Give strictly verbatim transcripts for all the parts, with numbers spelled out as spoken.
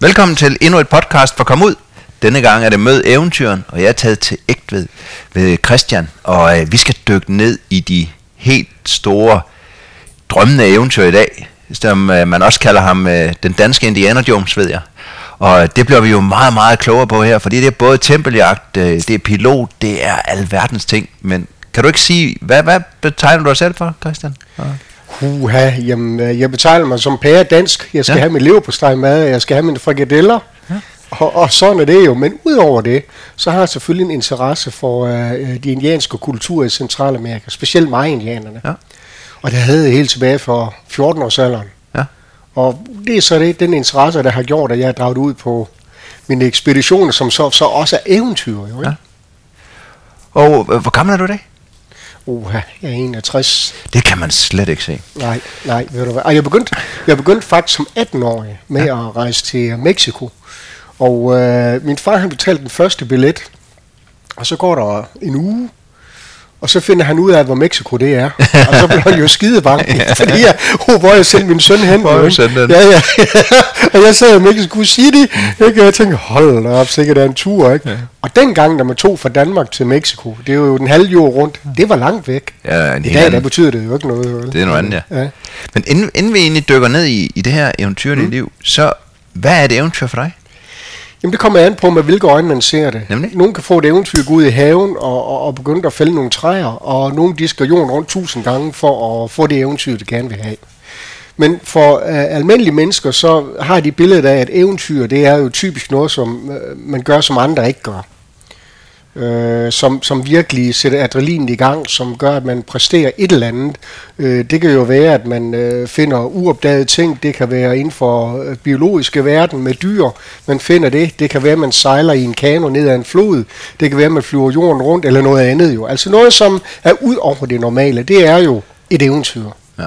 Velkommen til endnu et podcast for Kom Ud. Denne gang er det Mød Eventyren, og jeg er taget til Egtved ved Christian. Og øh, vi skal dykke ned i de helt store drømmende eventyr i dag, som øh, man også kalder ham øh, den danske Indiana Jones, ved jeg. Og det bliver vi jo meget, meget klogere på her, fordi det er både tempeljagt, øh, det er pilot, det er alverdens ting. Men kan du ikke sige, hvad, hvad betegner du dig selv for, Christian? Ja. Uha, jamen, jeg betegner mig som pære dansk. Jeg skal ja. have min leverpostej mad, jeg skal have mine frikadeller, ja. og, og sådan er det jo. Men udover det, så har jeg selvfølgelig en interesse for uh, de indianske kulturer i Centralamerika, specielt mig-indianerne. Ja. Og det havde jeg helt tilbage for fjorten-årsalderen. Ja. Og det er så det, den interesse, der har gjort, at jeg har draget ud på mine ekspeditioner, som så, så også er eventyr. Jo, ikke? Ja. Og hvor gammel er du i dag? Uha, jeg er enogtres. Det kan man slet ikke se. Nej, nej, ved du hvad. Jeg begyndte, jeg begyndte faktisk som atten-årig med ja. at rejse til Mexico. Og øh, min far han betalte den første billet, og så går der en uge, og så finder han ud af, hvor Mexico det er. Og så bliver han jo skidebanken, ja. fordi jeg, oh, hvor jeg sendte min søn hen. Hvor jeg sendte den? Ja, ja. Og jeg sad i Mexico City, ikke? Og jeg tænkte, hold da op, sikkert er en tur, ikke? Ja. Og dengang, da man tog fra Danmark til Mexico, det er jo den halve jord rundt, det var langt væk. Ja, I dag, der betyder det jo ikke noget. Vel? Det er noget andet, ja. ja. Men inden, inden vi egentlig dykker ned i, i det her eventyrlige mm. liv, så hvad er et eventyr for dig? Jamen det kommer an på, med hvilke øjne man ser det. Nemlig? Nogen kan få et eventyr, gå ud i haven og, og, og begynde at fælde nogle træer, og nogen de skal jorden rundt tusind gange for at få det eventyr, de gerne vil have. Men for uh, almindelige mennesker, så har de billedet af, at eventyr, det er jo typisk noget, som uh, man gør, som andre ikke gør. Uh, som, som virkelig sætter adrenalin i gang, som gør, at man præsterer et eller andet. Uh, det kan jo være, at man uh, finder uopdagede ting. Det kan være inden for uh, biologiske verden med dyr. Man finder det. Det kan være, at man sejler i en kano ned ad en flod. Det kan være, at man flyver jorden rundt, eller noget andet jo. Altså noget, som er ud over det normale. Det er jo et eventyr. Ja.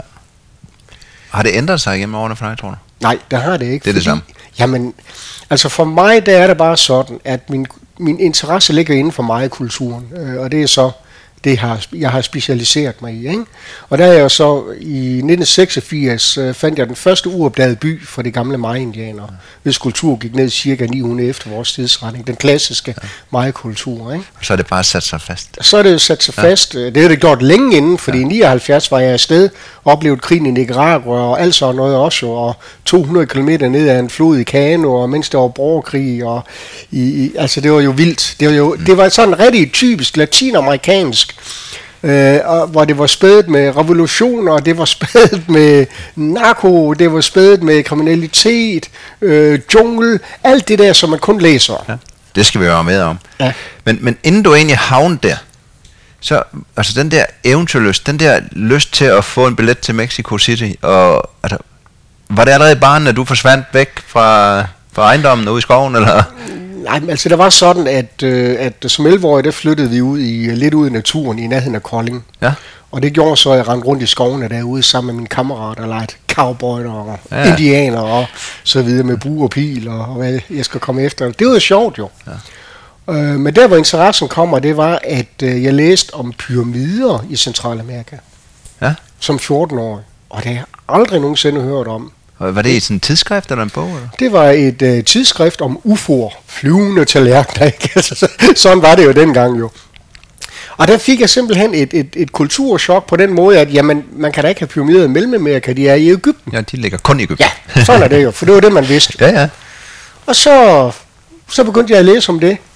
Har det ændret sig gennem årene for dig, tror du? Nej, det har det ikke. Det er fordi, det samme? Jamen, altså for mig, der er det bare sådan, at min Min interesse ligger inden for Maya-kulturen, øh, og det er så det, har, jeg har specialiseret mig i. Ikke? Og der er jeg så i nitten seksogfirs øh, fandt jeg den første uopdagede by for de gamle Maya-indianere, ja. hvis kultur gik ned cirka ni hundrede efter vores tidsretning. Den klassiske ja. Maya-kultur. Ikke? Så er det bare sat sig fast? Så er det sat sig ja. fast. Det har det gjort længe inden, fordi ja. i nioghalvfjerds var jeg afsted og oplevede krigen i Nicaragua og alt sådan noget også, og to hundrede kilometer ned ad en flod i kano, og mens der var borgerkrig, og i, i, altså det var jo vildt. Det var, jo, mm. det var sådan rigtig typisk latinamerikansk, Øh, og, hvor det var spædet med revolutioner, det var spædet med narko, det var spædet med kriminalitet, øh, jungle, alt det der, som man kun læser om. Ja, det skal vi være med om. Ja. Men, men inden du egentlig havnede der, så altså den der eventyrlyst, den der lyst til at få en billet til Mexico City, og altså, var det allerede i barnen, at du forsvandt væk fra, fra ejendommen ude i skoven, eller? Nej, altså det var sådan, at, øh, at som elleve-årig, der flyttede vi ud i, lidt ud i naturen i nærheden af Kolding. Ja. Og det gjorde så, at jeg rendte rundt i skovene derude sammen med mine kammerater og legede cowboy og ja. indianer og så videre med bue og pil og, og hvad jeg skal komme efter. Det var jo sjovt jo. Ja. Øh, men der hvor interessen kommer, det var, at øh, jeg læste om pyramider i Centralamerika. Ja. Som fjorten-årig. Og det har jeg aldrig nogensinde hørt om. Var det i sådan et tidsskrift eller en bog? Eller? Det var et uh, tidsskrift om U F O'er, flyvende tallerkener, ikke? Sådan var det jo dengang jo. Og der fik jeg simpelthen et, et, et kulturschok på den måde, at jamen, man kan da ikke have pyramider i Mellemamerika, de er i Egypten. Ja, de ligger kun i Egypten. Ja, sådan er det jo, for det var det, man vidste. Ja, ja. Og så, så begyndte jeg at læse om det,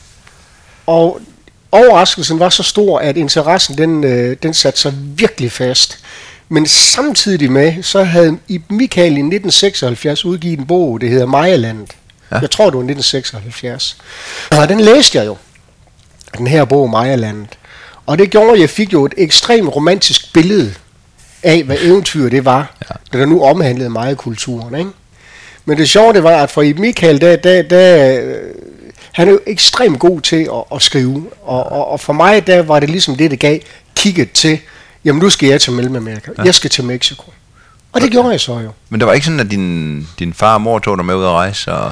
og overraskelsen var så stor, at interessen, den, øh, den satte sig virkelig fast. Men samtidig med, så havde Ibn Michael i nitten seksoghalvfjerds udgivet en bog, det hedder Mayalandet. Ja. Jeg tror, det var nitten seksoghalvfjerds. Og den læste jeg jo, den her bog, Mayalandet. Og det gjorde, at jeg fik jo et ekstremt romantisk billede af, hvad eventyr det var, ja. da der nu omhandlede Maya-kulturen. Ikke? Men det sjove, det var, at for Ibn Michael, der, der, der, han er jo ekstremt god til at, at skrive. Og, og, og for mig, der var det ligesom det, der gav kigget til, jamen nu skal jeg til Mellemamerika. Ja. Jeg skal til Mexico. Og det gjorde jeg så jo. Men det var ikke sådan, at din, din far og mor tog dig med ud at rejse? Og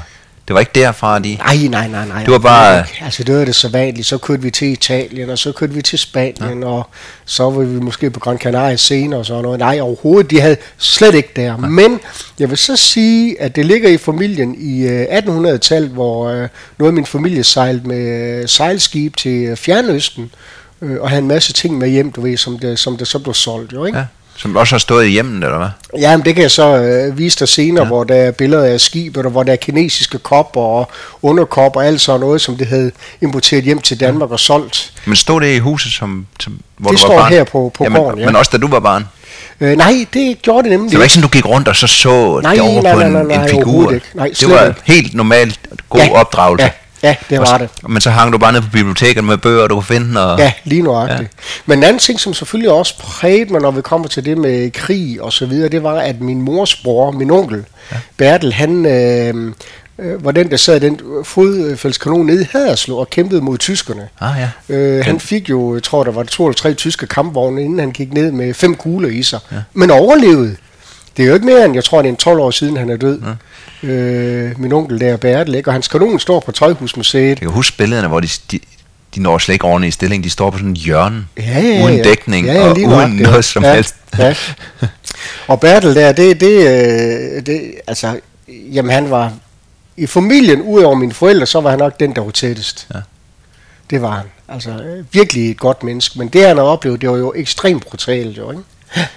Det var ikke derfra, de... Nej, nej, nej, nej. Det var bare... Altså, det var det så vanligt. Så kørte vi til Italien, og så kørte vi til Spanien, ja. Og så var vi måske på Gran Canaria senere og sådan noget. Nej, overhovedet. De havde slet ikke der. Ja. Men jeg vil så sige, at det ligger i familien i attenhundredetallet, hvor uh, noget af min familie sejlede med sejlskib til Fjernøsten, uh, og havde en masse ting med hjem, du ved, som det, som det så blev solgt, jo, ikke? Ja. Som også har stået i hjemmet, eller hvad? Jamen, det kan jeg så øh, vise dig senere, ja. Hvor der er billeder af skibet, og hvor der er kinesiske kopper og underkopper og alt sådan noget, som det havde importeret hjem til Danmark ja. Og solgt. Men stod det i huset, som, som hvor det du var barn? Det står her på, på Jamen, gården, ja. Men også da du var barn? Øh, nej, det gjorde det nemlig. Så det var ikke sådan, du gik rundt og så så nej, det over nej, på nej, nej, en, nej, en figur? Ikke. Nej, det var ikke. Helt normalt god ja. opdragelse? Ja. Ja, det var det. Men så hang du bare ned på biblioteket med bøger, du kunne finde? Og... Ja, lige nøjagtigt. Ja. Men en anden ting, som selvfølgelig også prægede mig, når vi kommer til det med krig og så videre, det var, at min mors bror, min onkel, ja. Bertel, han øh, øh, var den, der sad den fodfældskanon nede i Haderslev og kæmpede mod tyskerne. Ah, ja. øh, han fik jo, jeg tror, der var to eller tre tyske kampvogne, inden han gik ned med fem kugler i sig. Ja. Men overlevede. Det er jo ikke mere end, jeg tror, det er en tolv år siden, han er død. Ja. Øh, min onkel der, Bertel, ikke? Og hans kanon står på Tøjhusmuseet. Jeg kan huske billederne, hvor de, de, de når slet ikke ordentligt i stilling. De står på sådan en hjørne, ja, ja, uden ja. dækning ja, ja, og uden det. noget som ja, helst. Ja. Og Bertel der, det, det, det, altså, jamen han var, i familien, udover mine forældre, så var han nok den, der var tættest. Ja. Det var han. Altså, virkelig et godt menneske. Men det, han har oplevet, det var jo ekstremt brutalt, jo, ikke?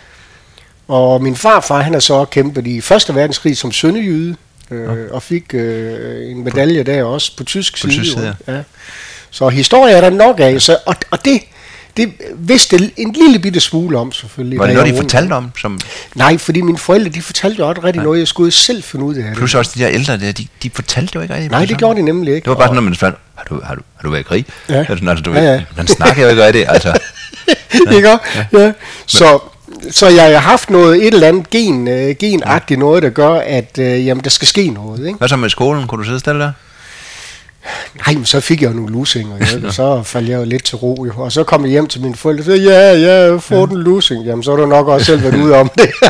Og min farfar, han har så kæmpet i første verdenskrig som sønderjyde, øh, ja. Og fik øh, en medalje der også på tysk på side. Tysk side ja. Ja. Så historie er der nok af, så, og, og det, det vidste en lille bitte smule om selvfølgelig. Var det noget, de fortalte om? Som... Nej, fordi mine forældre, de fortalte jo også rigtig ja. Noget, jeg skulle selv finde ud af. Plus også de der ældre der, de, de fortalte jo ikke rigtig. Nej, det gjorde de nemlig ikke. Det var bare sådan, når man spørger, har du, har du, har du været i krig? Ja. Altså, du ja, ja. Man snakker jo ikke rigtig, altså. Ja. Ikke ja. Ja. Så... Så jeg har haft noget, et eller andet gen, øh, genagtigt noget, der gør, at øh, jamen, der skal ske noget. Ikke? Hvad så med skolen? Kunne du sidde stille der? Nej, men så fik jeg jo nogle lusinger, jo, og så faldt jeg jo lidt til ro. Jo. Og så kom jeg hjem til mine forældre og sagde, ja, ja, jeg får den lusing. Jamen, så har du nok også selv været ude om det.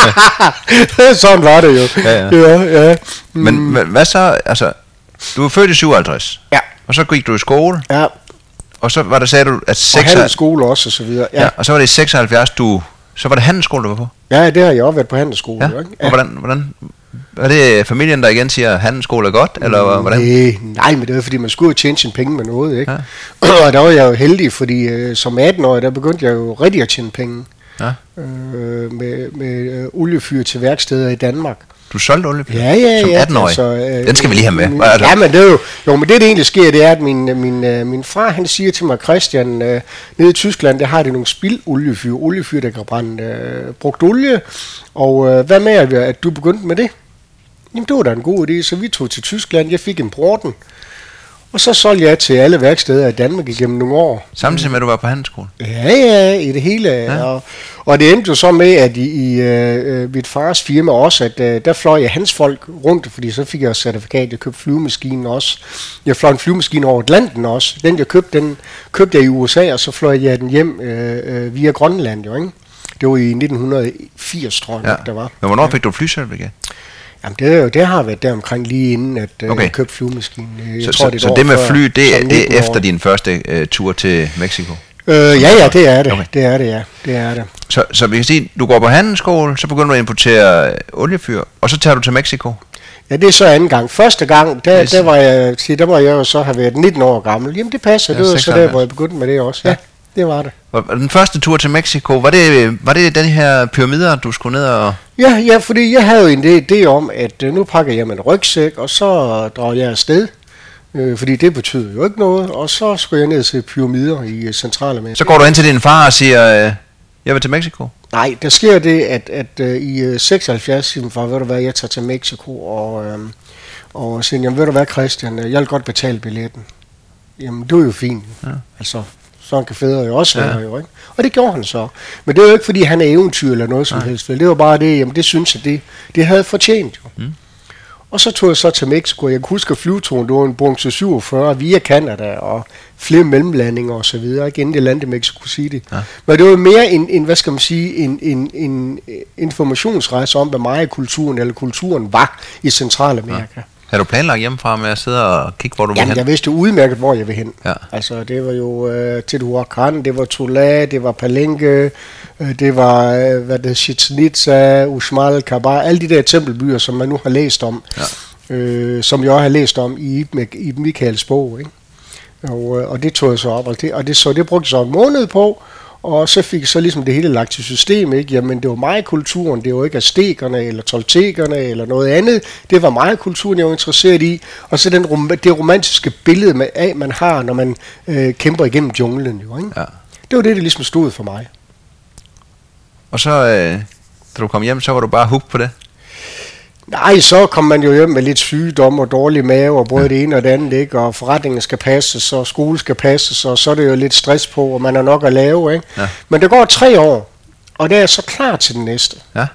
Sådan var det jo. Ja, ja. Ja, ja. Mm. Men, men hvad så, altså, du er født i syvoghalvtreds, ja. Og så gik du i skole, ja. Og så var der, sagde du, at seks... Og handelsskole også, og så videre. Ja. Ja, og så var det i seksoghalvfjerds, du... Så var det handelsskole, du var på? Ja, det har jeg også været på handelsskole. Ja. Ikke? Ja. Og hvordan, hvordan... Er det familien, der igen siger, at handelsskole er godt, eller hvordan? Nej, nej, men det var fordi, man skulle jo tjene sine penge med noget, ikke? Ja. Og der var jeg jo heldig, fordi øh, som atten-årig, der begyndte jeg jo rigtig at tjene penge. Ja. Øh, med med øh, oliefyr til værksteder i Danmark. Du solgte oliefyr? Ja, ja, som ja. atten-årig? Altså, øh, Den skal vi lige have med. Min, ja, men det er jo... Jo, men det, der egentlig sker, det er, at min, min, øh, min far, han siger til mig, Christian, øh, nede i Tyskland, der har det nogle spildoliefyr. Oliefyr, der kan brænde øh, brugt olie. Og øh, hvad med, at, at du begyndte med det? Jamen, det var da en god idé, så vi tog til Tyskland. Jeg fik importen. Og så solgte jeg til alle værksteder i Danmark igennem nogle år. Samtidig med, at du var på handelsskole? Ja, ja, i det hele. Ja. Og, og det endte jo så med, at i, i øh, mit fars firma også, at øh, der fløj jeg hans folk rundt, fordi så fik jeg certifikat. Jeg købte flyvemaskinen også. Jeg fløj en flyvemaskine over Atlanten også. Den jeg købte, den købte jeg i U S A, og så fløj jeg den hjem øh, øh, via Grønland, jo, ikke? Det var i nitten firs, tror jeg, ja. Der var. Men hvornår fik du flycertifikat? Jamen, det, er jo, det har været der omkring lige inden, at øh, okay. jeg købte flyvemaskinen. Jeg så tror, så, det, så det med fly, det, er, det er efter din første øh, tur til Mexico? Øh, ja, ja, det er det. Okay. Det er det, ja. Det er det. Så, så vi kan sige, du går på handelsskole, så begynder du at importere øh, oliefyr, og så tager du til Mexico? Ja, det er så anden gang. Første gang, der, der, var, jeg, se, der var jeg jo så have været nitten år gammel. Jamen, det passer. Ja, det var så der, hvor jeg begyndte med det også. Ja, ja, det var det. Og den første tur til Mexico, var det, var det den her pyramider, du skulle ned og... Ja, ja, fordi jeg havde jo en idé om, at øh, nu pakker jeg min rygsæk, og så drager jeg afsted. Øh, fordi det betyder jo ikke noget. Og så skulle jeg ned til pyramider i øh, Centralamerika. Så går du ind til din far og siger, øh, jeg vil til Mexico? Nej, der sker det, at, at øh, i øh, seksoghalvfjerds siger min far, ved du hvad, jeg tager til Mexico, og, øh, og siger, jamen ved du hvad, Christian, jeg vil godt betale billetten. Jamen, det er jo fint. Ja. Altså... Sådan kan fædre jo også være, ja. Jo, ikke? Og det gjorde han så. Men det var jo ikke, fordi han er eventyr eller noget som ja. helst. Det var bare det, jamen det synes jeg, det, det havde fortjent jo. Mm. Og så tog jeg så til Mexico. Jeg kan huske, at flyveturen, det var en Boeing syv syvogfyrre via Canada og flere mellemlandinger og så videre. Ikke inden det landte Mexico City. Ja. Men det var mere en, en, hvad skal man sige, en, en, en informationsrejse om, hvad meget kulturen eller kulturen var i Centralamerika. Ja. Har du planlagt hjemmefra med at sidde og kigge, hvor du Jamen, vil hen? jeg vidste jo udmærket, hvor jeg vil hen. Ja. Altså, det var jo øh, Teotihuacan, det var Tula, det var Palenque, øh, det var, øh, hvad det Chichén Itzá, Uxmal, Cabar, alle de der tempelbyer, som man nu har læst om, ja. øh, som jeg også har læst om i Ibn Michaels bog, ikke? Og, øh, og det tog jeg så op, og det, og det, så det brugte jeg så en måned på, og så fik jeg så ligesom det hele lagt til system, ikke? Jamen, det var Maya-kulturen, det var ikke aztekerne eller toltekerne eller noget andet. Det var Maya-kulturen, jeg var interesseret i. Og så den rom- det romantiske billede med, af, man har, når man øh, kæmper igennem junglen, jo, ikke? Ja. Det var det, der ligesom stod for mig. Og så, øh, da du kom hjem, så var du bare hooked på det? Nej, så kom man jo hjem med lidt sygdom og dårlig mave og både ja. det ene og det andet, ikke? Og forretningen skal passes, og skole skal passes, og så er det jo lidt stress på, og man er nok at lave, ikke? Ja. Men det går tre år, og der er jeg så klar til den næste. Ja.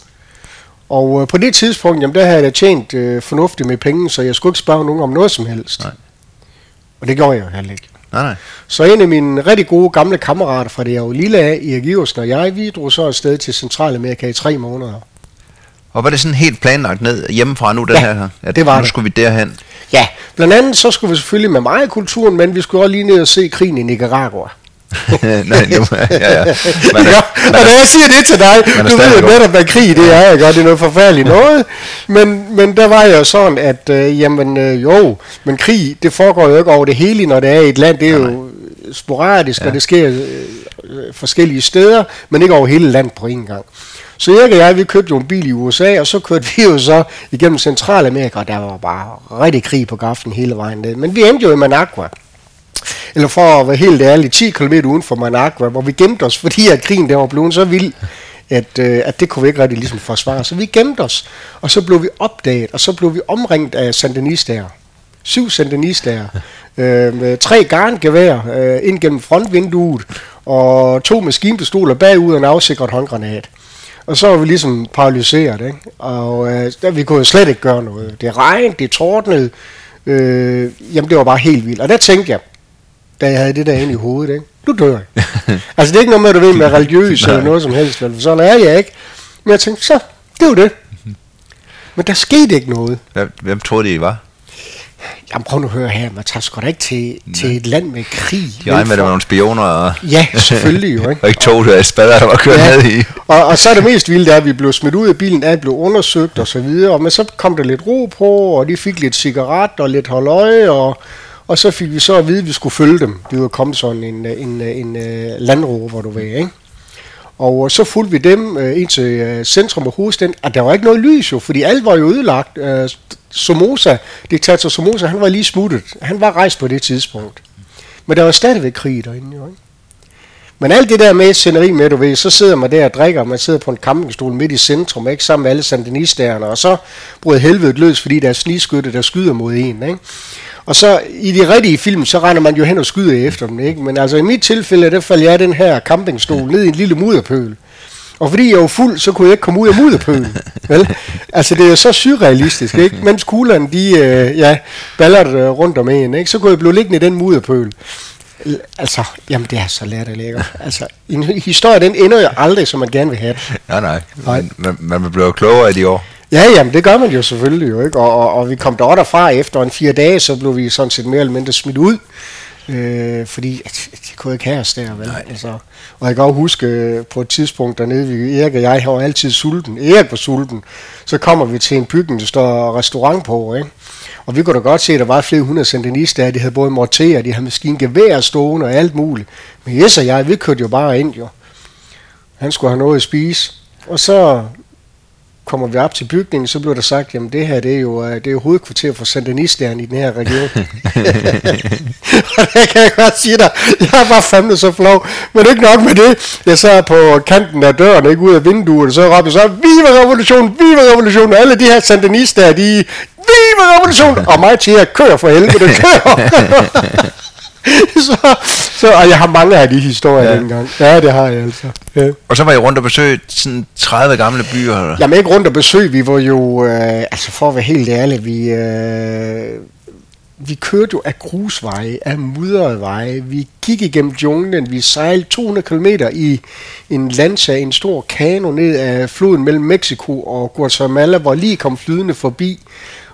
Og øh, på det tidspunkt, jamen der havde jeg da tjent øh, fornuftigt med penge, så jeg skulle ikke spørge nogen om noget som helst. Nej. Og det gjorde jeg jo heller ikke. Nej, nej. Så en af mine rigtig gode gamle kammerater fra det jeg jo lille af, Erik Iversen og jeg, vi drog så afsted til Centralamerika i tre måneder. Og var det sådan helt planlagt ned hjemmefra nu, den ja, her? At det var nu det. skulle vi derhen? Ja, blandt andet så skulle vi selvfølgelig med Maya-kulturen, men vi skulle også lige ned og se krigen i Nicaragua. Nej, nu, ja, ja. Man er, ja, og når jeg siger det til dig, du ved jo netop, hvad krig det er, ikke? Og det er noget forfærdeligt noget. Men, men der var jo sådan, at øh, jamen øh, jo, men krig, det foregår jo ikke over det hele, når det er i et land. Det er jo sporadisk, ja. Og det sker øh, forskellige steder, men ikke over hele landet på en gang. Så Erik og jeg, vi købte jo en bil i U S A, og så kørte vi jo så igennem Centralamerika, og der var bare rigtig krig på gaflen hele vejen ned. Men vi endte jo i Managua. Eller for at være helt ærlig, ti kilometer uden for Managua, hvor vi gemte os, fordi at krigen der var blevet så vild, at, øh, at det kunne vi ikke rigtig ligesom forsvare. Så vi gemte os, og så blev vi opdaget, og så blev vi omringet af sandinister. Syv sandinister, øh, med tre garngevær øh, ind gennem frontvinduet, og to maskinpistoler bagud og en afsikret håndgranat. Og så var vi ligesom paralyseret, ikke? Og øh, der, vi kunne jo slet ikke gøre noget. Det regnede, det tordnede, øh, jamen det var bare helt vildt. Og der tænkte jeg, da jeg havde det der inde i hovedet, ikke? Du dør ikke. Altså det er ikke noget med, at du ved med religiøs eller noget som helst, vel? Sådan er jeg ikke. Men jeg tænkte, så, det var det. Men der skete ikke noget. Hvem troede I var? Jamen prøv nu at høre her, man tager sgu da ikke til, til et land med krig. Jeg regner med, der var nogle spioner. Og ja, selvfølgelig jo, ikke? Og ikke tog det af spader, der var kørt ja. ned i. Og, og så er det mest vildt, at vi blev smidt ud af bilen, at blev undersøgt og så videre. Men så kom der lidt ro på, og de fik lidt cigaret og lidt holdøje, og, og så fik vi så at vide, at vi skulle følge dem. Det var kommet sådan en, en, en, en landrover, du ved, ikke? Og så fulgte vi dem øh, ind til øh, centrum af hovedstaden, og der var ikke noget lys jo, fordi alt var jo ødelagt. Øh, Somoza, diktator Somoza, han var lige smuttet. Han var rejst på det tidspunkt. Men der var stadigvæk krig derinde jo, ikke? Men alt det der med sceneri med, du ved, så sidder man der og drikker, og man sidder på en campingstol midt i centrum, ikke, sammen med alle sandinisterne, og så bryder helvedet løs, fordi der er snigskytte, der skyder mod en, ikke? Og så i de rigtige film, så render man jo hen og skyder efter dem, ikke? Men altså i mit tilfælde, der faldt jeg den her campingstol ned i en lille mudderpøl. Og fordi jeg var fuld, så kunne jeg ikke komme ud af mudderpølen. Vel? Altså det er så surrealistisk, ikke? Mens kuglerne, de øh, ja, baller rundt om en, ikke? Så kunne jeg blive liggende i den mudderpøl. Altså, jamen det er så latterligt. Altså, en historie, den ender jo aldrig, som man gerne vil have. Ja, nej. nej. Man, man bliver jo klogere i de år. Ja, jamen det gør man jo selvfølgelig jo, ikke? Og, og, og vi kom der derfra efter en fire dage, så blev vi sådan set mere eller mindre smidt ud. Øh, fordi at, de kunne ikke have os der, vel? Altså, og jeg kan også huske på et tidspunkt dernede, vi, Erik og jeg var altid sulten. Erik var sulten. Så kommer vi til en bygning, der står restaurant på, ikke? Og vi kunne da godt se, at der var flere hundrede sandinister, de havde både morterer, de havde maskingevær stående og alt muligt. Men Jes og jeg, vi kørte jo bare ind, jo. Han skulle have noget at spise. Og så kommer vi op til bygningen, så blev der sagt, jamen det her, det er jo, det er jo hovedkvarter for sandinisterne i den her region. Og det kan jeg godt sige dig, jeg er bare fandme så flov. Men ikke nok med det, jeg sad på kanten af døren, ikke ud af vinduet, og så råbte jeg så, Viva revolution, Viva revolution, og alle de her sandinister, de, Viva revolution, og mig til at køre for helvede, kør. så, så, og jeg har mange af de historier ja. dengang. Ja, det har jeg altså. Ja. Og så var I rundt og besøgte sådan tredive gamle byer? Eller? Jamen ikke rundt og besøg, vi var jo, øh, altså for at være helt ærlig, vi, øh, vi kørte jo af grusveje, af mudrede veje, vi gik igennem junglen, vi sejlede to hundrede kilometer i en lancha, en stor kano ned af floden mellem Mexico og Guatemala, hvor lige kom flydende forbi.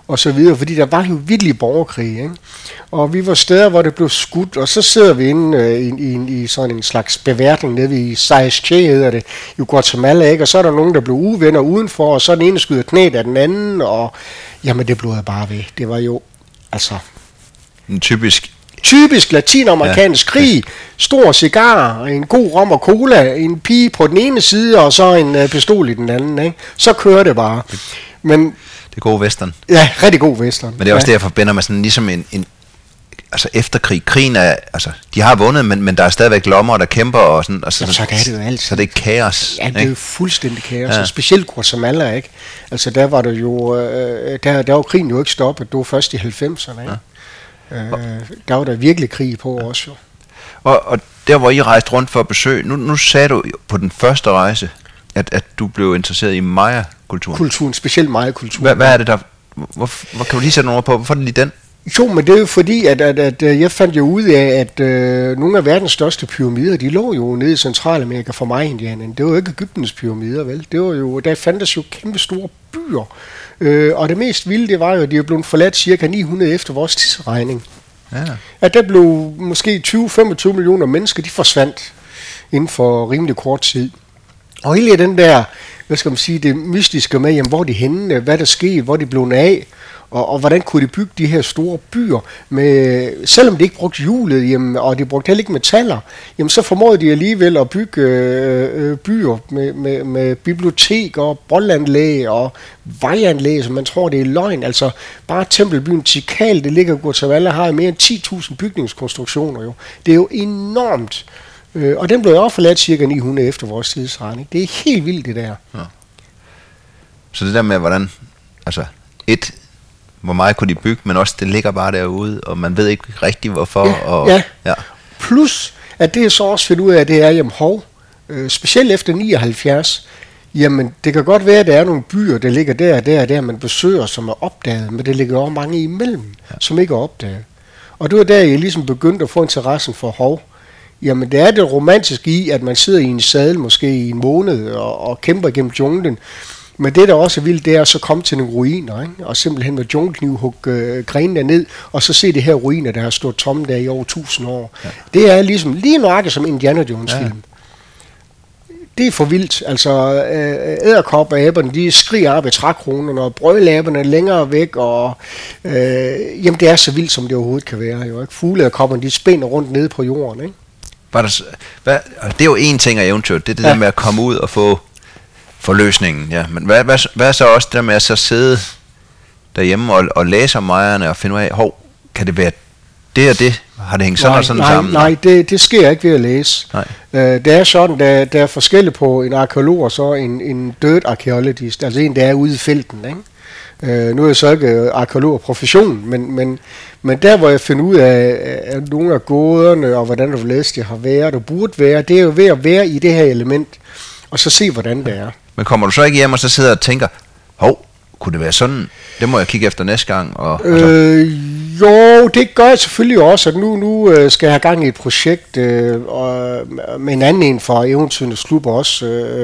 og så videre, fordi der var jo virkelig borgerkrig, ikke? Og vi var steder, hvor det blev skudt, og så sidder vi inde øh, i, i, i sådan en slags beværtning nede i Sayesche, hedder det, i Guatemala, ikke? Og så er der nogen, der blev uvenner udenfor, og så den ene skyder knæet af den anden, og jamen det blev jeg bare ved. Det var jo, altså... En typisk... Typisk latinamerikansk ja. krig, stor cigar, en god rom og cola, en pige på den ene side, og så en uh, pistol i den anden, ikke? Så kører det bare. Men, det er god western. Ja, rigtig god western. Men det er også ja. det, jeg forbinder med sådan ligesom en, en altså efterkrig. Krigen er, altså, de har vundet, men, men der er stadigvæk lommer, der kæmper, og sådan, og så, Jamen, så er det jo altid. Så det er kaos. Ja, det er ikke? jo fuldstændig kaos, Ja. og specielt Guatemala, ikke? Altså, der var det jo, øh, der, der var krigen jo ikke stoppet, det var først i halvfemserne, ikke? Ja. Øh, der var der virkelig krig på ja. også jo. Og, og der hvor I rejste rundt for at besøge, nu, nu sagde du på den første rejse, at, at du blev interesseret i Maya-kulturen. Kulturen, specielt Maya-kulturen. Hvad, hvad er det der, hvor, hvor kan du lige sætte nogle ord på, hvorfor er det lige den? Jo, men det er jo fordi, at, at, at jeg fandt jo ud af, at øh, nogle af verdens største pyramider, de lå jo nede i Centralamerika for mig, indianerne. Det var jo ikke Egyptens pyramider, vel? Det var jo, der fandtes jo kæmpe store byer. Øh, og det mest vilde, det var jo, at de er blevet forladt cirka ni hundrede efter vores tidsregning. Ja. At der blev måske tyve til femogtyve millioner mennesker, de forsvandt inden for rimelig kort tid. Og hele den der, hvad skal man sige, det mystiske med, jamen, hvor de henne, hvad der skete, hvor de blev af, og, og hvordan kunne de bygge de her store byer, med, selvom de ikke brugte hjulet, jamen, og de brugte heller ikke metaller, jamen, så formåede de alligevel at bygge øh, byer med, med, med biblioteker, og boldanlæg og vejanlæg, som man tror, det er løgn. Altså bare tempelbyen Tikal, det ligger i Guatemala, har mere end ti tusind bygningskonstruktioner. Jo. Det er jo enormt. Øh, og den blev jo forladt cirka ni hundrede efter vores tidsregning. Det er helt vildt, det der. Ja. Så det der med, hvordan, altså et, hvor meget kunne de bygge, men også det ligger bare derude, og man ved ikke rigtig hvorfor. Ja, og, ja. ja. Plus, at det er så også fedt ud af, det er, jamen hov, øh, specielt efter nioghalvfjerds, jamen det kan godt være, at der er nogle byer, der ligger der og der og der, man besøger, som er opdaget, men det ligger også mange imellem, ja. som ikke er opdaget. Og det var der, jeg ligesom begyndte at få interessen for hov. Jamen det er det romantiske i, at man sidder i en sadel måske i en måned og, og kæmper gennem junglen. Men det, der også er vildt, det er at så komme til nogle ruiner, ikke? Og simpelthen med junglekniv hugge øh, grenene ned, og så se det her ruiner, der har stået tomme der i over tusind år. Ja. Det er ligesom lige nøjagtigt som Indiana Jones film. Ja. Det er for vildt. Altså, øh, edderkoppeaberne, de skriger op i trækronerne, og brølaberne er længere væk, og øh, jamen, det er så vildt, som det overhovedet kan være. Jo, ikke? Fugleedderkopperne, de spænder rundt nede på jorden, ikke? Var der, hvad, det er jo en ting af eventyret, det er det ja. der med at komme ud og få forløsningen, ja. Men hvad, hvad, hvad er så også det der med at så sidde derhjemme og, og læse om mejerne og finde ud af, hov, kan det være det og det? Har det hængt sådan nej, og sådan nej, sammen? Nej, det, det sker ikke ved at læse. Nej. Øh, det er sådan, der, der er forskellige på en arkeolog og så en, en dirt archaeologist, altså en, der er ude i felten, ikke? Øh, nu er jeg så ikke arkeolog af profession, men, men, men der, hvor jeg finder ud af, af nogle af gåderne, og hvordan du læst det har været og burde være, det er jo ved at være i det her element, og så se, hvordan det er. Men kommer du så ikke hjem og så sidder og tænker, hov, kunne det være sådan? Det må jeg kigge efter næste gang. Og, og øh, jo, det gør jeg selvfølgelig også, at nu, nu øh, skal jeg have gang i et projekt øh, og, med en anden en fra Eventyrernes Klub også,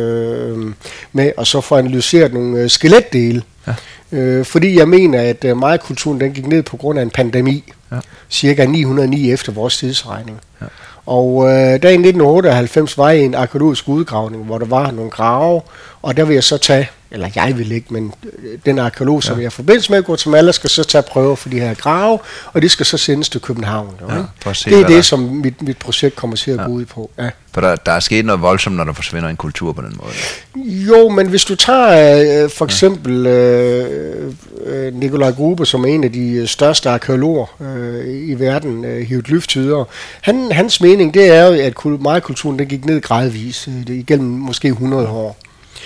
øh, med og så få analyseret nogle øh, skeletdele. Ja. Øh, fordi jeg mener, at øh, Maya-kulturen den gik ned på grund af en pandemi, ja. cirka ni hundrede og ni efter vores tidsregning. Ja. Og øh, der i nitten otteoghalvfems var jeg en arkeologisk udgravning, hvor der var nogle grave, og der vil jeg så tage, eller jeg vil ikke, men den arkeolog, som ja. jeg forbindes med, Guatemala, skal så tage prøver for de her grave, og de skal så sendes til København. Ja, se, det er det, der... som mit, mit projekt kommer til at ja. gå ud på. Ja. For der, der er sket noget voldsomt, når der forsvinder en kultur på den måde. Jo, men hvis du tager øh, for eksempel øh, øh, Nikolaj Grube, som er en af de største arkeologer øh, i verden, øh, hieroglyftyder, han, hans mening, det er jo, at Maya-kulturen den gik ned gradvis, øh, igennem måske hundrede år.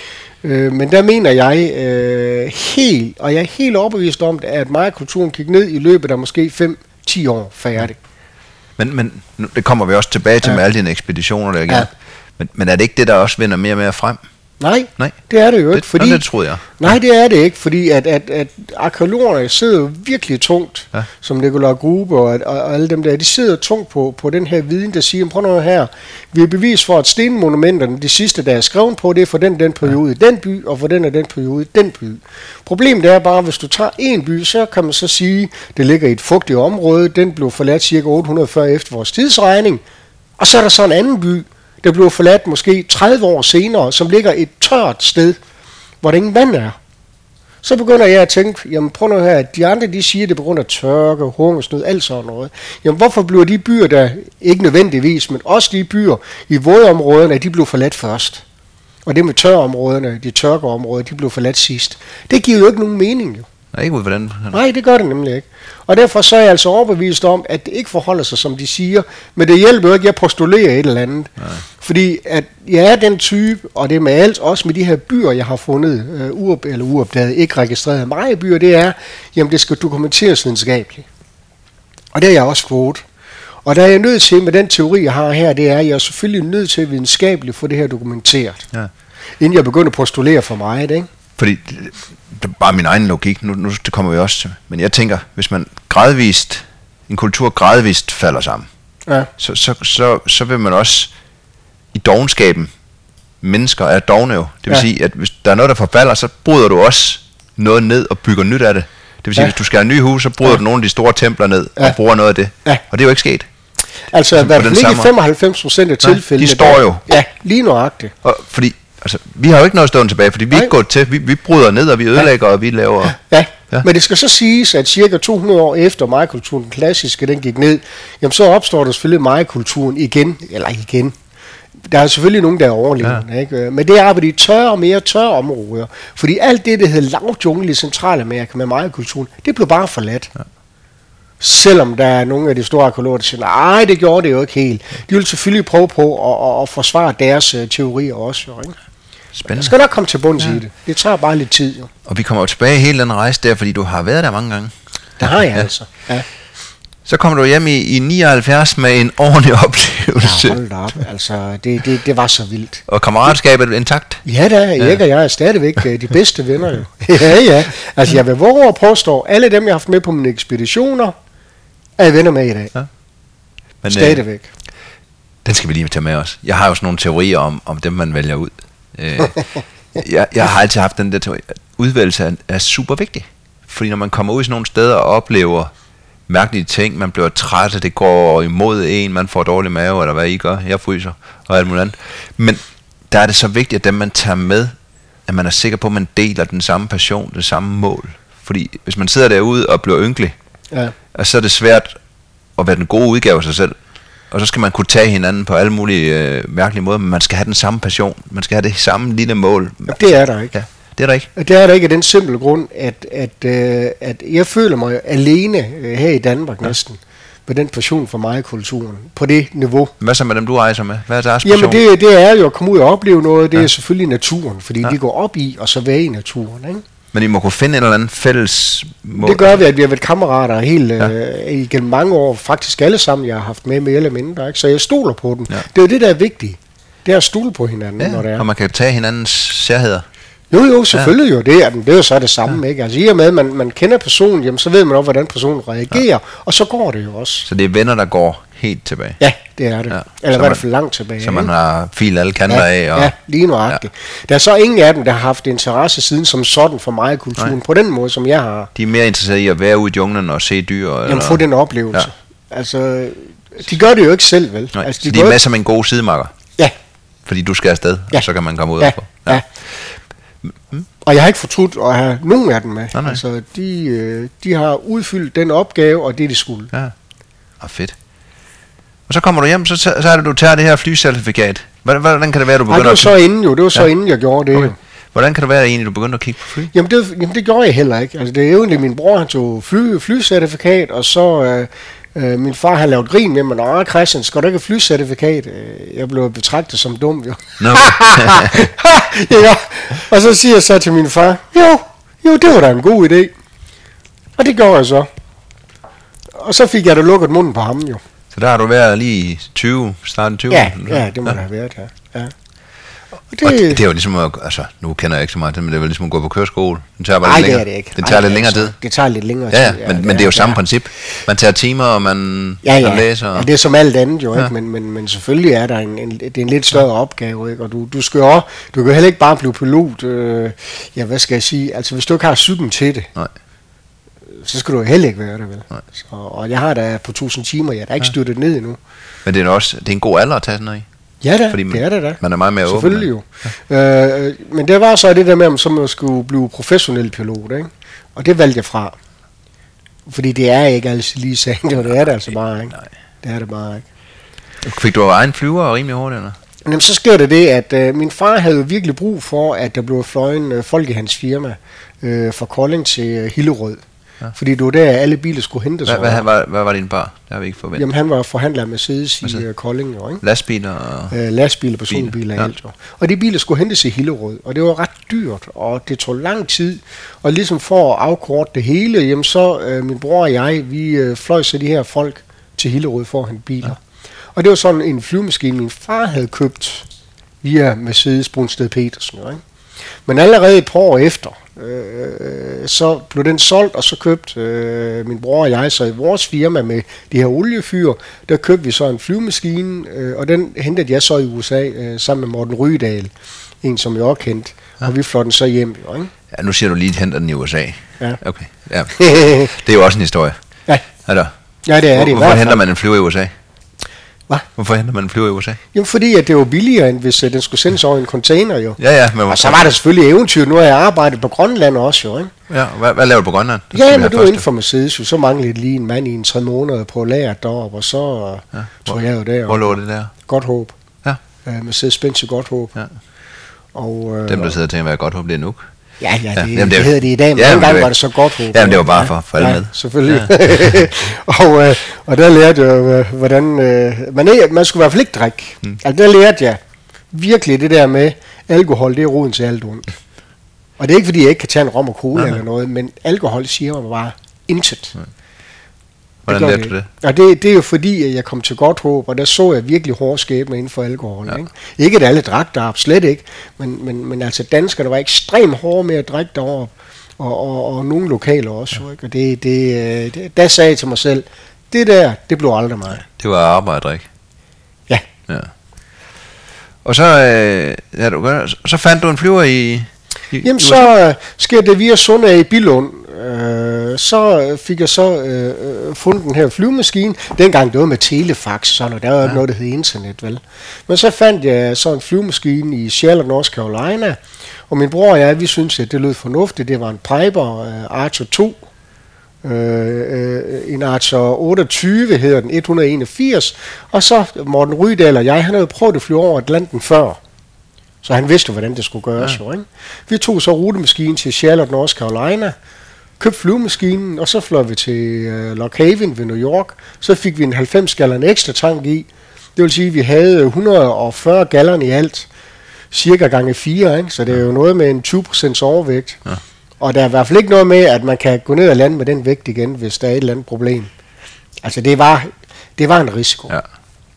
Øh, men der mener jeg øh, helt, og jeg er helt overbevist om, at Maya-kulturen gik ned i løbet af måske fem til ti år færdig. Men, men det kommer vi også tilbage til ja. med alle dine ekspeditioner der igen. Ja. Men, men er det ikke det, der også vinder mere og mere frem? Nej, Nej, det er det jo ikke, det, fordi... det troede jeg. Nej, det er det ikke, fordi at, at, at arkæologerne sidder jo virkelig tungt, Ja. som Nicolai Grube og, og, og alle dem der, de sidder tungt på, på den her viden, der siger, prøv noget her, vi er bevis for, at stenmonumenterne, de sidste, der er skrevet på, det er for den den periode i den by, og for den og den periode i den by. Problemet er bare, hvis du tager en by, så kan man så sige, det ligger i et fugtigt område, den blev forladt cirka otte hundrede og fyrre efter vores tidsregning, og så er der så en anden by, der blev forladt måske tredive år senere, som ligger et tørt sted, hvor der ingen vand er. Så begynder jeg at tænke, jamen prøv nu her, at de andre de siger, det er på grund af tørke, hungersnød, alt sådan noget. Jamen hvorfor bliver de byer, der ikke nødvendigvis, men også de byer i vådområderne, de blev forladt først? Og det med tørområderne, de tørkeområder, de blev forladt sidst. Det giver jo ikke nogen mening jo. Nej, ikke ud for den. Nej, det gør det nemlig ikke. Og derfor så er jeg altså overbevist om, at det ikke forholder sig, som de siger. Men det hjælper jo ikke, at jeg postulerer et eller andet. Nej. Fordi at jeg er den type, og det er med alt, også med de her byer, jeg har fundet, øh, uop, eller uopdaget, ikke registreret meget byer, det er, jamen det skal dokumenteres videnskabeligt. Og det er jeg også fået. Og der er jeg nødt til, med den teori, jeg har her, det er, at jeg er selvfølgelig nødt til videnskabeligt få det her dokumenteret. Ja. Inden jeg begynder at postulere for meget, ikke? Fordi, det er bare min egen logik, nu, nu det kommer vi også til, men jeg tænker, hvis man gradvist, en kultur gradvist falder sammen, ja. så, så, så, så vil man også i dovenskaben, mennesker er dovne jo, det vil ja. sige, at hvis der er noget, der forfalder, så bryder du også noget ned og bygger nyt af det. Det vil sige, ja. hvis du skal have en ny hus, så bryder ja. du nogle af de store templer ned ja. og bruger noget af det. Ja. Og det er jo ikke sket. Altså, altså hvad ikke i femoghalvfems procent af tilfældene. De står jo. Ja, lige nøjagtigt. Og fordi, altså, vi har jo ikke noget stående tilbage, fordi vi er ikke gået til, vi, vi bryder ned, og vi ødelægger, ja. og vi laver... Ja. Ja. ja, men det skal så siges, at cirka to hundrede år efter Maya-kulturen, den klassiske, den gik ned, jamen så opstår der selvfølgelig Maya-kulturen igen, eller igen. Der er selvfølgelig nogen, der er overlevende, ja. ikke? Men det er på de tørre og mere tørre områder. Fordi alt det, der hed lavjungle i Centralamerika med Maya-kulturen, det blev bare forladt. Ja. Selvom der er nogle af de store arkæologer, der siger, nej, det gjorde det jo ikke helt. De vil selvfølgelig prøve på at, at, at forsvare deres uh, teorier også. Jo, ikke? Spændende. Jeg skal nok komme til bunds ja. i det. Det tager bare lidt tid. Jo. Og vi kommer jo tilbage hele den rejse der, fordi du har været der mange gange. Det har jeg ja. altså. Ja. Så kommer du hjem i, i nioghalvfjerds med en ordentlig oplevelse. Ja, hold da op. Altså, det, det, det var så vildt. Og kammeratskabet intakt? Ja da, Erik ja. og jeg er stadigvæk de bedste venner jo. ja, ja. Altså, jeg vil våge at påstå, alle dem, jeg har haft med på mine ekspeditioner, er jeg venner med i dag. Ja. Men, stadigvæk. Øh, den skal vi lige tage med os. Jeg har jo sådan nogle teorier om, om dem, man vælger ud. Øh, jeg, jeg har altid haft den der teori. Udvælgelse er, er super vigtig. Fordi når man kommer ud i sådan nogle steder og oplever mærkelige ting, man bliver træt, og det går imod en, man får dårlig mave, eller hvad I gør, jeg fryser, og alt muligt andet. Men der er det så vigtigt, at dem man tager med, at man er sikker på, at man deler den samme passion, det samme mål. Fordi hvis man sidder derude og bliver ynkelig, ja. så er det svært at være den gode udgave af sig selv. Og så skal man kunne tage hinanden på alle mulige øh, mærkelige måder, men man skal have den samme passion, man skal have det samme lille mål. Det er der ikke. Ja. Det er der ikke. Det er der ikke af den simple grund, at, at, øh, at jeg føler mig alene øh, her i Danmark ja. næsten, med den passion for Maya-kulturen, på det niveau. Hvad så med dem, du rejser med? Hvad er deres passion? Jamen det, det er jo at komme ud og opleve noget, det ja. er selvfølgelig naturen, fordi ja. de går op i, og så være i naturen, ikke? Men I må kunne finde en eller anden fælles mål. Det gør vi, at vi har været kammerater helt ja. øh, igennem mange år, faktisk alle sammen, jeg har haft med, mere eller mindre, ikke? Så jeg stoler på dem. Ja. Det er jo det, der er vigtigt. Det er at stole på hinanden, ja. når det er. Og man kan tage hinandens særheder. Jo, jo, selvfølgelig ja. jo. Det er, det er jo så det samme, ja. ikke? Altså i og med, at man, man kender personen, jamen, så ved man også, hvordan personen reagerer, ja. og så går det jo også. Så det er venner, der går helt tilbage? Ja, det er det. Ja. Eller i hvert fald langt tilbage. Så man har filet alle kanter ja, af? Og ja, lige nøjagtigt. Ja. Der er så ingen af dem, der har haft interesse siden som sådan for mig kulturen, Nej. på den måde, som jeg har. De er mere interesserede i at være ude i junglen og se dyr? Jamen, eller? få den oplevelse. Ja. Altså, de gør det jo ikke selv, vel? Nej, altså, de, de er med som en god sidemakker? Ja. Fordi du skal afsted, ja. og så kan man komme ud ja. og få. Ja. ja. Mm. Og jeg har ikke fortrudt at have nogen af dem med. Nej, nej. Altså, de, øh, de har udfyldt den opgave, og det de skulle. Ja, og fedt. Og så kommer du hjem, så, så er det, du tager det her flycertifikat. Hvordan, hvordan kan det være, du begynder at... Nej, det var så inden jo. Det var så ja. inden, jeg gjorde det. Okay. Hvordan kan det være, egentlig, du begyndte at kigge på fly? Jamen det, jamen, det gjorde jeg heller ikke. Altså, det er jo egentlig min bror, han tog fly, flycertifikat, og så... Øh, Øh, min far har lavet grin med mig, nå Christian, skal du ikke have flycertifikat? Øh, jeg blev betragtet som dum, jo. No. ja. Og så siger jeg så til min far, jo, jo, det var da en god idé. Og det gjorde jeg så. Og så fik jeg da lukket munden på ham, jo. Så der har du været lige tyve, starten tyve? Ja, ja, det må ja. der have været, ja. ja. det, og det, det er jo ligesom, at, altså nu kender jeg ikke så meget, men det er jo ligesom at gå på køreskole. Den tager bare nej, lidt det længere. er det ikke. Den tager Ej, lidt længere tid. Det tager lidt længere Ja, ja, tid. men, men det er jo samme princip. Man tager timer, og man, ja, ja. man læser. Og... Ja, det er som alt andet jo, ja. ikke? Men, men, men selvfølgelig er der en, en, det er en lidt større ja. opgave, ikke? Og du, du skal jo også, du kan heller ikke bare blive pilot, øh, ja, hvad skal jeg sige, altså hvis du ikke har cyklen til det, nej. så skal du jo heller ikke være det, vel? Nej. Så, og jeg har da på tusind timer, jeg har da ikke ja. styrtet ned endnu. Men det er også, det er en god alder at tage sådan noget i. Ja da, fordi man, det er det da. Man er meget mere åben. Selvfølgelig jo. Ja. Øh, men det var så det der med, at man så skulle blive professionel pilot, ikke? Og det valgte jeg fra. Fordi det er ikke altid lige sagen, det er det altså bare, ikke? Nej. Det er det bare ikke. Fik du egen flyver rimelig hurtigt, eller? Jamen, så sker det det, at øh, min far havde jo virkelig brug for, at der blev fløjen øh, folk i hans firma øh, fra Kolding til øh, Hillerød. Ja. Fordi det var der, alle biler skulle hentes. Hvad, hvad, hvad, hvad var din bar? Det har vi ikke forventet. Jamen, han var forhandler af Mercedes i uh, Kolding, jo, ikke? Lastbiler og... Øh, lastbiler, personbiler og alt, jo. Og de biler skulle hentes i Hillerød, og det var ret dyrt, og det tog lang tid. Og ligesom for at afkorte det hele, jamen så øh, min bror og jeg, vi øh, fløj så de her folk til Hillerød for at hente biler. Ja. Og det var sådan en flyvemaskine, min far havde købt via Mercedes Brunsted Petersen, jo, ikke? Men allerede et par år efter, øh, så blev den solgt, og så købte øh, min bror og jeg så i vores firma med de her oliefyr, der købte vi så en flyvemaskine, øh, og den hentede jeg så i U S A øh, sammen med Morten Rydal, en som jeg også kendte, ja. Og vi fløj den så hjem, jo, ikke? Ja, nu siger du lige, at henter den i U S A. Ja. Okay, ja. Det er jo også en historie. Ja. Eller? Ja, det er Hvor, det. hvorfor henter man en flyver i U S A? Hvad? Hvorfor henter man en flyver i U S A? Jamen fordi, at det var billigere, end hvis uh, den skulle sendes over en container, jo. Ja, ja. Men og så var der selvfølgelig eventyr. Nu har jeg arbejdet på Grønland også, jo, ikke? Ja, hvad, hvad laver du på Grønland? Det ja, men du er inden for Mercedes, jo. Så manglede lige en mand i en tre måneder på lageret deroppe, og så ja. Tror jeg jo der. Hvor lå det der? Godthåb. Ja. Uh, Mercedes-Benz i Godthåb. Ja. Og, uh, Dem, der sidder og tænker, hvad Godthåb, det er nu. Ja, ja, det, ja. Jamen, det, det hedder det i dag, men ja, nogle gange det, var det så Godthåb. Jamen, det var bare for, for alle ja, med. Selvfølgelig. Ja. og, øh, og der lærte jeg jo, øh, hvordan... Øh, man, er, man skulle i hvert fald ikke drikke. Mm. Altså, der lærte jeg virkelig det der med, alkohol, det er roden til alt ondt. Og det er ikke, fordi jeg ikke kan tage en rom og cola eller noget, men alkohol siger mig bare intet. Ja. Hvordan lærte du det? Og det, det er jo fordi, at jeg kom til Godthåb, og der så jeg virkelig hårde skæbner inden for alkohol. Ja. Ikke? ikke at alle drak derop, slet ikke. Men, men, men altså danskerne var ekstremt hårde med at drikke deroppe. Og, og, og nogle lokale også. Ja. Ikke? Og det, det, det, der sagde jeg til mig selv, det der, det blev aldrig mig. Det var arbejde, ikke? Ja. Ja. Og så, øh, ja, du, så fandt du en flyver i... i Jamen så uh, sker det via Sundad i Billund. Uh, så fik jeg så uh, fundet den her flyvemaskine. Dengang det var med telefax, sådan, og der var ja. noget, der hed internet, vel. Men så fandt jeg så en flyvemaskine i Charlotte, North Carolina. Og min bror og jeg, vi synes, at det lød fornuftigt. Det var en Piper uh, Archer to. Uh, uh, en Archer otteogtyve hedder den, et hundrede og enogfirs. Og så Morten Rydal og jeg, han havde prøvet at flyve over Atlanten før. Så han vidste, hvordan det skulle gøres. Ja. Jo, ikke? Vi tog så rutemaskinen til Charlotte, North Carolina, købte flyvemaskinen, og så fløj vi til uh, Lock Haven ved New York. Så fik vi en halvfems gallon ekstra tank i. Det vil sige, at vi havde et hundrede og fyrre gallon i alt. Cirka gange fire, ikke? Så det er jo noget med en tyve procent overvægt. Ja. Og der er i hvert fald ikke noget med, at man kan gå ned og lande med den vægt igen, hvis der er et eller andet problem. Altså det var, det var en risiko. Ja.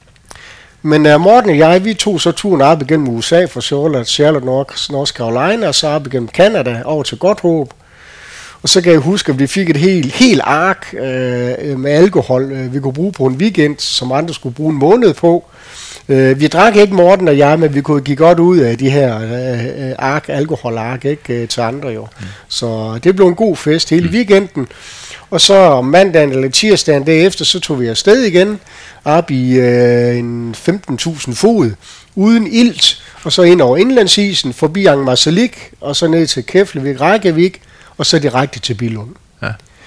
Men uh, Morten og jeg, vi tog så turen op igennem U S A fra Charlotte, Charlotte North, North Carolina, og så op igennem Canada over til Godthåb. Og så kan jeg huske, at vi fik et helt, helt ark øh, med alkohol, øh, vi kunne bruge på en weekend, som andre skulle bruge en måned på. Øh, vi drak ikke, Morten og jeg, men vi kunne give godt ud af de her øh, ark, alkoholark, ikke, øh, til andre jo. Mm. Så det blev en god fest hele mm. weekenden. Og så om mandagen eller tirsdagen derefter, så tog vi afsted igen, op i øh, en femten tusind fod, uden ilt, og så ind over indlandsisen, forbi Angmarsalik, og så ned til Keflavik, Reykjavik, og så direkte til Billund. Ja.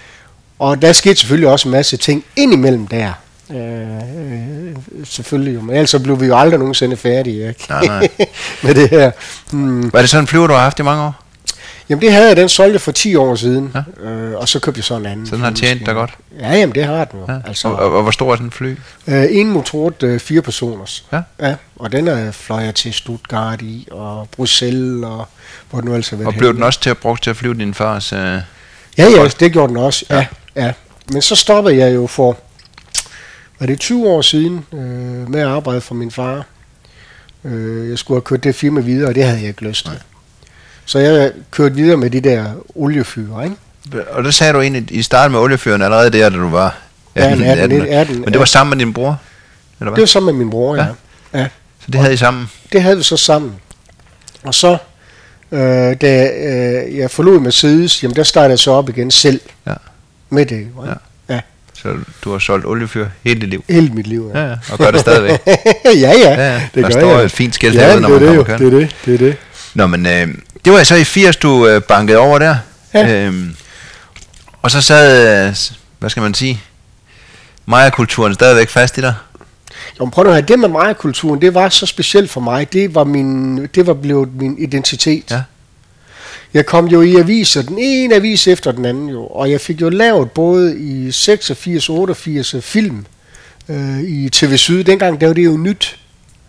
Og der skete selvfølgelig også en masse ting indimellem der. Øh, øh, selvfølgelig jo, men ellers så blev vi jo aldrig nogensinde færdige, ikke? Nej, nej. med det her. Hmm. Var det sådan en flyver, du har haft i mange år? Jamen det havde jeg, den solgte for ti år siden, ja. øh, og så købte jeg så en anden. Så den har tjent dig godt? Ja, jamen det har den jo. Ja. Altså, og, og, og hvor stor er sådan en fly? Øh, en motoret, øh, fire personers. Ja. Ja, og den er fløj jeg til Stuttgart i, og Bruxelles, og hvor den nu altså har været. Og blev den også til at bruge til at flyve din fars? Øh, ja, ja, det gjorde den også, ja. ja, ja. Men så stoppede jeg jo for, var det tyve år siden, øh, med at arbejde for min far. Øh, jeg skulle have kørt det firma videre, og det havde jeg ikke lyst til. Nej. Så jeg kørte videre med de der oliefyre, ikke? Og det sagde du egentlig, I startede med oliefyren allerede der, da du var atten, atten, atten, men det var sammen med din bror? Eller hvad? Det var sammen med min bror, ja. ja. ja. Så det havde I sammen? Det havde vi så sammen. Og så, øh, da øh, jeg forlod Mercedes, jamen der startede jeg så op igen selv. Ja. Med det, ja. ja. Så du har solgt oliefyr hele dit liv? Hele mit liv, ja. ja, ja. Og gør det stadigvæk? ja, ja, ja, ja. Det der gør står jeg. et fint skilt ja, herude, når man kommer det, det er det, det er det. Nå, men øh, det var så i firs, du øh, bankede over der. Ja. Øhm, og så sad, øh, hvad skal man sige, Maya-kulturen stadigvæk fast i dig? Jo, prøv at høre, det med Maya-kulturen, det var så specielt for mig. Det var, min, det var blevet min identitet. Ja. Jeg kom jo i aviser, den ene avis efter den anden jo, og jeg fik jo lavet både i seksogfirs og otteogfirs film øh, i T V Syd. Dengang der var det jo nyt.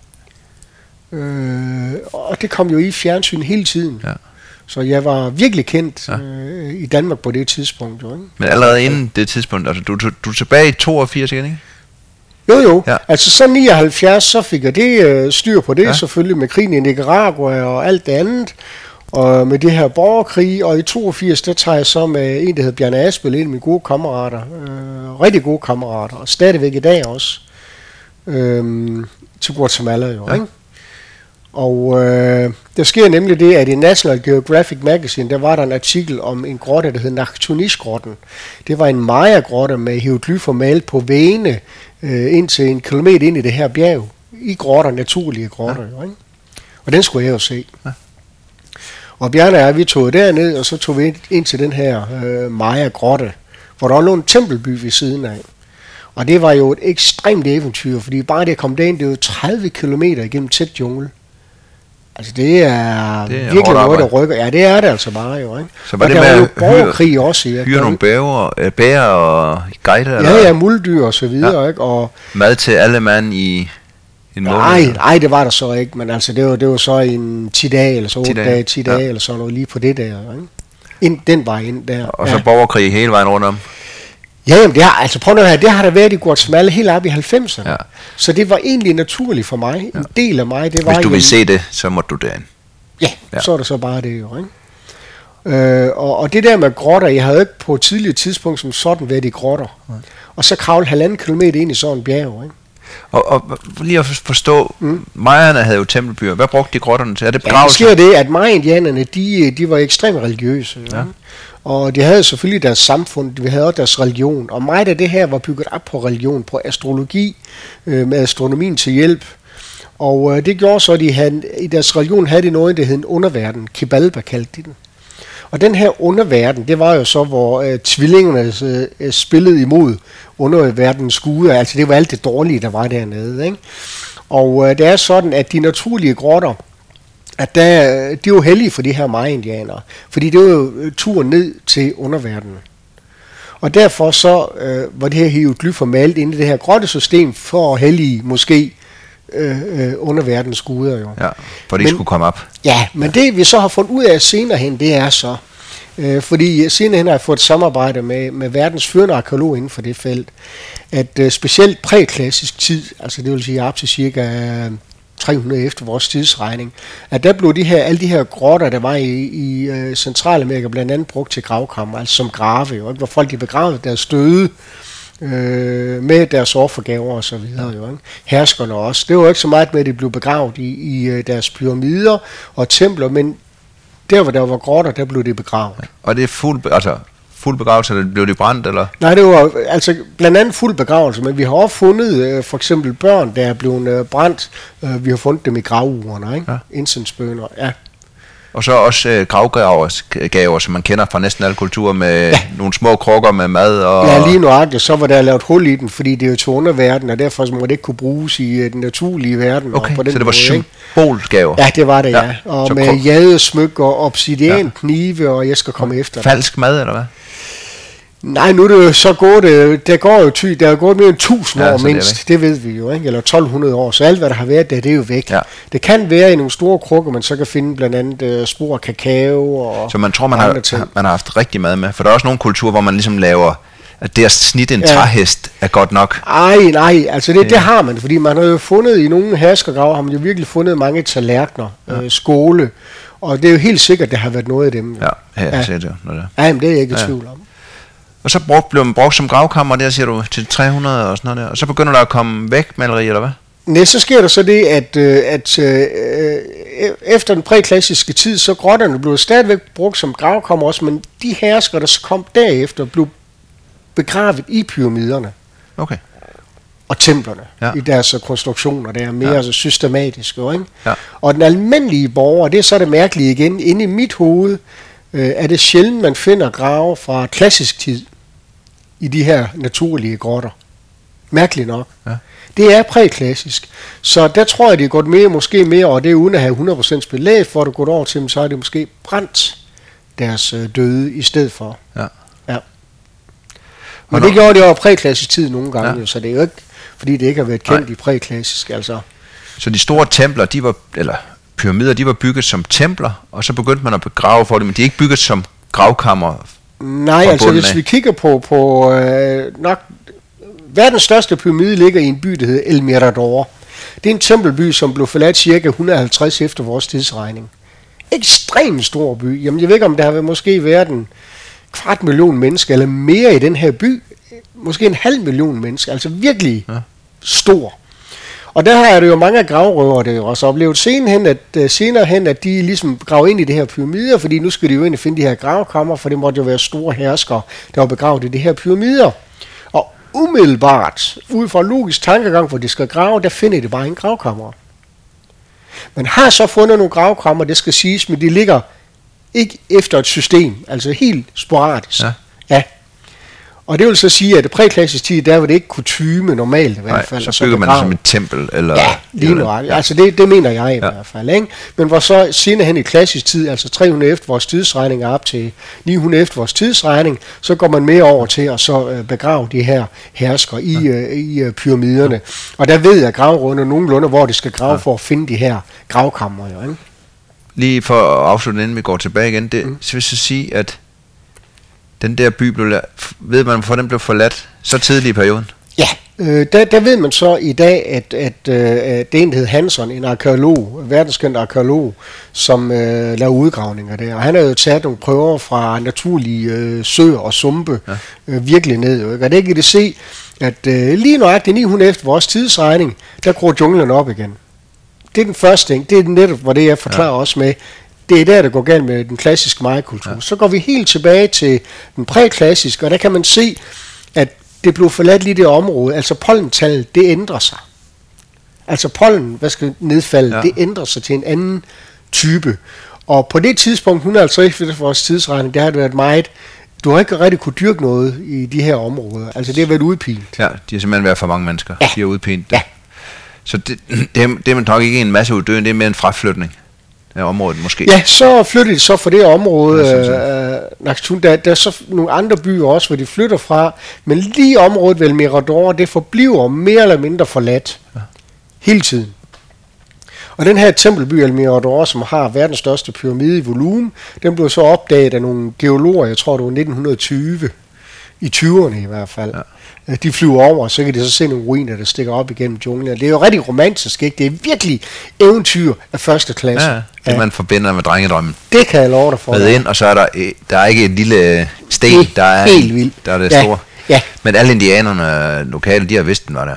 Øh, og det kom jo i fjernsyn hele tiden. Ja. Så jeg var virkelig kendt ja. øh, i Danmark på det tidspunkt. Jo, ikke? Men allerede inden det tidspunkt, altså du, du, du er tilbage i toogfirs igen, ikke? Jo jo, ja. altså så nioghalvfjerds, så fik jeg det øh, styr på det, ja. Selvfølgelig med krigen i Nicaragua og alt det andet, og med det her borgerkrig, og i toogfirs, der tager jeg så med en, der hedder Bjarne Asbøl, en af mine gode kammerater, øh, rigtig gode kammerater, og stadigvæk i dag også, øh, til Guatemala jo, ja. Ikke? Og øh, der sker nemlig det, at i National Geographic Magazine, der var der en artikel om en grotte, der hed Nakhtunish-grotten. Det var en Maya-grotte med hieroglyffer malet på væggene øh, indtil en kilometer ind i det her bjerg. I grotter, naturlige grotter. Ja. Jo, ikke? Og den skulle jeg jo se. Ja. Og Bjarne og jeg, vi tog derned, og så tog vi ind til den her øh, Maya-grotte, hvor der lå en tempelby ved siden af. Og det var jo et ekstremt eventyr, fordi bare det at komme derind, det er jo tredive kilometer igennem tæt jungle. Altså det er, det er virkelig noget, der rykker. Ja, det er det altså bare jo, ikke? Så var og det der med var jo at borgerkrig hyre, også, ja. hyre nogle bæver, bærer og guider? Ja, eller? ja, muldyr og så videre, ja. Ikke? Og mad til alle mand i en måned? Nej, nej, det var der så ikke, men altså det var, det var så en ti dage, eller så otte dage, ti dage, ja. Eller sådan noget, lige på det der, ikke? Ind, den vej ind der. Og så ja. Borgerkrig hele vejen rundt om? Ja, jamen det har, altså prøv at høre, det har der været i Guatemala helt op i halvfemserne. Ja. Så det var egentlig naturligt for mig, ja. En del af mig, det var... Hvis du vil se det, så må du derind. Ja, ja, så er det så bare det jo, ikke? Øh, og, og det der med grotter, jeg havde ikke på et tidligere tidspunkt som sådan været i grotter. Ja. Og så kravle halvanden kilometer ind i sådan en bjerg, ikke? Og, og lige at forstå, mm. Majerne havde jo tempelbyer. Hvad brugte de grotterne til? Er det begravelser? Ja, det sker det, at Maya-indianerne, de, de var ekstremt religiøse. Ja. Og de havde selvfølgelig deres samfund, de havde også deres religion. Og meget af det her var bygget op på religion, på astrologi, øh, med astronomien til hjælp. Og øh, det gjorde så, at de havde, i deres religion havde de noget, der hed en underverden. Kibalba kaldte de den. Og den her underverden, det var jo så, hvor øh, tvillingerne øh, spillede imod underverdens guder. Altså det var alt det dårlige, der var dernede. Ikke? Og øh, det er sådan, at de naturlige grotter, at der, de er jo heldige for de her Maya-indianere. Fordi det var jo turen ned til underverdenen. Og derfor så øh, var det her hieroglyffer malet ind i det her grottesystem for at hellige måske øh, øh, underverdens guder jo. Ja, for de men, skulle komme op. Ja, men det vi så har fundet ud af senere hen, det er så, øh, fordi senere hen har jeg fået et samarbejde med, med verdens førende arkeolog inden for det felt, at øh, specielt præklassisk tid, altså det vil sige op til cirka tre hundrede efter vores tidsregning, at der blev de her, alle de her grotter, der var i, i uh, Centralamerika, blandt andet brugt til gravkammer, altså som grave, jo, hvor folk de begravede deres døde øh, med deres offergaver og så videre. Jo, ikke? Herskerne også. Det var ikke så meget med, at de blev begravet i, i uh, deres pyramider og templer, men der, hvor der var grotter, der blev de begravet. Og det er fuld, altså fuld begravelse, eller blev de brændt, eller? Nej, det var altså blandt andet fuld begravelse, men vi har også fundet øh, for eksempel børn, der er blevet øh, brændt. Øh, vi har fundet dem i gravurene, ikke? Ja. Indsensbønder, ja. Og så også øh, gravgaver, som man kender fra næsten alle kulturer, med ja. Nogle små krukker med mad og... Ja, lige nøjagtigt. Så var der lavet hul i den, fordi det er jo til underverden, og derfor må det ikke kunne bruges i uh, den naturlige verden. Okay, og på den så det var måde, symbolgaver? Ja, det var det, ja. ja. Og så med kruk... jadesmykker, obsidian, ja. Knive, og jeg skal komme ja. Efter falsk det. Mad, eller hvad? Nej, nu er det jo så gået, der går jo ty, der er gået mere end tusind ja, år mindst, det, det ved vi jo, ikke? Eller tolv hundrede år, så alt hvad der har været der, det er jo væk. Ja. Det kan være i nogle store krukker, man så kan finde blandt andet uh, spor af kakao og... Så man tror, man har, man har haft rigtig mad med, for der er også nogle kulturer, hvor man ligesom laver at det at snitte en ja. træhest er godt nok. Ej, nej, altså det, ja. det har man, fordi man har jo fundet i nogle herskergrave, har man jo virkelig fundet mange tallerkener, ja. øh, skåle, og det er jo helt sikkert, det har været noget af dem. Ja, her ja. ser det jo. Ja, men det er jeg ikke i ja. tvivl om. Og så brugt, blev man brugt som gravkammer, der siger du, til tre hundrede og sådan noget der, og så begynder der at komme vægmaleri, eller hvad? Nej, så sker der så det, at, øh, at øh, efter den præklassiske tid, så grotterne blev stadigvæk brugt som gravkammer også, men de hersker, der kom derefter, blev begravet i pyramiderne. Okay. Og templerne, ja. i deres konstruktioner, der er mere ja. altså, systematiske. Ikke? Ja. Og den almindelige borger, det er så det mærkelige igen, inde i mit hoved, øh, er det sjældent, man finder grave fra klassisk tid i de her naturlige grotter. Mærkeligt nok. Ja. Det er præklassisk. Så der tror jeg, det er gået mere, måske mere, og det er uden at have hundrede procent belæg for, at det er gået over til dem, så er det måske brændt deres øh, døde i stedet for. Ja. Ja. Men det gjorde det over præklassisk tid nogle gange, ja. jo, så det er jo ikke, fordi det ikke har været kendt Nej. i præklassisk. Altså. Så de store templer, de var, eller pyramider, de var bygget som templer, og så begyndte man at begrave for dem, men de er ikke bygget som gravkammer. Nej, altså hvis af. vi kigger på, på øh, nok verdens største pyramide ligger i en by, der hedder El Mirador. Det er en tempelby, som blev forladt cirka et hundrede og halvtreds efter vores tidsregning. Ekstremt stor by. Jamen jeg ved ikke, om der har måske været en kvart million mennesker, eller mere i den her by. Måske en halv million mennesker. Altså virkelig ja. stor. Og der er det jo mange gravrøvere, der også oplevet senere hen, at, senere hen, at de ligesom graver ind i det her pyramider, fordi nu skal de jo ind og finde de her gravkammer, for det måtte jo være store herskere, der var begravet i de her pyramider. Og umiddelbart, ud fra logisk tankegang, hvor de skal grave, der finder de bare en gravkammer. Man har så fundet nogle gravkammer, det skal siges, men de ligger ikke efter et system, altså helt sporadisk. Ja. ja. Og det vil så sige, at det præklassisk tid, der var det ikke kutyme normalt i hvert fald. Nej, så bygger man det som et tempel, eller... Ja, lige nu. Ja. Altså det, det mener jeg i ja. hvert fald, ikke? Men hvor så senere hen i klassisk tid, altså tre hundrede efter vores tidsregning op til ni hundrede efter vores tidsregning, så går man mere over til at så begrave de her hersker i, ja. øh, i øh, pyramiderne. Ja. Og der ved jeg gravrunde nogenlunde, hvor de skal grave ja. for at finde de her gravkammer, jo, ikke? Lige for at afslutte, inden vi går tilbage igen, det mm. vil så sige, at den der by blev la- ved man, hvorfor den blev forladt så tidlig i perioden? Ja, øh, der, der ved man så i dag, at, at, at det er en, der hed Hanson, en arkeolog, verdenskendt arkeolog, som øh, laver udgravninger der. Og han har jo taget nogle prøver fra naturlige øh, søer og sumpe ja. øh, virkelig ned. Jo, ikke? Og det kan det se, at øh, lige nøjagtigt ni hundrede efter vores tidsregning, der gror junglen op igen. Det er den første ting. Det er netop, hvor det jeg forklarer ja. også med. Det er der, der går galt med den klassiske mayakultur. Ja. Så går vi helt tilbage til den præklassiske, og der kan man se, at det blev forladt lige det område. Altså pollentallet, det ændrer sig. Altså pollen, hvad skal nedfalde, ja. det ændrer sig til en anden type. Og på det tidspunkt, et hundrede og halvtreds for vores tidsregning, der har det været meget, du har ikke rigtig kunne dyrke noget i de her områder. Altså det har været udpint. Ja, de har simpelthen været for mange mennesker. Ja. De har udpint. Ja. Så det, det, er, det er nok ikke en masse uddøen, det er mere en fraflytning. Ja, området måske. Ja, så flytter de så fra det område, øh, øh, der, der er så nogle andre byer også, hvor de flytter fra, men lige området vel Mirador, det forbliver mere eller mindre forladt ja. hele tiden. Og den her tempelby El Mirador, som har verdens største pyramide i volumen, den blev så opdaget af nogle geologer, jeg tror det var nitten tyve, i tyverne i hvert fald. Ja. De flyver over, og så kan de så se nogle ruiner, der stikker op igennem junglen. Det er jo rigtig romantisk, ikke? Det er virkelig eventyr af første klasse. Ja, det ja. man forbinder med drengedrømmen. Det kan jeg love dig for. Med ind, og så er der, der er ikke et lille sten, det der er helt vildt. Der er det ja. store. Ja. Men alle indianerne lokale, de har vidst, den var der.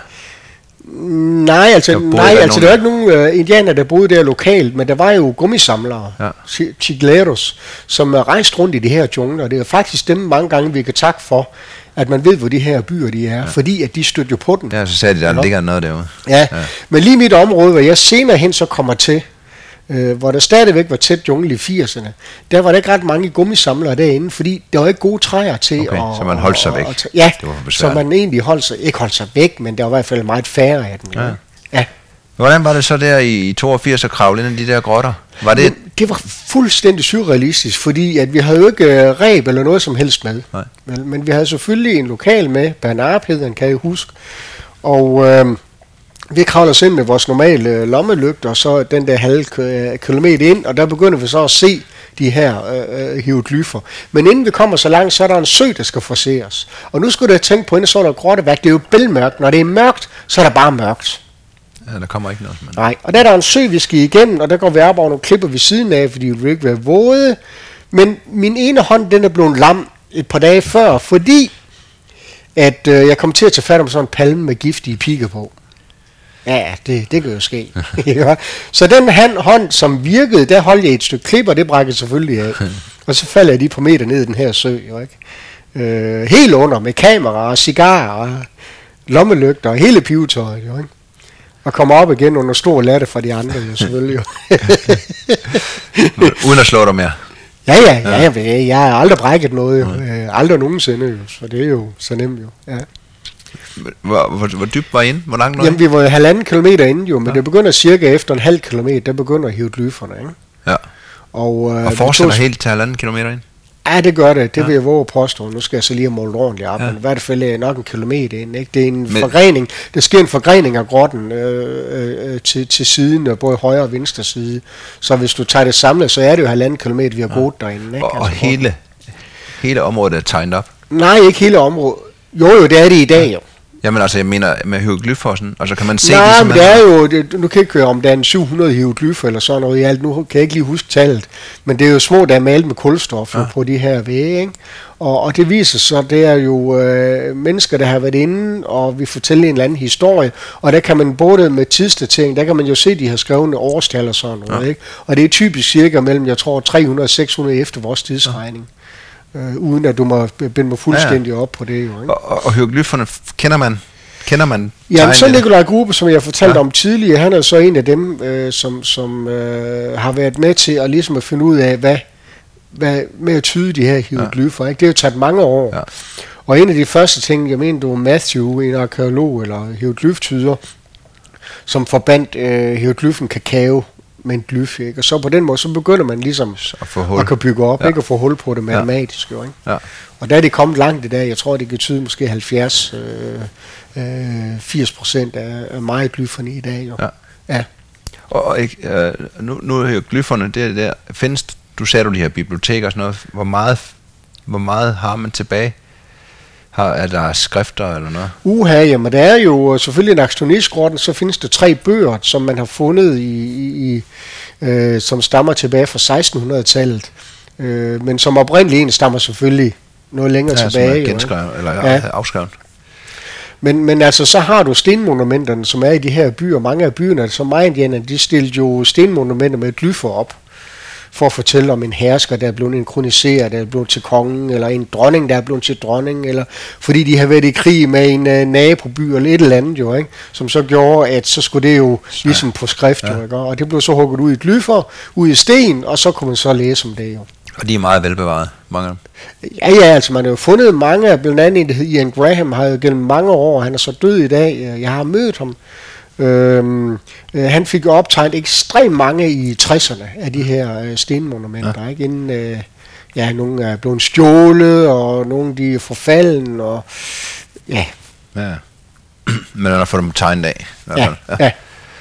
Nej, altså, nej, altså der er ikke nogen uh, indianer, der boede der lokalt, men der var jo gummisamlere, ja. chicleros, som uh, rejste rundt i de her jungler, og det er faktisk dem mange gange, vi kan takke for, at man ved, hvor de her byer de er, ja. fordi at de stødte jo på den. Ja, så sagde de, der ja. ligger noget derude. Ja. ja, men lige mit område, hvor jeg senere hen så kommer til, øh, hvor der stadigvæk var tæt jungle i firserne, der var der ikke ret mange gummisamlere derinde, fordi der var ikke gode træer til. Okay, og, så man holdt sig væk. Og, og, ja, så man egentlig holdt sig, ikke holdt sig væk, men der var i hvert fald meget færre af dem. Ja. Ja. Hvordan var det så der i toogfirs at kravle ind i de der grotter? Var det... Men det var fuldstændig surrealistisk, fordi at vi havde jo ikke uh, ræb eller noget som helst med. Men, men vi havde selvfølgelig en lokal med, Bernard hed han, kan jeg huske. Og øh, vi kravler os ind med vores normale lommelygter, og så den der halve kilometer ind, og der begynder vi så at se de her øh, hieroglyffer. Men inden vi kommer så langt, så er der en sø, der skal forseres. Og nu skal du tænke på, inden så er der grotteværk, det er jo bælmørkt. Når det er mørkt, så er der bare mørkt. Ja, der kommer ikke noget. Men... Nej, og der er der en sø, vi skal igennem, og der går vi op over nogle klipper ved siden af, fordi vi vil ikke være våde. Men min ene hånd, den er blevet lam et par dage før, fordi at øh, jeg kom til at tage fat om sådan en palme med giftige pigge på. Ja, det, det kan jo ske. Ja. Så den hand, hånd, som virkede, der holdt jeg et stykke klip, og det brækkede selvfølgelig af. Og så falder jeg de på meter ned i den her sø, jo ikke? Øh, helt under, med kamera og cigarer og lommelygter og hele pivetøjet, jo ikke? Og kommer op igen under stor latte fra de andre, jo selvfølgelig. Jo. Uden at slå dig mere. Ja, ja, ja, ja. Jeg, jeg har aldrig brækket noget, jo. Øh, aldrig nogensinde, jo. Så det er jo så nemt, jo. Ja. Hvor, hvor, hvor dybt var I inde? Hvor langt nåede I? Jamen, vi var halvanden kilometer inde, jo, men ja. Det begynder cirka efter en halv kilometer, der begynder hieroglyfferne, ikke? Ja. Og, øh, og fortsætter tog... helt til halvanden kilometer ind? Ja, det gør det. Det ja. vil jeg våge at påstå. Nu skal jeg så lige have målt ordentligt op, ja. Men i hvert fald nok en kilometer ind, ikke? Det er en men... forgrening. Der sker en forgrening af grotten øh, øh, til, til siden, både højre og venstre side. Så hvis du tager det samlet, så er det jo halvanden kilometer, vi har ja. boet derinde, ikke? Og, og altså, hele, hele området er tegnet op? Nej, ikke hele området. Jo, jo, det er det i dag, ja. jo. Jamen altså, jeg mener med hieroglyffer og sådan, og så kan man se... Nej, det, men det er jo... Det, nu kan jeg ikke høre, om der er en syv hundrede hieroglyffer eller sådan noget i alt. Nu kan jeg ikke lige huske tallet. Men det er jo små, der er malet med kulstof ja. på de her vægge, ikke? Og, og det viser så, det er jo øh, mennesker, der har været inde, og vi fortæller en eller anden historie. Og der kan man både med tidsdatering, der kan man jo se, de har skrevet årstal og sådan noget, ja. ikke? Og det er typisk cirka mellem, jeg tror, tre hundrede og seks hundrede efter vores tidsregning. Ja. Øh, uden at du må binde mig fuldstændig ja, ja. op på det, jo, ikke? Og, og hieroglyfferne kender man? Kender man? Ja, så Nikolaj Grube, som jeg fortalte ja. om tidligere, han er så en af dem, øh, som, som øh, har været med til at ligesom at finde ud af, hvad, hvad med at tyde de her hieroglyffer, ja. ikke? Det har jo taget mange år. Ja. Og en af de første ting, jeg mener, du var Matthew, en arkeolog eller hieroglyftyder, som forbandt øh, hieroglyffen kakao med en glyf, ikke? Og så på den måde, så begynder man ligesom at, få hul. at kan bygge op, ja. ikke? Og få hul på det matematisk, jo, ikke? Ja. Og der er det kommet langt i dag. Jeg tror, det kan tyde måske halvfjerds til firs procent af meget glyferne i dag, jo. Ja. ja. Og, og øh, nu, nu er jo glyferne, det der, findes, du sagde du de her biblioteker og sådan noget, hvor meget, hvor meget har man tilbage? Har, er der skrifter eller noget? Uha, jamen der er jo selvfølgelig en aktionistgrotten, så findes der tre bøger, som man har fundet, i, i, i, øh, som stammer tilbage fra sekstenhundredetallet, øh, men som oprindeligt en stammer selvfølgelig noget længere ja, tilbage. Som er genskrevet, eller ja. afskrevet. Men, men altså, så har du stenmonumenterne, som er i de her byer. Mange af byerne, som Mayaerne, de stillede jo stenmonumenter med glyffer op, for at fortælle om en hersker, der er blevet inkroniseret, der er blevet til kongen, eller en dronning, der er blevet til dronning, eller fordi de har været i krig med en uh, naboby, eller et eller andet, jo, ikke? Som så gjorde, at så skulle det jo ligesom på skrift, ja. jo, ikke? Og det blev så hugget ud i glyffer, ud i sten, og så kunne man så læse om det, jo. Og de er meget velbevaret, mange af dem? Ja, ja, altså man har jo fundet mange af, blandt andet en, der hedder Ian Graham, har jo gennem mange år, han er så død i dag, jeg har mødt ham. Øhm, øh, han fik jo optegnet ekstremt mange i tresserne af de her øh, stenmonumenter, ja. ikke? Inden øh, ja, nogle er blevet stjålet, og nogle de er forfalden, og ja. Ja, men han har fået dem tegnet af. Ja, ja. ja.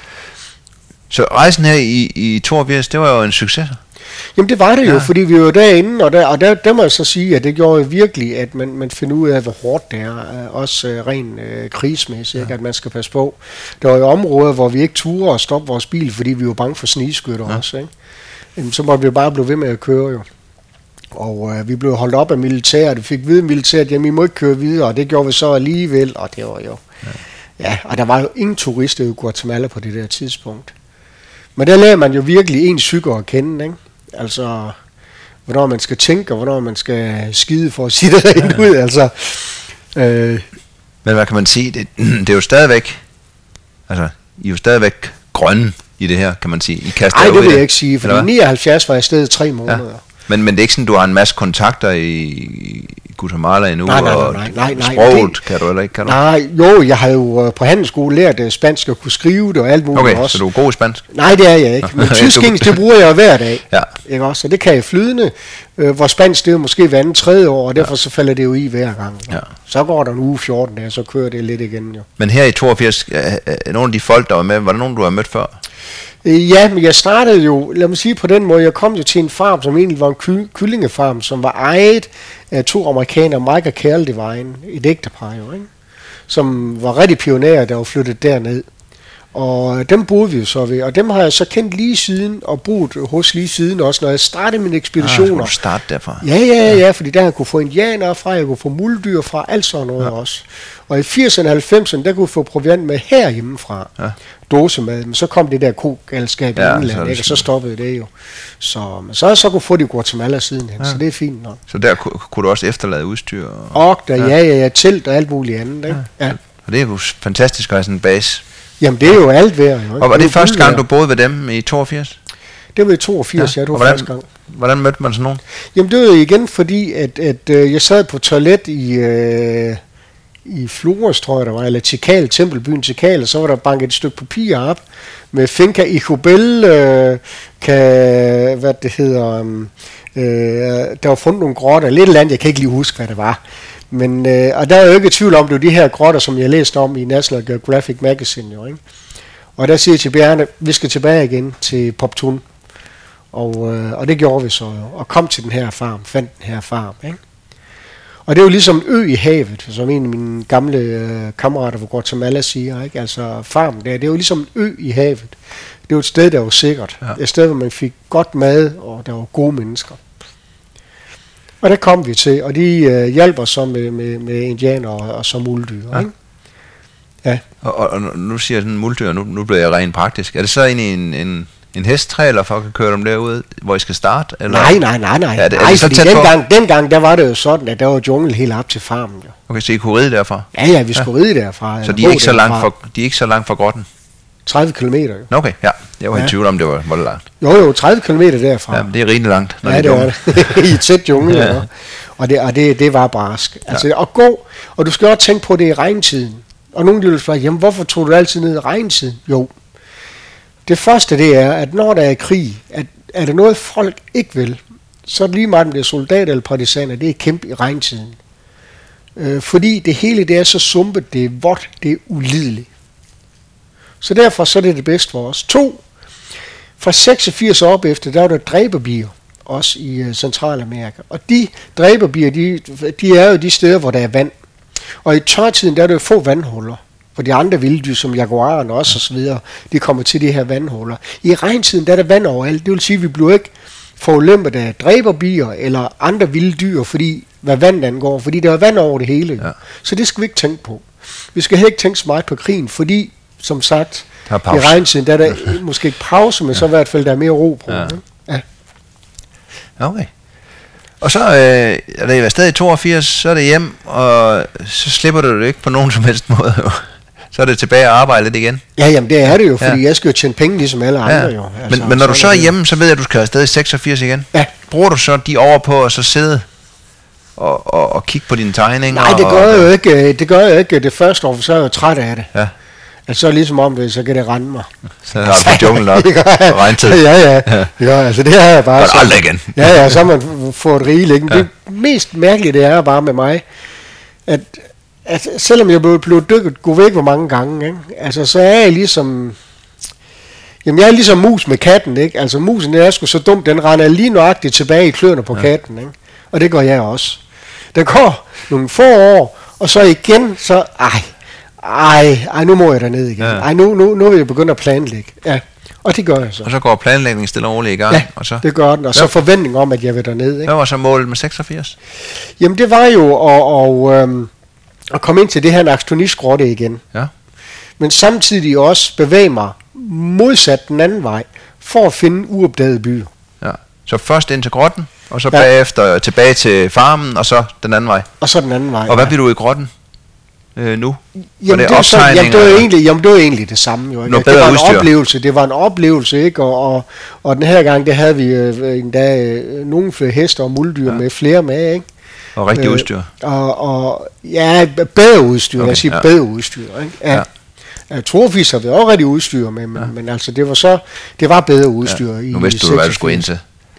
Så rejsen her i, i toogfirs, det var jo en succes? Jamen det var det jo, ja. fordi vi var derinde, og der, og der, der må jeg så sige, at det gjorde virkelig, at man, man finder ud af, hvor hårdt det er, også uh, rent uh, krigsmæssigt, ja. at man skal passe på. Der var jo områder, hvor vi ikke turde at stoppe vores bil, fordi vi var bange for snigskytter ja. også, ikke? Jamen, så måtte vi bare blive ved med at køre jo. Og uh, vi blev holdt op af militæret, vi fik vide militæret, at jamen, I må ikke køre videre, og det gjorde vi så alligevel, og det var jo... Ja, ja og der var jo ingen turister i Guatemala på det der tidspunkt. Men der lærte man jo virkelig en psyker at kende, ikke? Altså, hvornår man skal tænke, og hvornår man skal skide for at sige det rent ud, altså. Øh. Men hvad kan man sige? Det, det er jo stadigvæk, altså, I er jo stadigvæk grønne i det her, kan man sige. I kaster Nej, det vil jeg ikke sige, for nioghalvfjerds var jeg stedet tre måneder. Ja. Men, men det er ikke sådan, du har en masse kontakter i Guatemala endnu, nej, nej, nej, nej, nej, nej, sproget det, kan du eller ikke, kan du? Nej, jo, jeg har jo på handelsskole lært uh, spansk og kunne skrive det og alt muligt okay, også. så du er god i spansk? Nej, det er jeg ikke, men tysk engelsk, det bruger jeg hver dag, ja. ikke også? Så det kan jeg flydende, uh, hvor spansk det er måske hver anden tredje år, og derfor ja. så falder det jo i hver gang. Ja. Så går der en uge fjorten dage, så kører det lidt igen jo. Men her i toogfirs, er nogle af de folk, der var med, var der nogen, du har mødt før? Øh, ja, men jeg startede jo, lad mig sige på den måde, jeg kom jo til en farm, som egentlig var en ky- kyllingefarm, som var ejet af to amerikanere, Mike og Carol Devine, et ægtepar jo, ikke? Som var rigtig pionerer, der var flyttet derned. Og dem boede vi jo så ved, og dem har jeg så kendt lige siden, og boet hos lige siden også, når jeg startede mine ekspeditioner. Ah, så starte derfra. Ja, ja, ja, ja, fordi der jeg kunne få indianere fra, jeg kunne få muldyr fra, alt sådan noget ja. også. Og i firserne og halvfemserne, der kunne vi få proviant med herhjemmefra. Ja. Dåsemad, men så kom det der kogalskab i ja, England, ikke? Og så stoppede det jo. Så, men så har jeg så kunne få det i Guatemala sidenhen, ja. Så det er fint nok. Så der kunne, kunne du også efterlade udstyr? Og, og der, ja. ja, ja, ja, telt og alt muligt andet, ikke? Ja. ja. Og det er jo fantastisk at have sådan en base. Jamen, det er jo alt værd, jo. Og var det, det første gang, du boede ved dem i toogfirs? Det var i toogfirs, ja, ja det var hvordan, første gang. Hvordan mødte man sådan nogen? Jamen, det var igen fordi, at, at øh, jeg sad på toilet i, øh, i Flores, tror jeg der var, eller Tikal, tempelbyen Tikal, og så var der banket et stykke papir op med Finca Icobel, øh, kan, hvad det hedder, øh, der var fundet nogle grotter, lidt eller andet, jeg kan ikke lige huske, hvad det var. Men, øh, og der er jo ikke i tvivl om, det er de her grotter, som jeg læste om i National Geographic Magazine, jo, ikke? Og der siger jeg til bjergene, vi skal tilbage igen til Poptun. Og, øh, og det gjorde vi så jo, og kom til den her farm, fandt den her farm, ikke? Og det er jo ligesom en ø i havet, som en af mine gamle øh, kammerater fra Guatemala siger, ikke? Altså farmen der, det er jo ligesom en ø i havet. Det er jo et sted, der var sikkert. Ja. Et sted, hvor man fik godt mad, og der var gode mennesker. Og der kom vi til, og de øh, hjalp os så med, med, med indianer og, og så muldyr, ja. Ikke? Ja. Og, og, og nu siger jeg sådan muldyr, nu, nu bliver jeg rent praktisk. Er det så egentlig en, en, en hesttræler for at kan køre dem derud, hvor I skal starte? Eller? Nej, nej, nej, nej. Ja, det, nej, det fordi dengang, dengang, der var det jo sådan, at der var jungle helt op til farmen. Jo. Okay, så I kunne ride derfra? Ja, ja, vi skulle ja. ride derfra. Så de er, ikke så langt for, de er ikke så langt fra grotten? tredive kilometer jo. Okay, ja. Jeg var ja. i tvivl om, det var, hvor det langt. Jo, jo, tredive kilometer derfra. Ja, det er rimelig langt. Når ja, det er det. I et tæt jungle, ja. Og, det, og det, det var barsk. Altså, ja. Og gå, og du skal også tænke på det i regntiden. Og nogen vil spørge, jamen hvorfor tog du altid ned i regntiden? Jo, det første det er, at når der er krig, at er der noget folk ikke vil, så er det lige meget om det er soldater eller partisaner, det er kæmpe i regntiden. Øh, fordi det hele det er så sumpet, det er vådt, det er ulideligt. Så derfor så er det det bedste for os. To, fra seksogfirs op efter, der var der dræberbier, også i uh, Centralamerika. Og de dræberbier, de, de er jo de steder, hvor der er vand. Og i tørtiden, der er der jo få vandhuller. For de andre vilddyr, som jaguaren også og så videre, de kommer til de her vandhuller. I regntiden, der er der vand overalt. Det vil sige, at vi bliver ikke forulæmpet af dræberbier eller andre vilde dyr, fordi, hvad vandet angår, fordi der er vand over det hele. Ja. Så det skal vi ikke tænke på. Vi skal heller ikke tænke så meget på krigen, fordi, som sagt, i regntiden, der er der måske ikke pause, men ja. så i hvert fald, der er mere ro på. Ja. Ja. Okay. Og så øh, er det stadig toogfirs, så er det hjem, og så slipper du det ikke på nogen som helst måde. Så er det tilbage og arbejde lidt igen. Ja, jamen det er det jo, fordi ja. jeg skal jo tjene penge ligesom alle andre ja. jo. Altså, men, men når du så er hjemme, så ved jeg, at du skal afsted i seksogfirs igen. Ja. Bruger du så de over på at så sidde og, og, og kigge på dine tegninger? Nej, det gør og, jeg jo ikke. Det gør jeg ikke det første år, for så er jeg jo træt af det. Ja. Altså, så er ligesom om det, så kan det rende mig. Så har du junglen op og regntid. Ja, ja. ja. ja altså, det har jeg bare. Så aldrig igen. Ja, ja, så man får et rige liggende. Ja. Det mest mærkelige, det er bare med mig, at, at selvom jeg blev, blev dykket gå væk hvor mange gange, ikke? Altså, så er jeg ligesom... Jamen, jeg er ligesom mus med katten, ikke? Altså, musen er sgu så dum, den render lige nøjagtigt tilbage i kløerne på ja. katten, ikke? Og det gør jeg også. Der går nogle få år, og så igen, så... Ej, ej, ej, nu må jeg derned igen. Ja. Ej, nu, nu, nu vil jeg begynde at planlægge. Ja, og det gør jeg så. Og så går planlægningen stille og roligt i gang. Ja, og så? det gør den. Og så forventning om, at jeg vil derned. Ikke? Hvad var så målet med seksogfirs? Jamen, det var jo at, at, øhm, at komme ind til det her Nakstonis-grotte igen. Ja. Men samtidig også bevæge mig modsat den anden vej, for at finde uopdagede byer. Ja. Så først ind til grotten, og så ja. bagefter tilbage til farmen, og så den anden vej. Og så den anden vej. Og hvad ja. bliver du i grotten? Øh, nu? Jamen det, det, så, jamen, det var egentlig, jamen det var egentlig det samme jo. Noget det var en udstyr. oplevelse, det var en oplevelse, ikke? Og, og, og den her gang, det havde vi øh, en dag øh, nogle flere hester og muldyr ja. med flere med, ikke? Og rigtig øh, udstyr. Og, og ja, bedre udstyr, okay, jeg siger ja. bedre udstyr, ikke? Ja. ja. Ja, Trofis har vi også rigtig udstyr med, men, ja. men altså det var så, det var bedre udstyr ja. i nu vidste du, hvad du skulle ind til.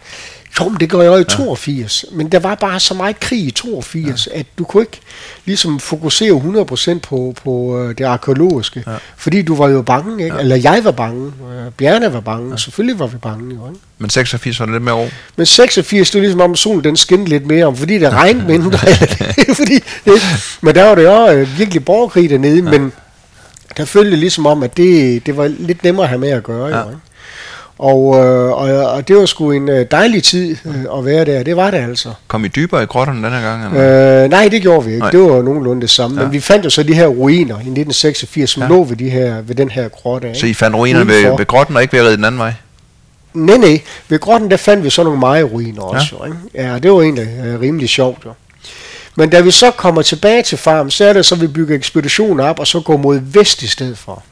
Jo, men det gør jeg jo i toogfirs, ja. Men der var bare så meget krig i toogfirs, ja. At du kunne ikke ligesom fokusere hundrede procent på, på det arkeologiske, ja. Fordi du var jo bange, ikke? Ja. Eller jeg var bange, Bjarne var bange, ja. Selvfølgelig var vi bange, jo, ikke? Men seksogfirs var det lidt mere ro? Men seksogfirs, det var ligesom om solen den skinnede lidt mere om, fordi det regnede mindre, fordi det, men der var det jo virkelig borgerkrig dernede, ja. Men der følte ligesom om, at det, det var lidt nemmere at have med at gøre, ja. Jo, ikke? Og, øh, og, og det var sgu en øh, dejlig tid øh, at være der. Det var det altså. Kom I dybere i grotterne denne gang? Eller? Øh, nej, det gjorde vi ikke. Nej. Det var nogenlunde det samme. Ja. Men vi fandt jo så de her ruiner i nitten seksogfirs, som ja. Lå ved, de her, ved den her grotte. Ikke? Så I fandt ruiner ved, ved grotten og ikke ved at ride den anden vej? Nej, nej. Ved grotten der fandt vi så nogle Maya-ruiner også. Ja. Jo, ikke? Ja, det var egentlig øh, rimelig sjovt. Jo. Men da vi så kommer tilbage til farmen, så er det så, at vi bygger ekspeditionen op, og så går mod vest i stedet for.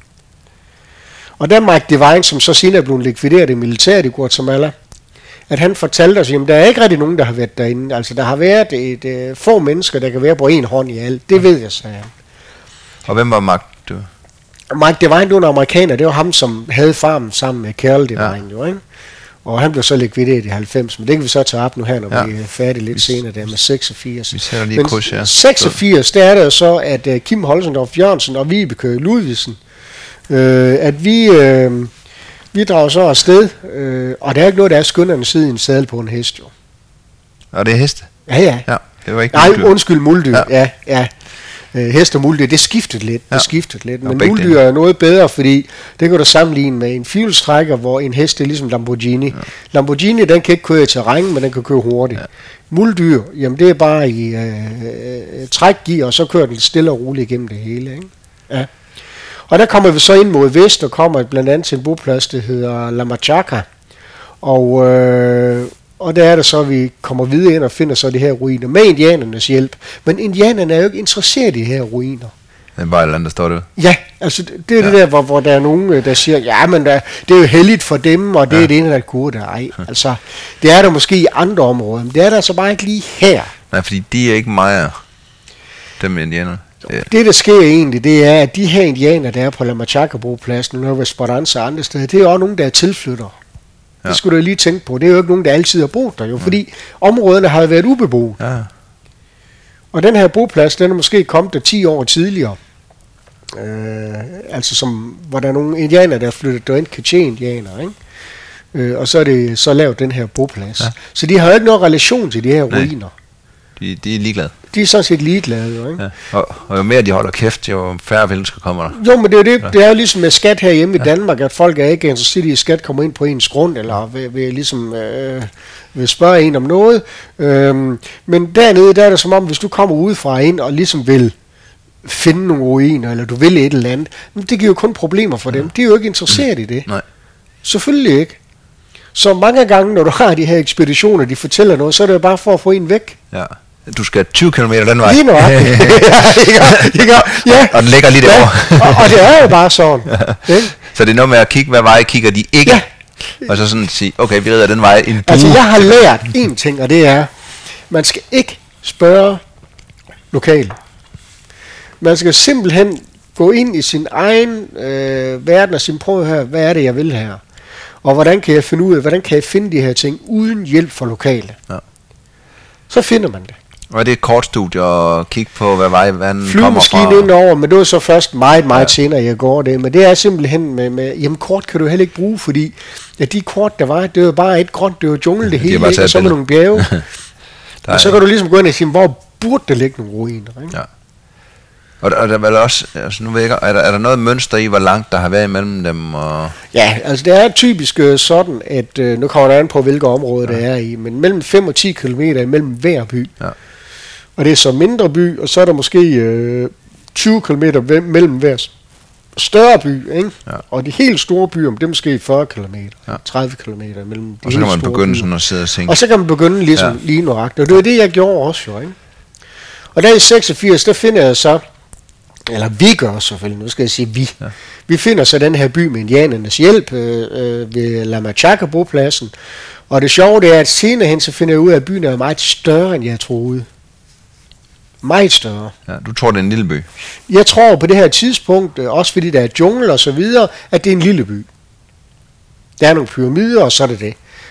Og der Mike Devine, som så senere er blevet likvideret i militæret i Guatemala, at han fortalte os, at der er ikke rigtig nogen, der har været derinde. Altså, der har været et, et, få mennesker, der kan være på en hånd i alt. Det ja. Ved jeg, sagde han. Og hvem var Mike Devine? Mike Devine, det var en amerikaner. Det var ham, som havde farmen sammen med Carol Devine, ja. Jo, ikke? Og han blev så likvideret i halvfems, men det kan vi så tage op nu her, når ja. Vi er færdige lidt vi, senere der med seksogfirs. Vi sætter lige kurs, ja. seksogfirs, der er det jo så, at uh, Kim Holsendorf Jørgensen og Vibeke Ludvigsen, Øh, at vi øh, vi drager så afsted, øh, og der er ikke noget, der er skønnere end at sidde i en sadel på en hest, jo. Og det er heste? Ja, ja. Ja, det var ikke Nej, muldyr. undskyld, muldyr. Ja, ja. ja. Øh, hest og muldyr, det skiftede lidt. Ja. Det skiftede lidt. Men muldyr er noget bedre, fordi det kan du sammenligne med en firehjulstrækker, hvor en hest er ligesom Lamborghini. Ja. Lamborghini, den kan ikke køre i terræn, men den kan køre hurtigt. Ja. Muldyr, jamen det er bare i øh, øh, trækgear, og så kører den stille og roligt igennem det hele, ikke? Ja. Og der kommer vi så ind mod vest, og kommer blandt andet til en boplads, der hedder La Machaca. Og, øh, og der er det så, at vi kommer videre ind og finder så de her ruiner med indianernes hjælp. Men indianerne er jo ikke interesseret i de her ruiner. Det er bare et eller andet, der står det. Ja, altså det er ja. Det der, hvor, hvor der er nogen, der siger, ja, men der, det er jo heldigt for dem, og det ja. Er det ene, der kunne der. Ej, altså, det er der måske i andre områder, men det er der altså bare ikke lige her. Nej, fordi de er ikke meget dem indianerne. Yeah. Det, der sker egentlig, det er, at de her indianer, der er på La Machaca-bopladsen, og Esperanza og andre steder, det er jo også nogen, der er tilflyttere. Ja. Det skulle du lige tænke på. Det er jo ikke nogen, der altid har boet der, jo, ja. Fordi områderne har været ubeboet. Ja. Og den her boplads, den er måske kommet der ti år tidligere. Øh, altså som, hvor der er nogle indianer, der er flyttet derind, Kachet-indianer, ikke? Øh, og så er det så lavet den her boplads. Ja. Så de har jo ikke nogen relation til de her Nej. Ruiner. De, de er ligeglade. De er sådan set ligeglade, jo, ikke? Ja. Og, og jo mere de holder kæft, jo færre mennesker kommer der. Jo, men det er jo det. Ja. Det er jo ligesom med skat herhjemme ja. I Danmark, at folk er ikke interesseret i, at skat kommer ind på ens grund, eller vil, vil ligesom øh, vil spørge en om noget. Øhm, men dernede, der er det som om, hvis du kommer udefra ind og ligesom vil finde nogle ruiner, eller du vil et eller andet, det giver jo kun problemer for dem. De er jo ikke interesseret mm. i det. Nej. Selvfølgelig ikke. Så mange gange, når du har de her ekspeditioner, de fortæller noget, så er det jo bare for at få en væk. Ja. Du skal tyve kilometer den vej. Lige nu, ja, ja. Og den ligger lige derovre. Ja. Og, og det er jo bare sådan. Ja. Så det er noget med at kigge, hvad vej kigger de ikke. Ja. Og så sådan sige, okay, vi rider den vej en bue. Altså jeg har lært en ting, og det er, man skal ikke spørge lokale. Man skal simpelthen gå ind i sin egen øh, verden og sige, prøv her, hvad er det, jeg vil her? Og hvordan kan jeg finde ud af, hvordan kan jeg finde de her ting uden hjælp fra lokale? Ja. Så finder man det. Og det er et kort studie at kigge på, hvad vej vandet kommer fra? Flyvemaskinen indover, men det er så først meget, meget ja. Senere, jeg går det. Men det er simpelthen med, med, jamen kort kan du heller ikke bruge, fordi ja, de kort, der var, det var bare et grønt, det var jungle, det hele, ikke? Og så med nogle bjerge. Og så kan du ligesom gå ind og sige, hvor burde der ligge nogle ruiner, ikke? Ja. Og der, og der er vel også, altså nu ved jeg ikke, er der, er der noget mønster i, hvor langt der har været imellem dem? Og ja, altså det er typisk uh, sådan, at uh, nu kommer der an på, hvilke områder ja. Det er i, men mellem fem og ti kilometer imellem hver by. Ja. Og det er så mindre by, og så er der måske uh, tyve kilometer mellem hver større by, ikke? Ja. Og de helt store byer, det er måske fyrre kilometer, ja. tredive kilometer mellem de og så kan man begynde sådan at sidde og tænke. Og så kan man begynde ligesom ja. Lige nøjagtigt, og det er det, jeg gjorde også jo, ikke? Og der i seksogfirs, der finder jeg så, eller vi gør selvfølgelig, nu skal jeg sige vi. Ja. Vi finder så den her by med indianernes hjælp øh, øh, ved La Machaca-bopladsen. Og det sjove det er, at senere hen så finder jeg ud af, at byen er meget større, end jeg troede. Meget større. Ja, du tror, det er en lille by? Jeg tror på det her tidspunkt, også fordi der er jungle og så videre, at det er en lille by. Der er nogle pyramider, og så er det det.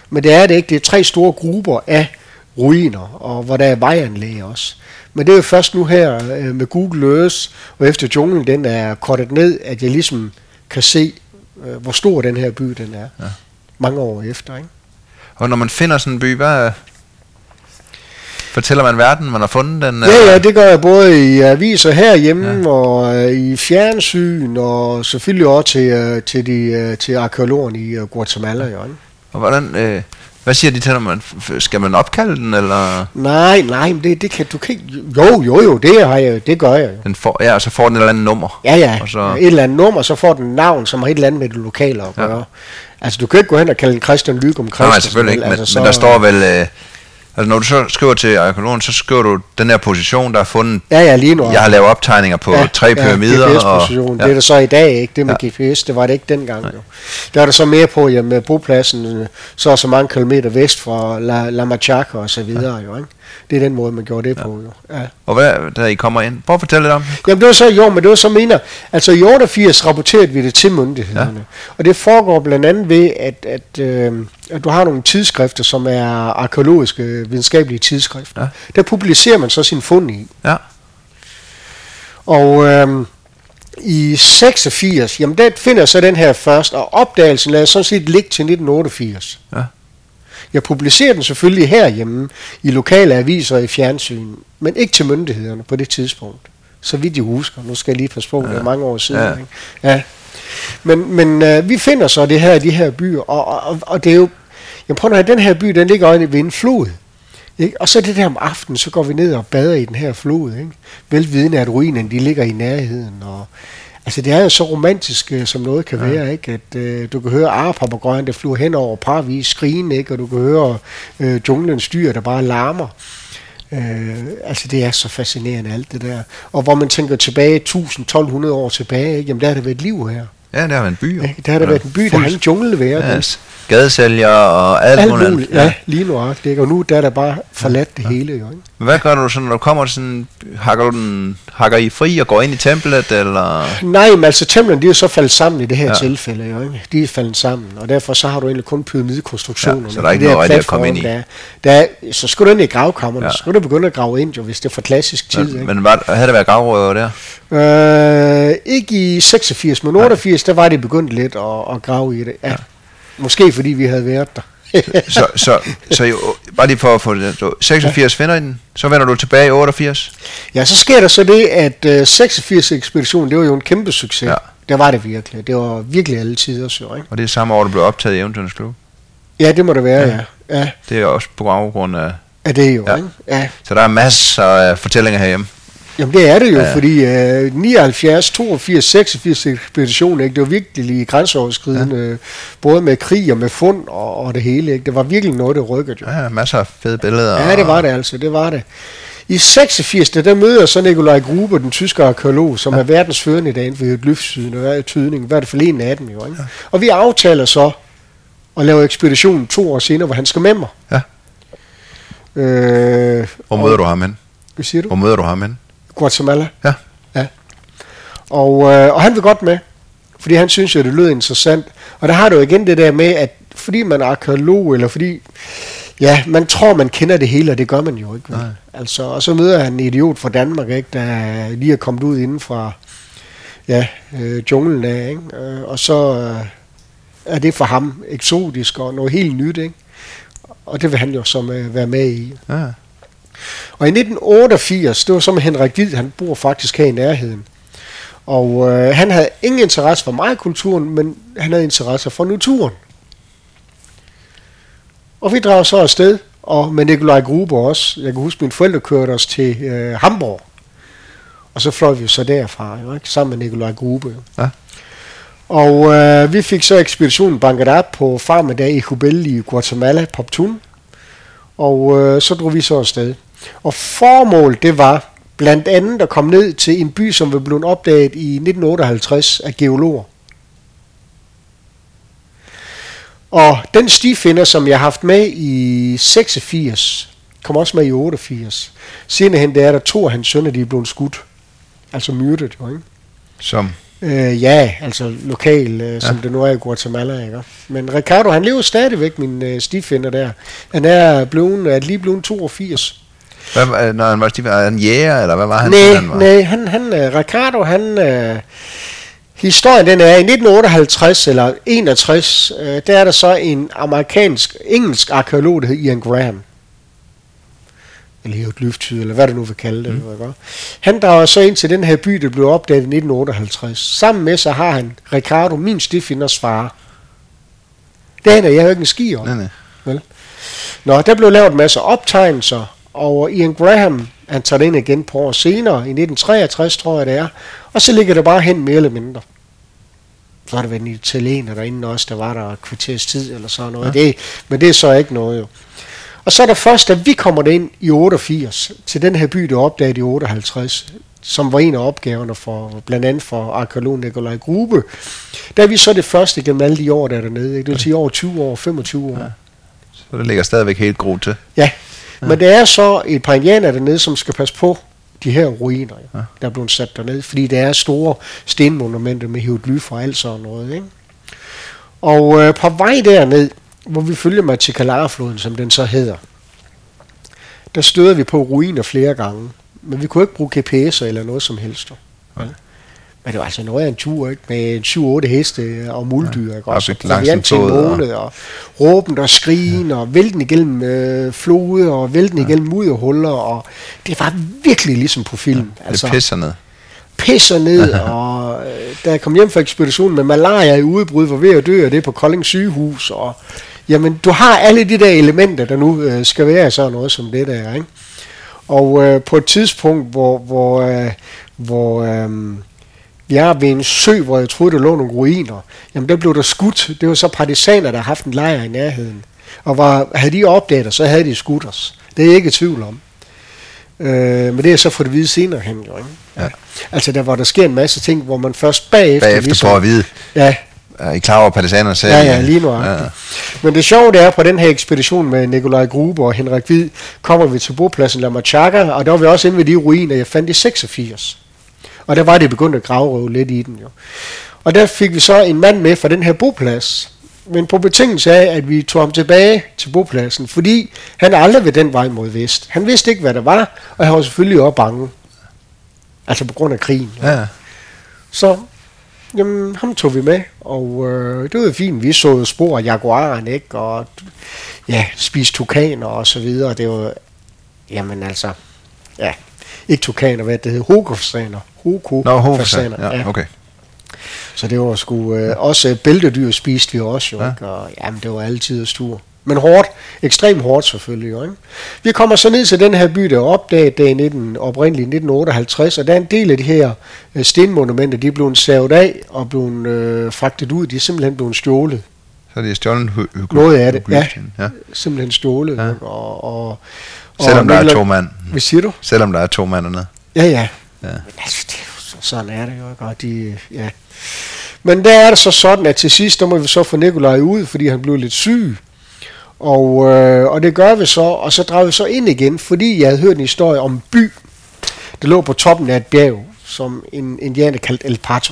Men det er det ikke. Det er tre store grupper af ruiner, og hvor der er vejanlæg også. Men det er jo først nu her øh, med Google Earth, og efter junglen den er kortet ned, at jeg ligesom kan se, øh, hvor stor den her by den er. Ja. Mange år efter, ikke? Og når man finder sådan en by, hvad fortæller man verden, man har fundet den? Ja, ja, det gør jeg både i aviser herhjemme, ja. og øh, i fjernsyn, og selvfølgelig også til, øh, til, de, øh, til arkeologerne i uh, Guatemala. Ja. Og hvordan... Øh Hvad siger de til, når man, skal man opkalde den, eller? Nej, nej, det, det kan du kan jo, jo, jo, det har jeg, det gør jeg jo. Den får, ja, og så får den et eller andet nummer. Ja, ja, og så... et eller andet nummer, så får den navn, som har et eller andet med det lokale at gøre. Ja. Altså, du kan ikke gå hen og kalde den Christian Lyk om Christian. Nej, selvfølgelig ikke, men, altså, så... men der står vel... Øh, altså, når du så skriver til arkeologen, så skriver du den her position, der er fundet... Ja, ja, lige nu. Jeg har lavet optegninger på ja, tre pyramider. Ja, G P S-position. Og, ja. Det er der så i dag, ikke? Det med ja. G P S, det var det ikke dengang. Jo. Der er der så mere på, ja, med bopladsen, så er så mange kilometer vest fra La, La Machaca og så videre, ja. jo, ikke? Det er den måde, man gjorde det ja. på, jo. Ja. Og hvad der I kommer ind? Prøv at fortælle lidt om. Jamen, det var så, jo, men det var så mener, altså i otteogfirs rapporterede vi det til myndighederne. Ja. Og det foregår blandt andet ved, at, at, øh, at du har nogle tidsskrifter, som er arkeologiske, videnskabelige tidsskrifter. Ja. Der publicerer man så sin fund i. Ja. Og øh, i seksogfirs, jamen der finder jeg så den her først, og opdagelsen lader sådan set ligge til nitten otteogfirs. Ja. Jeg publicerer den selvfølgelig herhjemme i lokale aviser og i fjernsyn, men ikke til myndighederne på det tidspunkt. Så vidt jeg husker. Nu skal jeg lige passe på, ja. det er mange år siden. Ja. Ikke? Ja. Men, men øh, vi finder så det her i de her byer, og, og, og det er jo... Jeg prøver at den her by, den ligger ved en flod. Ikke? Og så det der om aftenen, så går vi ned og bader i den her flod. Ikke? Velvidende, at ruinerne de ligger i nærheden. Og, altså det er jo så romantisk, som noget kan ja. være. Ikke? At øh, du kan høre arepapagøjen, der flyver hen over parvis skrigen, ikke? Og du kan høre øh, junglens dyr, der bare larmer. Øh, altså det er så fascinerende alt det der. Og hvor man tænker tilbage tusind til tolv hundrede år tilbage, ikke? Jamen der har der været liv her. Ja, der har været en by. Ja, der har der ja. været en by, der har en jungle været. Ja, gadesælger og alt, alt muligt. Ja, ja, lige nuagtigt. Og nu der er der bare forladt ja. det hele. Jo, ikke? Hvad gør du så, når du kommer sådan, hakker du den, hakker I fri og går ind i templet, eller? Nej, men altså templerne, de er jo så faldet sammen i det her ja. tilfælde, jo, ikke? De er faldet sammen, og derfor så har du egentlig kun pyramidekonstruktionerne. Ja, så der er ikke noget rigtigt at komme ind i. Der, der, så skulle du ind i gravkammerne, ja. så skulle du begynde at grave ind, jo, hvis det er for klassisk tid. Men, ikke? men var, havde der været gravrøver der? Øh, ikke i seksogfirs, men otteogfirs, der var det begyndt lidt at, at grave i det. Ja. Ja. Måske fordi vi havde været der. så, så, så jo, bare lige for at få det der. seksogfirs ja. finder I den, så vender du tilbage i otteogfirs? Ja, så sker der så det, at uh, seksogfirs-ekspeditionen, det var jo en kæmpe succes. Ja. Det var det virkelig. Det var virkelig alle tider, så, ikke? Og det er samme år, du blev optaget i Eventyrernes Klub? Ja, det må det være, ja. ja. ja. Det er også på baggrund af... Ja, det er jo, ja. ikke? Ja. Så der er masser af fortællinger herhjemme. Jamen det er det jo, ja. fordi uh, nioghalvfjerds, toogfirs, seksogfirs ekspedition, ikke? Det var virkelig grænseoverskridende, ja. både med krig og med fund og, og det hele. Ikke? Det var virkelig noget, der rykkede jo. Ja, masser af fede billeder. Ja, det var det altså, det var det. I seksogfirs, der møder så Nikolaj Gruber, den tyske arkeolog, som ja. er verdens førende i dag inden for hieroglyfsiden og hvad er tydning, hvad er det for en af dem jo. Ikke? Ja. Og vi aftaler så at lave ekspeditionen to år senere, hvor han skal med mig. Ja. Øh, hvor møder og, du ham hen? Hvad siger du? Hvor møder du ham hen? Guatemala. Ja. ja. Og, øh, og han vil godt med, fordi han synes jo, det lød interessant. Og der har du jo igen det der med, at fordi man er arkeolog, eller fordi, ja, man tror, man kender det hele, og det gør man jo ikke. Altså, og så møder han en idiot fra Danmark, ikke, der lige er kommet ud inden fra ja, øh, junglen af, ikke? Øh, og så øh, er det for ham eksotisk og noget helt nyt, ikke? Og det vil han jo så med, være med i. Ja. Og i nitten otteogfirs, det var så med Henrik Did, han bor faktisk her i nærheden. Og øh, han havde ingen interesse for Maya-kulturen, men han havde interesse for naturen. Og vi drager så afsted, og med Nikolaj Gruber også. Jeg kan huske, mine forældre kørte os til øh, Hamburg. Og så fløj vi så derfra, jo, ikke? Sammen med Nikolaj Gruber. Ja. Og øh, vi fik så ekspeditionen banket op på farmedag i Jubel i Guatemala, Poptun. Og øh, så drog vi så afsted. Og formålet, det var blandt andet at komme ned til en by, som var blevet opdaget i nitten otteoghalvtreds af geologer. Og den stifinder, som jeg har haft med i seksogfirs, kom også med i otteogfirs. Senere hen, der er der to af hans sønner, de er blevet skudt. Altså myrdet, jo, ikke? Som? Øh, ja, altså lokal, øh, som ja. det nu er i Guatemala, ikke? Men Ricardo, han lever stadigvæk, min øh, stifinder der. Han er, blevet, er lige blevet toogfirs. Hvad, når han var stifinder, er han jæger, eller hvad var han? Nej, han var? nej, han, han, øh, Ricardo, han... Øh, historien den er, i nitten otteoghalvtreds eller enogtres, øh, der er der så en amerikansk, engelsk arkeolog, der hedder Ian Graham. Eller hieroglyftyd, eller hvad du nu vil kalde det. Mm. Han drager så ind til den her by, der blev opdaget i nitten otteoghalvtreds. Sammen med så har han Ricardo, min stifinders far. Det er jeg jo ikke en ski om. Nej, nej. Vel? Nå, der blev lavet en masse optegnelser, og Ian Graham, han tager det ind igen på år senere, i nitten treogtres tror jeg det er, og så ligger det bare hen mere eller mindre. Så har der været en italiener derinde også, der var der et kvarters tid eller sådan noget. Ja. Det, men det er så ikke noget jo. Og så er der først, da vi kommer ind i otteogfirs, til den her by, der opdagede i otteoghalvtreds, som var en af opgaverne for, blandt andet for arkeologen Nikolaj Grube, der er vi så det første gennem alle de år, der er dernede. Ikke? Det vil sige over tyve år, femogtyve år. Ja. Så det ligger stadigvæk helt groet til. Ja, ja. Men det er så et par indianer dernede, som skal passe på de her ruiner, ja. Der er blevet sat dernede, fordi det er store stenmonumenter med hieroglyfer og alt sådan noget. Ikke? Og øh, på vej derned, hvor vi følger Machicalara-floden, som den så hedder, der støder vi på ruiner flere gange, men vi kunne ikke bruge G P S'er eller noget som helst. Ja. Men det var altså noget af en tur, ikke? Med syv otte heste og muldyr, ikke? Også langt til en måned, og råben og skrigen, og vælten igennem øh, flode, og vælten ja. igennem mudderhuller, og det var virkelig ligesom på film. Ja, altså, det pisser ned. Pisser ned, og øh, da jeg kom hjem fra ekspeditionen med malaria i udbrud, var ved at dø, og det på Kolding sygehus, og jamen, du har alle de der elementer, der nu øh, skal være sådan noget som det der, ikke? Og øh, på et tidspunkt, hvor, hvor, øh, hvor øh, jeg er ved en sø, hvor jeg troede, der lå nogle ruiner, jamen der blev der skudt. Det var så partisaner, der havde haft en lejr i nærheden. Og var, havde de opdaget os, så havde de skudt os. Det er jeg ikke i tvivl om. Øh, men det er så for det hvide senere hen, jo, ikke? Ja. Altså der var der sker en masse ting, hvor man først bagefter... Bagefter ligesom, får at vide. Ja. Er I klar over partisanerne selv? Ja, ja, lige nu. Ja. Men det sjove det er, på den her ekspedition med Nikolaj Grube og Henrik Hvid, kommer vi til bopladsen La Machaca, og der var vi også inde ved de ruiner, jeg fandt i seksogfirs. Og der var det begyndt at gravrøve lidt i den jo. Og der fik vi så en mand med fra den her boplads, men på betingelse af, at vi tog ham tilbage til bopladsen, fordi han aldrig ved den vej mod vest. Han vidste ikke, hvad der var, og han var selvfølgelig også bange. Altså på grund af krigen. Ja. Så... Jamen, ham tog vi med, og øh, det var fint. Vi så spor af jaguaren, ikke? Og ja, spiste tukaner og så videre. Det var, jamen altså, ja, ikke tukaner, hvad det hedder, hokofasaner. Hokofasaner, ja, okay. Så det var sgu, øh, også bæltedyr spiste vi også jo, ja. Ikke? Og jamen, det var altid stor. Men hårdt, ekstremt hårdt selvfølgelig jo, ikke? Vi kommer så ned til den her by, der er opdaget der i nitten, oprindeligt nitten otteoghalvtreds, og der er en del af de her øh, stenmonumenter, de er blevet savet af og blevet øh, fragtet ud, de er simpelthen blevet stjålet. Så det er stjålet hy- hy- noget af det, ja, ja, simpelthen stjålet. Ja. Og, og, Selvom og, der er to mand. Hvad siger du? Selvom der er to mand dernede. Ja, ja. ja. Men altså, det, sådan er det jo, ikke? Og de, ja. Men der er det så sådan, at til sidst, der må vi så få Nikolaj ud, fordi han blev lidt syg. Og, øh, og det gør vi så, og så drager vi så ind igen, fordi jeg havde hørt en historie om en by, der lå på toppen af et bjerg, som en indianer kaldte El Pato.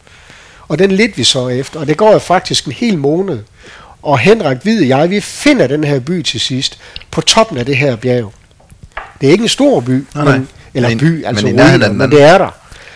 Og den lidt vi så efter, og det går jo faktisk en hel måned. Og Henrik Hvid og jeg, vi finder den her by til sidst, på toppen af det her bjerg. Det er ikke en stor by, nej, men, eller men, by, altså men, ruiner, men det er der.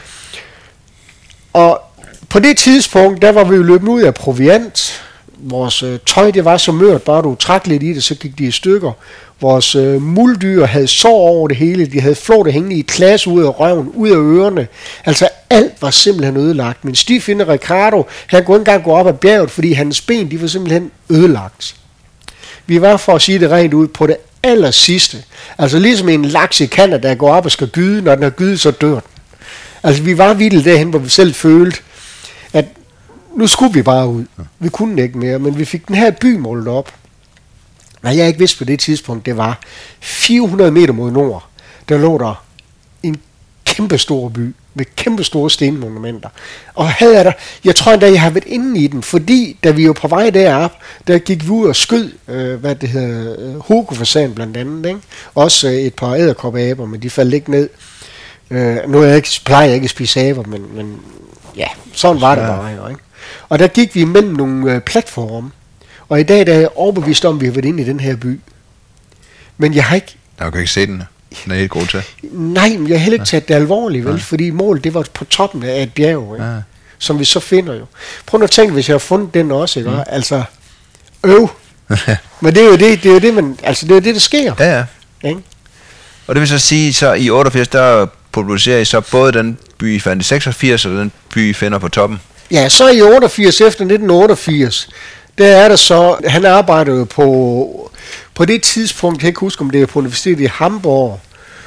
Og på det tidspunkt, der var vi jo løbet ud af proviant. Vores øh, tøj, det var så mørt, bare du trak lidt i det, så gik de i stykker. Vores øh, muldyr havde sår over det hele, de havde flåt hængende i klas ud af røven, ud af ørerne. Altså alt var simpelthen ødelagt. Men stifinder Ricardo, han kunne ikke engang gå op ad bjerget, fordi hans ben, de var simpelthen ødelagt. Vi var, for at sige det rent ud, på det aller sidste. Altså ligesom en laks i Canada, der går op og skal gyde, når den har gydet, så dør den. Altså vi var vildt derhen, hvor vi selv følte, at nu skulle vi bare ud. Vi kunne ikke mere, men vi fik den her by målt op. Hvad jeg ikke vidste på det tidspunkt, det var fire hundrede meter mod nord. Der lå der en kæmpe stor by med kæmpe store stenmonumenter. Og havde jeg der, jeg tror endda, jeg har været inde i den, fordi da vi var på vej derop, der gik vi ud og skød, øh, hvad det hedder, hokofasan blandt andet, ikke? Også øh, et par edderkoppeaber, men de faldt ikke ned. Øh, nu er jeg ikke, plejer jeg ikke at spise aber, men, men ja, sådan var det Ja. bare, jo, ikke? Og der gik vi imellem nogle øh, platforme, og i dag der er jeg overbevist om, at vi har været inde i den her by. Men jeg har ikke, Jeg kan ikke se den. Den er helt god til. nej, men jeg har heller ikke taget det alvorligt, vel? Nej. Fordi målet, det var på toppen af et bjerg, ikke? Ja. Som vi så finder jo. Prøv nu at tænke, hvis jeg har fundet den også, ikke? Mm. Altså, øv. Men det er jo det, det er jo det, man, altså det er jo det, der sker. Ja, ja. Ikke? Og det vil så sige, så i otteogfirs, der publicerer I så både den by, I fandt i seksogfirs, og den by, I finder på toppen. Ja, så i otteogfirs, efter nitten otteogfirs, der er der så, han arbejder jo på, på det tidspunkt, jeg kan ikke huske, om det er på universitetet i Hamburg,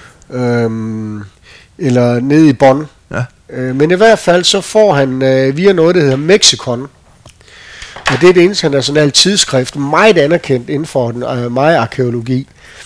øhm, eller nede i Bonn. Ja. Øh, men i hvert fald, så får han øh, via noget, der hedder Mexicon, og det er det internationale tidsskrift, meget anerkendt inden for den øh, Maya-arkeologi.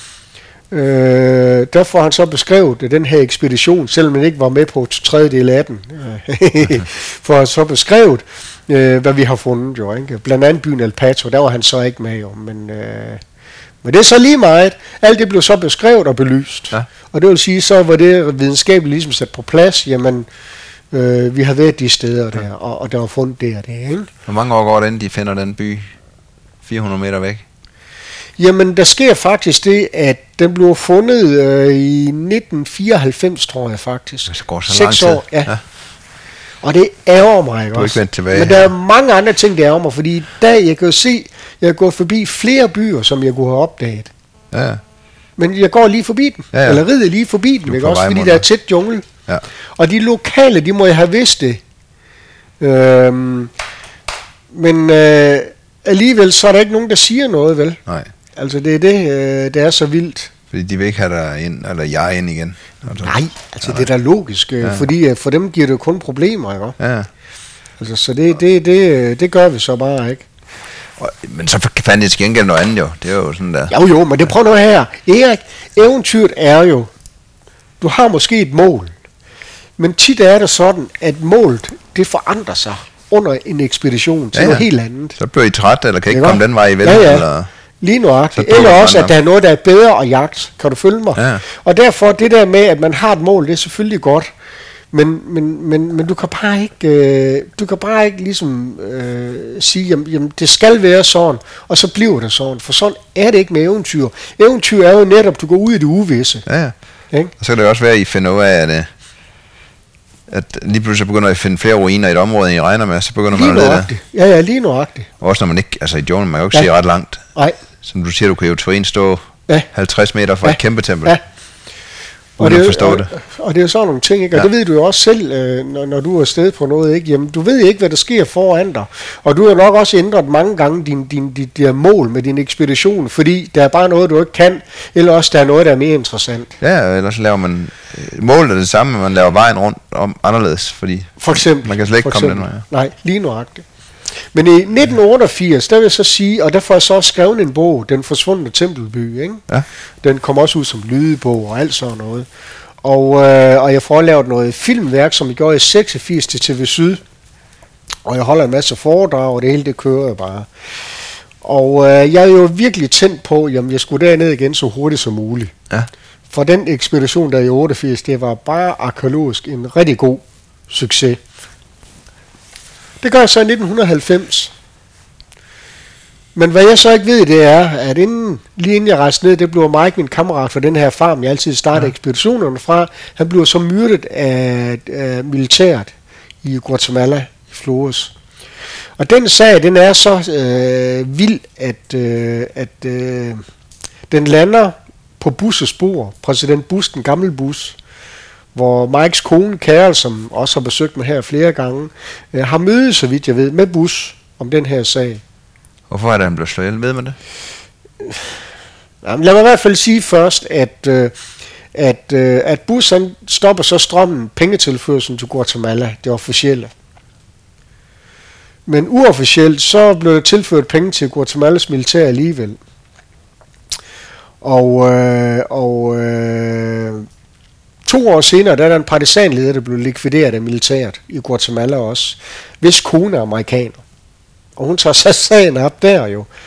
Øh, der får han så beskrevet den her ekspedition, selvom man ikke var med på to tredjedel af den, får han så beskrevet, øh, hvad vi har fundet jo, ikke? Blandt andet byen El Paso, der var han så ikke med jo, men, øh, men det er så lige meget. Alt det blev så beskrevet og belyst, Ja. og det vil sige, så var det videnskabeligt ligesom sat på plads, jamen, øh, vi har været de steder der, og, og der var fundet det og det, ikke? Hvor mange år går det, inden de finder den by fire hundrede meter væk? Jamen, der sker faktisk det, at den blev fundet øh, i nitten fireoghalvfems, tror jeg faktisk. Det går så lang Seks tid. år, ja. Ja. Og det ærger mig, ikke Du er også? ikke vendt tilbage Men der her. er mange andre ting, der ærger mig, fordi i dag, jeg kan jo se, jeg har gået forbi flere byer, som jeg kunne have opdaget. Ja, Men jeg går lige forbi den, Ja, ja. eller rider lige forbi den, Du er ikke på også? vej Fordi mod der er den. tæt jungle. ja. Og de lokale, de må jeg have vidst det. Øhm, men øh, alligevel, så er der ikke nogen, der siger noget, vel? Nej. Altså, det er det, øh, det er så vildt. Fordi de vil ikke have dig ind, eller jeg ind igen. Altså. Nej, altså det er da logisk, øh, Ja. fordi øh, for dem giver det jo kun problemer, ikke? Ja. Altså, så det, det, det, øh, det gør vi så bare, ikke? Og, men så fandt jeg til gengæld noget andet jo. Det er jo sådan der. Jo jo, men det prøv nu her. Erik, eventyret er jo, du har måske et mål, men tit er det sådan, at målet, det forandrer sig under en ekspedition til Ja, ja. noget helt andet. Så bliver I træt, eller kan ikke Ikke komme også? den vej, I vil. Ja, ja. Eller, Lige Så nøjagtigt. prøver Eller man også, at at- der er noget, der er bedre at jagte. Kan du følge mig? Ja. Og derfor, det der med, at man har et mål, det er selvfølgelig godt. Men, men, men, men du kan bare ikke, øh, du kan bare ikke ligesom øh, sige, jamen, jamen det skal være sådan, og så bliver det sådan. For sådan er det ikke med eventyr. Eventyr er jo netop, du går ud i det uvisse. ja, ja. Ikke? Og så kan det også være, at I finder ud af, at, øh, at lige pludselig begynder I at finde flere ruiner i et område, end I regner med, så begynder man Lige at lede der. nøjagtigt. Ja, ja, lige nøjagtigt. Også når man ikke, altså i junglen, man kan jo ikke Ja. se ret langt. Nej. Som du siger, du kan jo til en stå Ja. halvtreds meter fra Ja. et kæmpe tempel. Ja. Uden det at er jo- forstå og, det. Og det er jo sådan nogle ting, ikke? Og Ja. det ved du jo også selv, øh, når, når du er afsted på noget, ikke? Jamen, du ved ikke, hvad der sker foran dig. Og du har nok også ændret mange gange din, din, din, din mål med din ekspedition, fordi der er bare noget, du ikke kan, eller også der er noget, der er mere interessant. Ja, ellers laver man øh, målet er det samme, men man laver vejen rundt om anderledes, fordi For eksempel. man kan slet ikke for komme den eksempel. vej. Nej, lige nøjagtigt. Men i nitten otteogfirs, der vil jeg så sige, og der får jeg så også skrevet en bog, Den forsvundne tempelby, ikke? Ja. Den kom også ud som lydbog og alt sådan noget. Og, øh, og jeg får lavet noget filmværk, som jeg gjorde i seksogfirs til T V Syd. Og jeg holder en masse foredrag, og det hele det kører jo bare. Og øh, jeg er jo virkelig tændt på, jamen jeg skulle derned igen så hurtigt som muligt. Ja. For den ekspedition der i otteogfirs, det var bare arkeologisk en rigtig god succes. Det gør jeg så i nitten halvfems. Men hvad jeg så ikke ved, det er, at inden, lige inden jeg rejste ned, det blev Mike, min kammerat fra den her farm, jeg altid starter ja. ekspeditionerne fra, han blev så myrdet af, af militæret i Guatemala, i Flores. Og den sag, den er så øh, vild, at, øh, at øh, den lander på Busses spor, præsident Bush, den gamle Bush, hvor Mikes kone, Carol, som også har besøgt mig her flere gange, øh, har mødet, så vidt jeg ved, med Bush om den her sag. Hvorfor er det, han blevet slået ihjel? Ved man det? Jamen, lad mig i hvert fald sige først, at, øh, at, øh, at Bush han stopper så strømmen pengetilførselen til Guatemala, det officielle. Men uofficielt, så blev der tilført penge til Guatemalas militær alligevel. Og, øh, og øh, to år senere, der er der en partisanleder, der blev likvideret af militæret i Guatemala også, hvis kone er amerikaner. Og hun tager så sagen op der jo.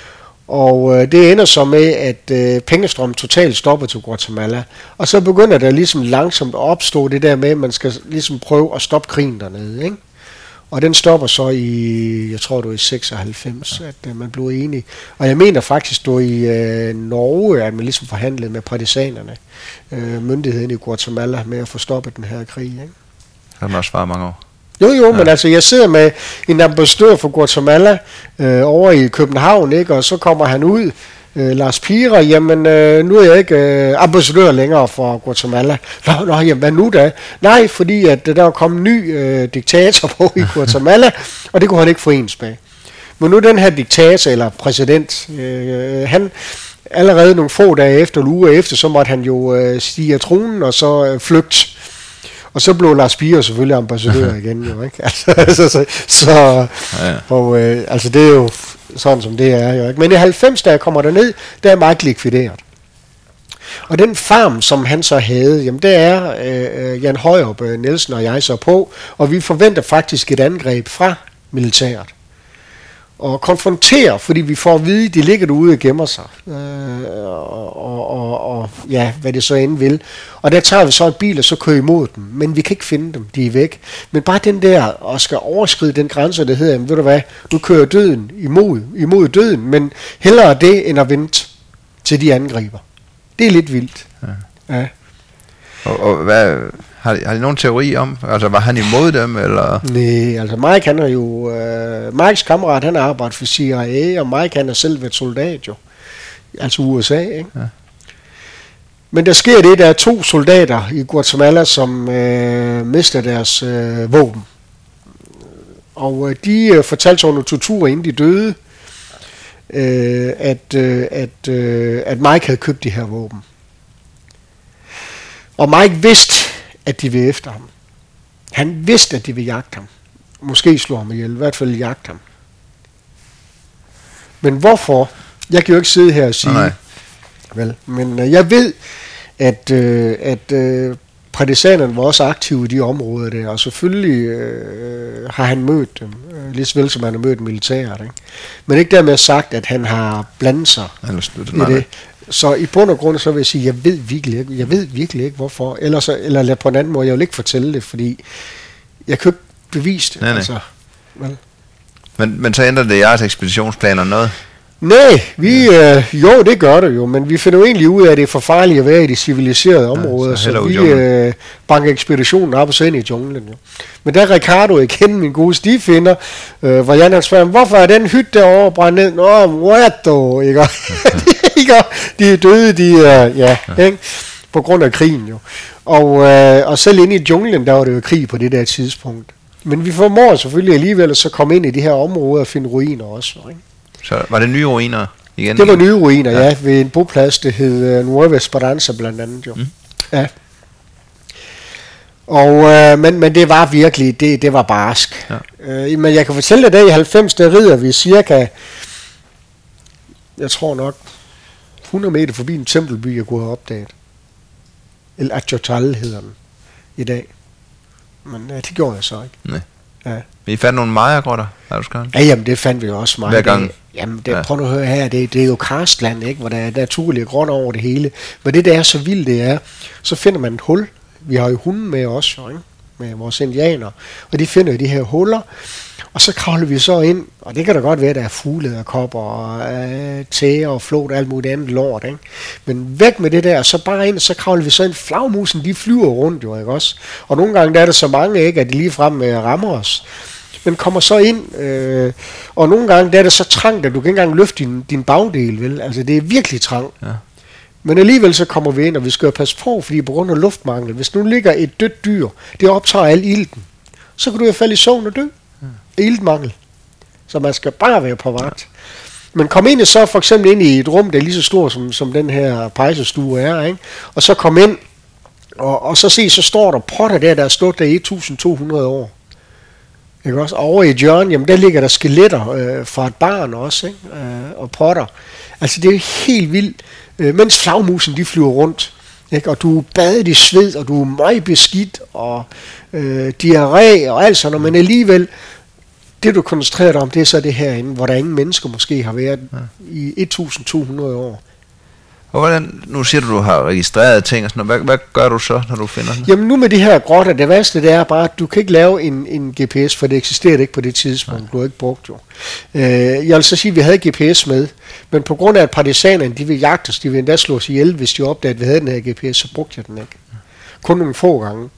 Og øh, det ender så med, at øh, pengestrømmen totalt stopper til Guatemala. Og så begynder der ligesom langsomt at opstå det der med, at man skal ligesom prøve at stoppe krigen dernede, ikke? Og den stopper så i, jeg tror det var i seksoghalvfems, at øh, man blev enige. Og jeg mener faktisk, det var i øh, Norge, at man ligesom forhandlede med partisanerne, øh, myndigheden i Guatemala, med at få stoppet den her krig, ikke? Så har den også varet mange år. Jo, jo, ja. Men altså, jeg sidder med en ambassadør for Guatemala øh, over i København, ikke? Og så kommer han ud, øh, Lars Pira, jamen, øh, nu er jeg ikke øh, ambassadør længere for Guatemala. Nå, nå, jamen, hvad nu da? Nej, fordi at der er kommet en ny øh, diktator på i Guatemala, og det kunne han ikke forenes med. Men nu den her diktator, eller præsident, øh, han allerede nogle få dage efter, eller uger efter, så måtte han jo øh, stige af tronen, og så øh, flygte. Og så blev Lars Pira selvfølgelig ambassadør igen, jo, ikke? Altså, altså, så, så ja. Og, øh, altså, det er jo sådan, som det er, jo, ikke? Men i halvfems, da jeg kommer derned, der er Mike likvideret. Og den farm, som han så havde, jamen, det er øh, Jan Højrup Nielsen og jeg så på, og vi forventer faktisk et angreb fra militæret. Og konfrontere, fordi vi får at vide, at de ligger derude og gemmer sig. Øh, og, og, og, og ja, hvad det så end vil. Og der tager vi så en bil, og så kører imod dem. Men vi kan ikke finde dem, de er væk. Men bare den der, og skal overskride den grænse, der hedder, ved du hvad, nu kører døden imod, imod døden, men hellere det, end at vente til de angriber. Det er lidt vildt. Ja. Ja. Og, og hvad... Har, har de nogen teori om? Altså, var han imod dem, eller? Nej, altså Mike, han er jo... Øh, Mikes kammerat, han har arbejdet for C I A, og Mike, han er selv været soldat jo. Altså U S A, ikke? Ja. Men der sker det, der er to soldater i Guatemala, som øh, mister deres øh, våben. Og øh, de øh, fortalte under tortur, inden de døde, øh, at, øh, at, øh, at Mike havde købt de her våben. Og Mike vidste, at de vil efter ham. Han vidste, at de vil jagte ham. Måske slå ham ihjel, i hvert fald jagte ham. Men hvorfor? Jeg kan jo ikke sidde her og sige, nej. Vel, men øh, jeg ved, at, øh, at øh, partisanerne var også aktive i de områder der, og selvfølgelig øh, har han mødt dem, øh, lige så vel som han har mødt militæret, ikke? Men ikke dermed sagt, at han har blandet sig i det. Så i bund og grund, så vil jeg sige, jeg ved virkelig ikke, jeg ved virkelig ikke hvorfor, eller, så, eller lad på en anden måde, jeg vil ikke fortælle det, fordi jeg kan ikke bevise det. Nej, nej. Altså, vel. Men, men så ændrer det jeres ekspeditionsplaner noget? Nej, vi, ja. øh, jo det gør det jo, men vi finder jo egentlig ud af, at det er for farligt at være i de civiliserede områder, ja, så, så vi øh, banker ekspeditionen op og så ind i junglen. Jo. Men der er Ricardo igen, min gode stifinder, øh, hvor Jan han spørger, hvorfor er den hytte derovre brændt ned? Nå, muerto, ikke? Ikke? De er døde, de er, ja, ja. Ikke? På grund af krigen jo. Og, øh, og selv inde i junglen, der var det jo krig på det der tidspunkt. Men vi formår selvfølgelig alligevel at så komme ind i de her områder og finde ruiner også, ikke? Så var det nye ruiner igen? Det var nye ruiner, ja, ja ved en boplads, det hed uh, Nueva Esperanza blandt andet jo. Mm. Ja. Og, øh, men, men det var virkelig, det, det var barsk. Ja. Øh, men jeg kan fortælle dig, at i halvfems, der rider vi cirka, jeg tror nok, hundrede meter forbi en tempelby, jeg kunne have opdaget. El Achotal hedder den i dag. Men ja, det gjorde jeg så ikke. Nej. Ja. Men I fandt nogle majergrotter, har du skrevet? Ja, jamen det fandt vi også meget. Hver gang? Jamen, det, ja. Prøv nu at høre her, det, det er jo karstland, ikke, hvor der er naturlige grønne over det hele. Men det, der er så vildt, det er, så finder man et hul. Vi har jo hunden med os, ikke? Med vores indianer, og de finder jo de her huller, og så kravler vi så ind, og det kan da godt være, der er fugle og kopper og øh, tæger og flot og alt muligt andet lort, ikke? Men væk med det der, så bare ind, og så kravler vi så ind. Flagmusen, de flyver rundt jo, ikke også? Og nogle gange der er der så mange, ikke, at de ligefrem øh, rammer os. Men kommer så ind, øh, og nogle gange der er det så trangt, at du kan ikke engang løfte din, din bagdel, vel? Altså det er virkelig trangt. Ja. Men alligevel så kommer vi ind, og vi skal jo passe på, fordi på grund af luftmangel, hvis nu ligger et dødt dyr, det optager al ilten, så kan du jo falde i søvn og dø. Ja. Iltmangel. Så man skal bare være på vagt. Men kom ind så for eksempel ind i et rum, der er lige så stort, som, som den her pejsestue er, ikke? Og så kom ind, og, og så se, så står der potter der, der er stået der i tusind to hundrede år. Ikke også? Over i hjørnet, jamen der ligger der skeletter øh, fra et barn også, ikke? Øh, og potter. Altså det er helt vildt. Øh, mens flagmusen, de flyver rundt, ikke? Og du er badet i sved, og du er meget beskidt, og øh, diarré og alt sådan noget, men alligevel, det du koncentrerer dig om, det er så det herinde, hvor der ingen mennesker måske har været ja. i et tusind to hundrede år. Og hvordan, nu siger du, du har registreret ting og sådan noget. Hvad, hvad gør du så, når du finder den? Jamen nu med de her grotter, det værste det er bare, at du kan ikke lave en, en G P S, for det eksisterer ikke på det tidspunkt. Nej. Du har ikke brugt jo. Øh, jeg vil så sige, at vi havde G P S med, men på grund af, at partisanerne, de vil jagte os, de vil endda slå os ihjel, hvis de opdagede, at vi havde den her G P S, så brugte jeg den ikke. Kun nogle få gange.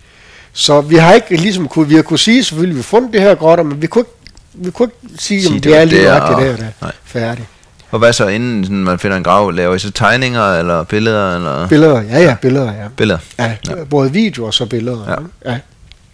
Så vi har ikke ligesom kunne, vi har kunne sige, selvfølgelig vi har fundet det her grotter, men vi kunne ikke, vi kunne ikke sige, sige om det er lige nok det der, der er færdigt. Og hvad så, inden sådan, man finder en grav, laver I så tegninger eller billeder? Eller? Billeder, ja ja, billeder, ja. Billeder? Ja, ja. Både videoer og så billeder. Ja. Ja.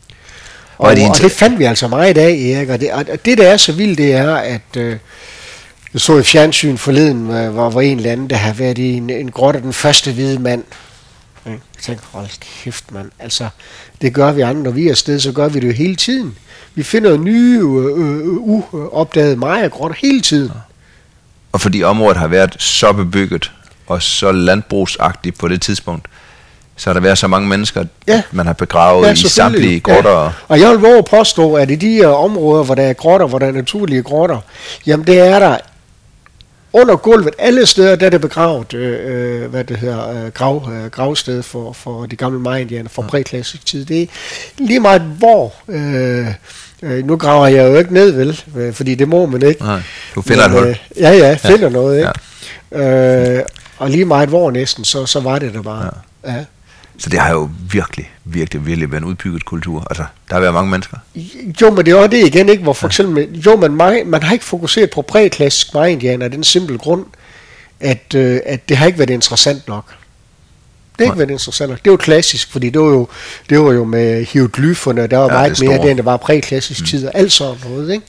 Og, og, og, og det fandt vi altså meget af, Erik. Og det, og det der er så vildt, det er, at øh, jeg så i fjernsyn forleden, hvor, hvor en eller anden, der har været i en, en grotte, den første hvide mand. Jeg tænkte, hold kæft mand, altså det gør vi andre, når vi er afsted, så gør vi det jo hele tiden. Vi finder nye, uopdagede øh, øh, Maya-grotter hele tiden. Ja. Og fordi området har været så bebygget og så landbrugsagtigt på det tidspunkt, så har der været så mange mennesker, ja. man har begravet ja, i samtlige grotter. Ja. Og jeg vil våge at påstå, at i de her områder, hvor der er grotter, hvor der er naturlige grotter, jamen det er der under gulvet, alle steder, der er det begravet, øh, hvad det hedder, øh, grav, øh, gravsted for, for de gamle Maya-indianer fra præklassisk tid. Det er lige meget hvor... Øh, Øh, nu graver jeg jo ikke ned, vel? Øh, fordi det må man ikke. Nej, du finder men, et hul. Øh, ja, ja, finder ja. noget, ikke? Ja. Øh, og lige meget hvor næsten, så, så var det der bare. Ja. Ja. Så det har jo virkelig, virkelig, virkelig været en udbygget kultur. Altså, der har været mange mennesker. Jo, men det er også det igen, ikke? Hvor for eksempel, jo, men man, man har ikke fokuseret på præklassisk Maya-indianer af den simple grund, at, øh, at det har ikke været interessant nok. Det har ikke været interessant. Det er jo klassisk, fordi det var jo, det var jo med hieroglyferne, der var ja, meget mere det, end det var præklassisk mm. tid og alt sådan noget, ikke?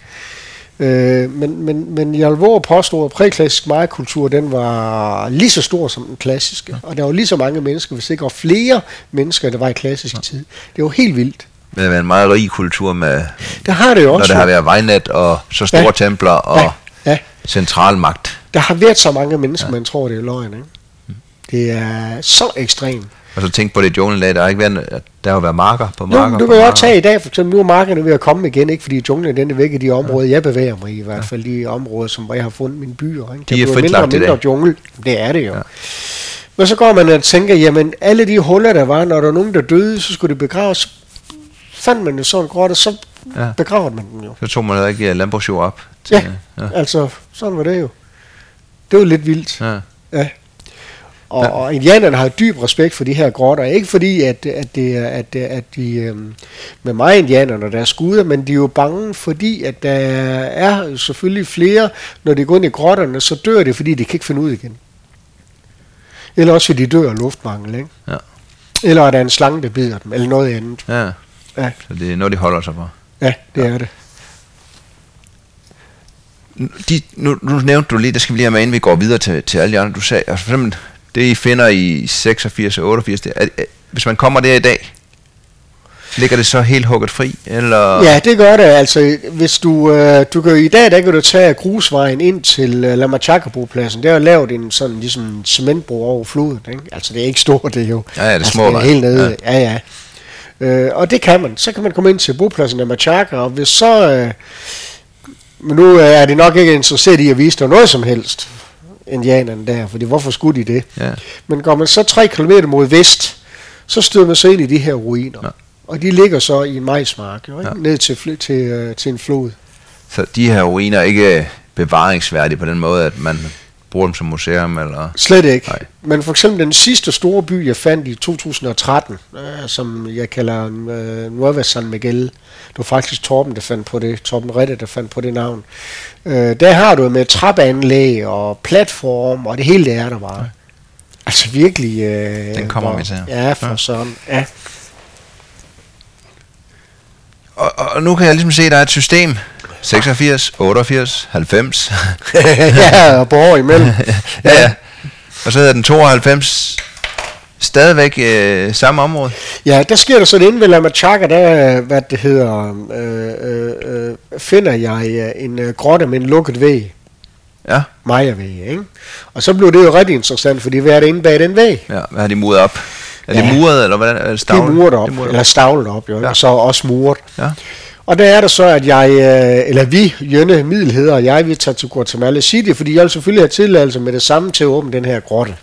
Øh, men, men, men jeg vil våge at påstå, at præklassisk Maya-kultur, den var lige så stor som den klassiske. Ja. Og der var lige så mange mennesker, hvis ikke var flere mennesker, der var i klassisk ja. tid. Det var helt vildt. Det har været en meget rig kultur med, der har det jo også, når det har været vejnet og så store ja. templer og ja. Ja. centralmagt. Der har været så mange mennesker, ja. man tror, det er løgn, ikke? Det er så ekstremt. Og så tænk på det i junglen i dag, der har ikke været, der har været marker på marker. Nu, du kan jo også tage i dag, for eksempel nu er markerne ved at komme igen, ikke fordi junglen den er væk i de områder, ja. jeg bevæger mig i, i hvert fald de områder, som jeg har fundet mine byer. Ikke? De er fritlagt i dag. Jungle. Det er det jo. Ja. Men så går man og tænker, jamen alle de huller, der var, når der er nogen, der døde, så skulle de begraves. Fandt man det sådan godt, og så ja. begravede man den jo. Så tog man da ikke landbrugsjord op. Til, ja. ja, altså sådan var det jo. Det var lidt vildt. Ja. Ja. Og, ja. og indianerne har dyb respekt for de her grotter, ikke fordi at, at, det, at, at de øhm, med mig indianerne der er skuder, men de er jo bange, fordi at der er selvfølgelig flere, når de går ind i grotterne, så dør det, fordi de kan ikke finde ud igen. Eller også fordi de dør af luftmangel, ikke? Ja. Eller er der en slange, der bider dem, eller noget andet. Ja, ja. Så det er noget, de holder sig på. Ja, det ja. er det. De, nu, nu nævnte du lige, der skal vi lige have med, inden vi går videre til, til alle de andre, du sagde, altså for eksempel, det I finder i seksogfirs og otteogfirs, det er, er, hvis man kommer der i dag, ligger det så helt hugget fri? Eller? Ja, det gør det. Altså, hvis du, øh, du kan i dag, der kan du tage grusvejen ind til øh, La Machaca-bopladsen. Der er lavet en sådan ligesom cementbro over floden, ikke? Altså, det er ikke stort, det er jo. Ja, ja, det er altså, små det er helt nede. Ja, ja. ja. Øh, og det kan man. Så kan man komme ind til bopladsen La Machaca, og hvis så... Øh, men nu er de nok ikke interesseret i at vise dig noget som helst, indianerne der, fordi hvorfor skulle de det? Ja. Men går man så tre kilometer mod vest, så støder man så ind i de her ruiner. Ja. Og de ligger så i en majsmark, jo, ikke? Ja. Ned til, til, til, til en flod. Så de her ruiner er ikke bevaringsværdige på den måde, at man bruger dem som museum? Eller? Slet ikke. Nej. Men for eksempel den sidste store by, jeg fandt i to tusind og tretten, øh, som jeg kalder øh, Nueva San Miguel. Det var faktisk Torben, der fandt på det. Torben Rette, der fandt på det navn. Øh, der har du med trappeanlæg og platform, og det hele det er der bare. Ja. Altså virkelig... Øh, den kommer hvor, vi til. Ja, for ja. sådan. Ja. Og, og nu kan jeg ligesom se, at der er et system. seksogfirs, otteogfirs, halvfems. Ja, og på år imellem. ja, ja. Og så hedder den tooghalvfems stadigvæk øh, samme område. Ja, der sker der sådan inde ved La Machaca, der, hvad det hedder, øh, øh, øh, finder jeg en øh, grotte med en lukket væg. Ja. Maya-væg, ikke? Og så blev det jo ret interessant, fordi hvad er det inde bag den væg? Ja, hvad har de muret op? Er ja. det muret, eller hvordan? Er det stavlet? Det er muret op, det er muret op. Eller stavlet op, jo. Ja. Og så også muret. Ja. Og der er det så, at jeg, eller vi, Jønne Middelheder og jeg, vi tager til Guatemala City, fordi jeg vil selvfølgelig have tilladelse med det samme til at åbne den her grotte.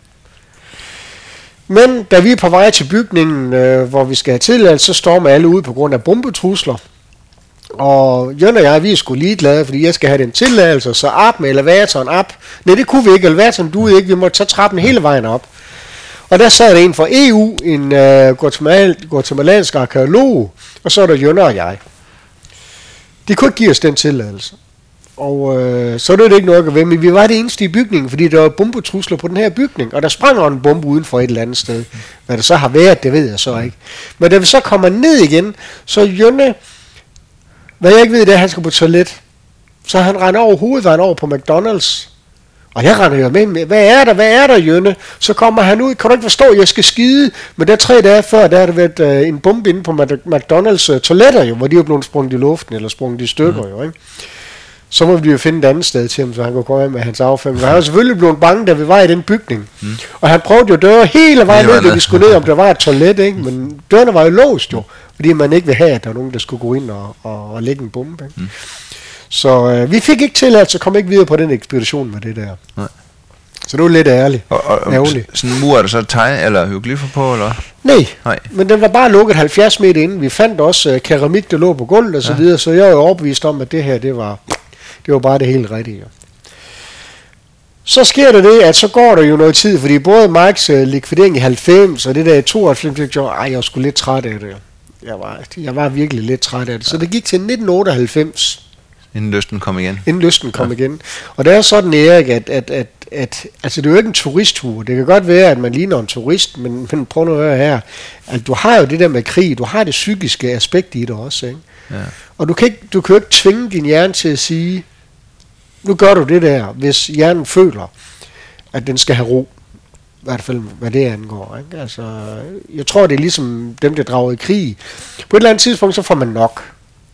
Men da vi er på vej til bygningen, øh, hvor vi skal have tilladelse, så stormer alle ud på grund af bombetrusler. Og Jønne og jeg, vi er sgu ligeglade, fordi jeg skal have den tilladelse, så op med elevatoren op. Nej, det kunne vi ikke. Elevatoren duede ikke. Vi måtte tage trappen hele vejen op. Og der sad der en fra E U, en øh, guatemal- guatemalansk arkeolog, og så er der Jønne og jeg. De kunne ikke give os den tilladelse. Og øh, så er det ikke noget at gøre ved, men vi var det eneste i bygningen, fordi der var bombetrusler på den her bygning, og der sprang en bombe uden for et eller andet sted. Hvad det så har været, det ved jeg så ikke. Men da vi så kommer ned igen, så Jønne, hvad jeg ikke ved, det er, at han skal på toilet. Så han render over hovedvejen over på McDonald's. Og jeg render jo med, med, hvad er der, hvad er der, Jønne? Så kommer han ud, kan du ikke forstå, jeg skal skide. Men der tre dage før, der har der været øh, en bombe inde på McDonald's øh, toiletter jo, hvor de er blevet sprunget i luften, eller sprunget i stykker mm. jo, ikke? Så må vi jo finde et andet sted til ham, så han kunne komme med hans affald. Men han var selvfølgelig blevet bange, da vi var i den bygning. Mm. Og han prøvede jo døre hele vejen ned, da de skulle ned, om der var et toilet, ikke? Men dørene var jo låst jo, fordi man ikke vil have, at der var nogen, der skulle gå ind og, og, og lægge en bombe, ikke? Mm. Så øh, vi fik ikke tilladelse, så kom ikke videre på den ekspedition med det der. Nej. Så det var lidt ærgerligt. Og, og, og sådan en mur, er der så tegn eller hieroglyffer på, eller? Nej, Nej, men den var bare lukket halvfjerds meter inden. Vi fandt også øh, keramik, der lå på gulvet og så ja. videre, så jeg var jo overbevist om, at det her, det var, det var bare det helt rigtige. Så sker der det, at så går der jo noget tid, fordi både Mikes øh, likvidering i halvfems og det der i tooghalvfems, jeg gjorde, ej, jeg var sgu lidt træt af det. Jeg var, jeg var virkelig lidt træt af det. Så det gik til nitten otteoghalvfems. Inden lysten kom igen. Inden lysten kom ja. igen. Og det er sådan, Erik, at, at, at, at altså det er jo ikke en turisttur. Det kan godt være, at man ligner en turist, men, men prøv nu at høre her. At du har jo det der med krig, du har det psykiske aspekt i det også, ikke? Ja. Og du kan, ikke, du kan jo ikke tvinge din hjerne til at sige, nu gør du det der, hvis hjernen føler, at den skal have ro. I hvert fald, hvad det angår, ikke? Altså, jeg tror, det er ligesom dem, der drager i krig. På et eller andet tidspunkt, så får man nok.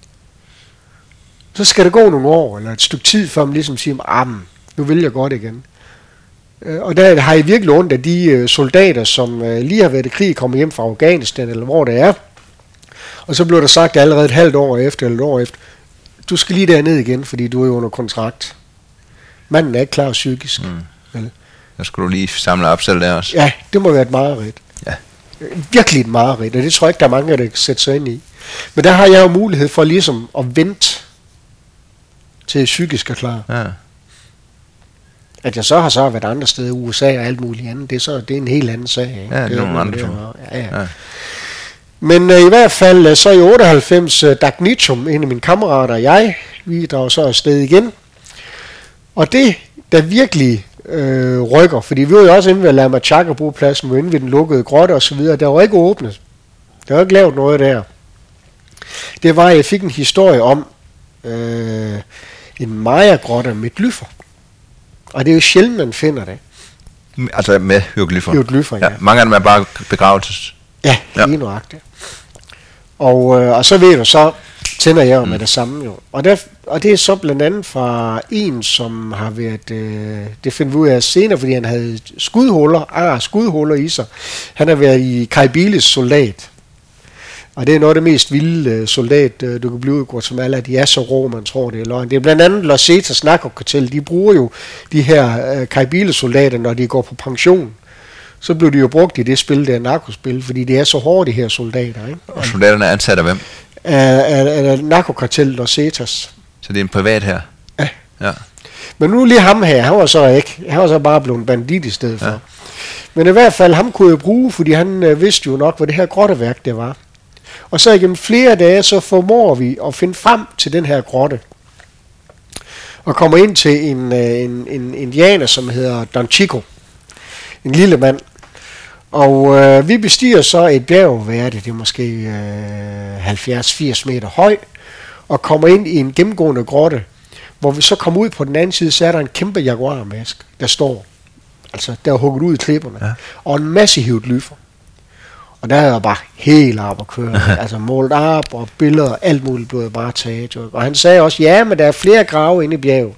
Så skal det gå nogle år, eller et stykke tid, før man ligesom siger, ah, nu vil jeg godt igen. Og der har jeg virkelig ondt af de soldater, som lige har været i krig, kommer hjem fra Afghanistan, eller hvor det er. Og så blev der sagt allerede et halvt år efter, eller et år efter, du skal lige derned igen, fordi du er jo under kontrakt. Manden er ikke klar psykisk. Mm. Vel? Der skulle du lige samle op selv der også. Ja, det må være et mareridt. Ja. Virkelig et mareridt, og det tror jeg ikke, der er mange, der kan sætte sig ind i. Men der har jeg jo mulighed for ligesom at vente til psykisk er klar. Ja. At jeg så har så været andre steder i U S A og alt muligt andet, det er, så, det er en helt anden sag. Ikke? Ja, det er, det er nogle andre ting. Ja, ja. Ja. Men uh, i hvert fald, uh, så i otteoghalvfems, uh, Dag Nichum, en af mine kammerater og jeg, vi drager så afsted igen. Og det, der virkelig øh, rykker, fordi vi var jo også inde ved Lama Chaka-bopladsen, vi var inde ved den lukkede grotte og så videre, der var ikke åbnet. Der var ikke lavet noget der. Det var, at jeg fik en historie om øh, en Maya-grotte med glyfer. Og det er jo sjældent, man finder det. Altså med hieroglyffer? Hieroglyffer, ja. ja. Mange af dem er bare begravelses. Ja, ja. Lige nøjagtigt. Og, øh, og så ved du, så tænder jeg jo mm. med det samme jo. Og, der, og det er så blandt andet fra en, som har været, øh, det finder vi ud af senere, fordi han havde skudhuller, ah, skudhuller i sig. Han har været i Kaibiles soldat. Og det er noget af det mest vilde øh, soldat, øh, du kan blive i Guatemala. De er så rå, man tror det er løgn. Det er blandt andet Los Zetas narkokartel. De bruger jo de her øh, Kaibiles soldater, når de går på pension. Så blev de jo brugt i det spil, det er narkospil, fordi de er så hårde, de her soldater. Ikke? Og soldaterne er ansat af hvem? Af, af, af narkokartel Los Zetas. Så det er en privat her? Ja. ja. Men nu lige ham her, han var så ikke. Han var så bare blevet bandit i stedet for. Ja. Men i hvert fald, ham kunne jeg bruge, fordi han øh, vidste jo nok, hvad det her grotteværk det var. Og så igennem flere dage, så formår vi at finde frem til den her grotte. Og kommer ind til en, øh, en, en indianer, som hedder Don Chico. En lille mand. Og øh, vi bestiger så et bjerg, hvad er det, det er måske øh, halvfjerds til firs meter høj, og kommer ind i en gennemgående grotte, hvor vi så kommer ud på den anden side, så er der en kæmpe jaguarmask, der står, altså der er hugget ud i klipperne, ja. Og en masse hieroglyffer. Og der er jeg bare helt op at køre, altså målt op og billeder, alt muligt blev jeg bare taget. Og han sagde også, ja, men der er flere grave inde i bjerget.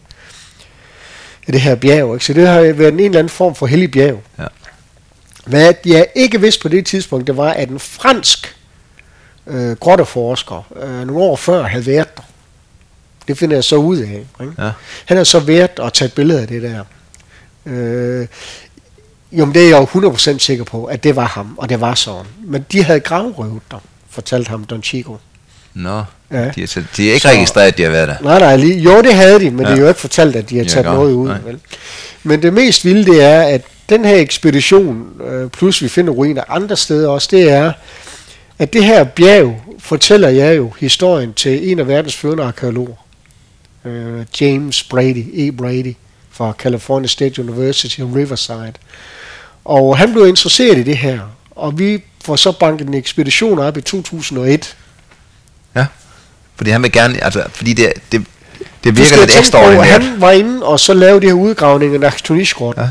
I det her bjerg, ikke? Så det har været en eller anden form for hellig bjerg. Ja. Hvad jeg ikke vidste på det tidspunkt, det var, at en fransk øh, grotteforsker, øh, nogle år før havde været der. Det finder jeg så ud af. Ikke? Ja. Han har så været og taget billeder af det der. Øh, jo, men det er jeg jo hundrede procent sikker på, at det var ham, og det var sådan. Men de havde gravrøvet der, fortalte ham Don Chico. Nå, ja. de, er, de er ikke så registreret, at de har været der? Nej, nej, lige, jo det havde de, men ja. Det er jo ikke fortalt, at de har taget noget ud. Vel? Men det mest vilde, det er, at den her ekspedition, øh, plus vi finder ruiner andre steder også, det er, at det her bjerg fortæller jeg jo historien til en af verdens førende arkeologer. Øh, James Brady, E. Brady, fra California State University Riverside. Og han blev interesseret i det her, og vi får så banket en ekspedition op i to tusind og et. Ja, fordi han vil gerne, altså, fordi det, det, det virker lidt ekstraordinært. Han var inde og så lavede de her udgravninger af Nakhtonish-grotten. Ja.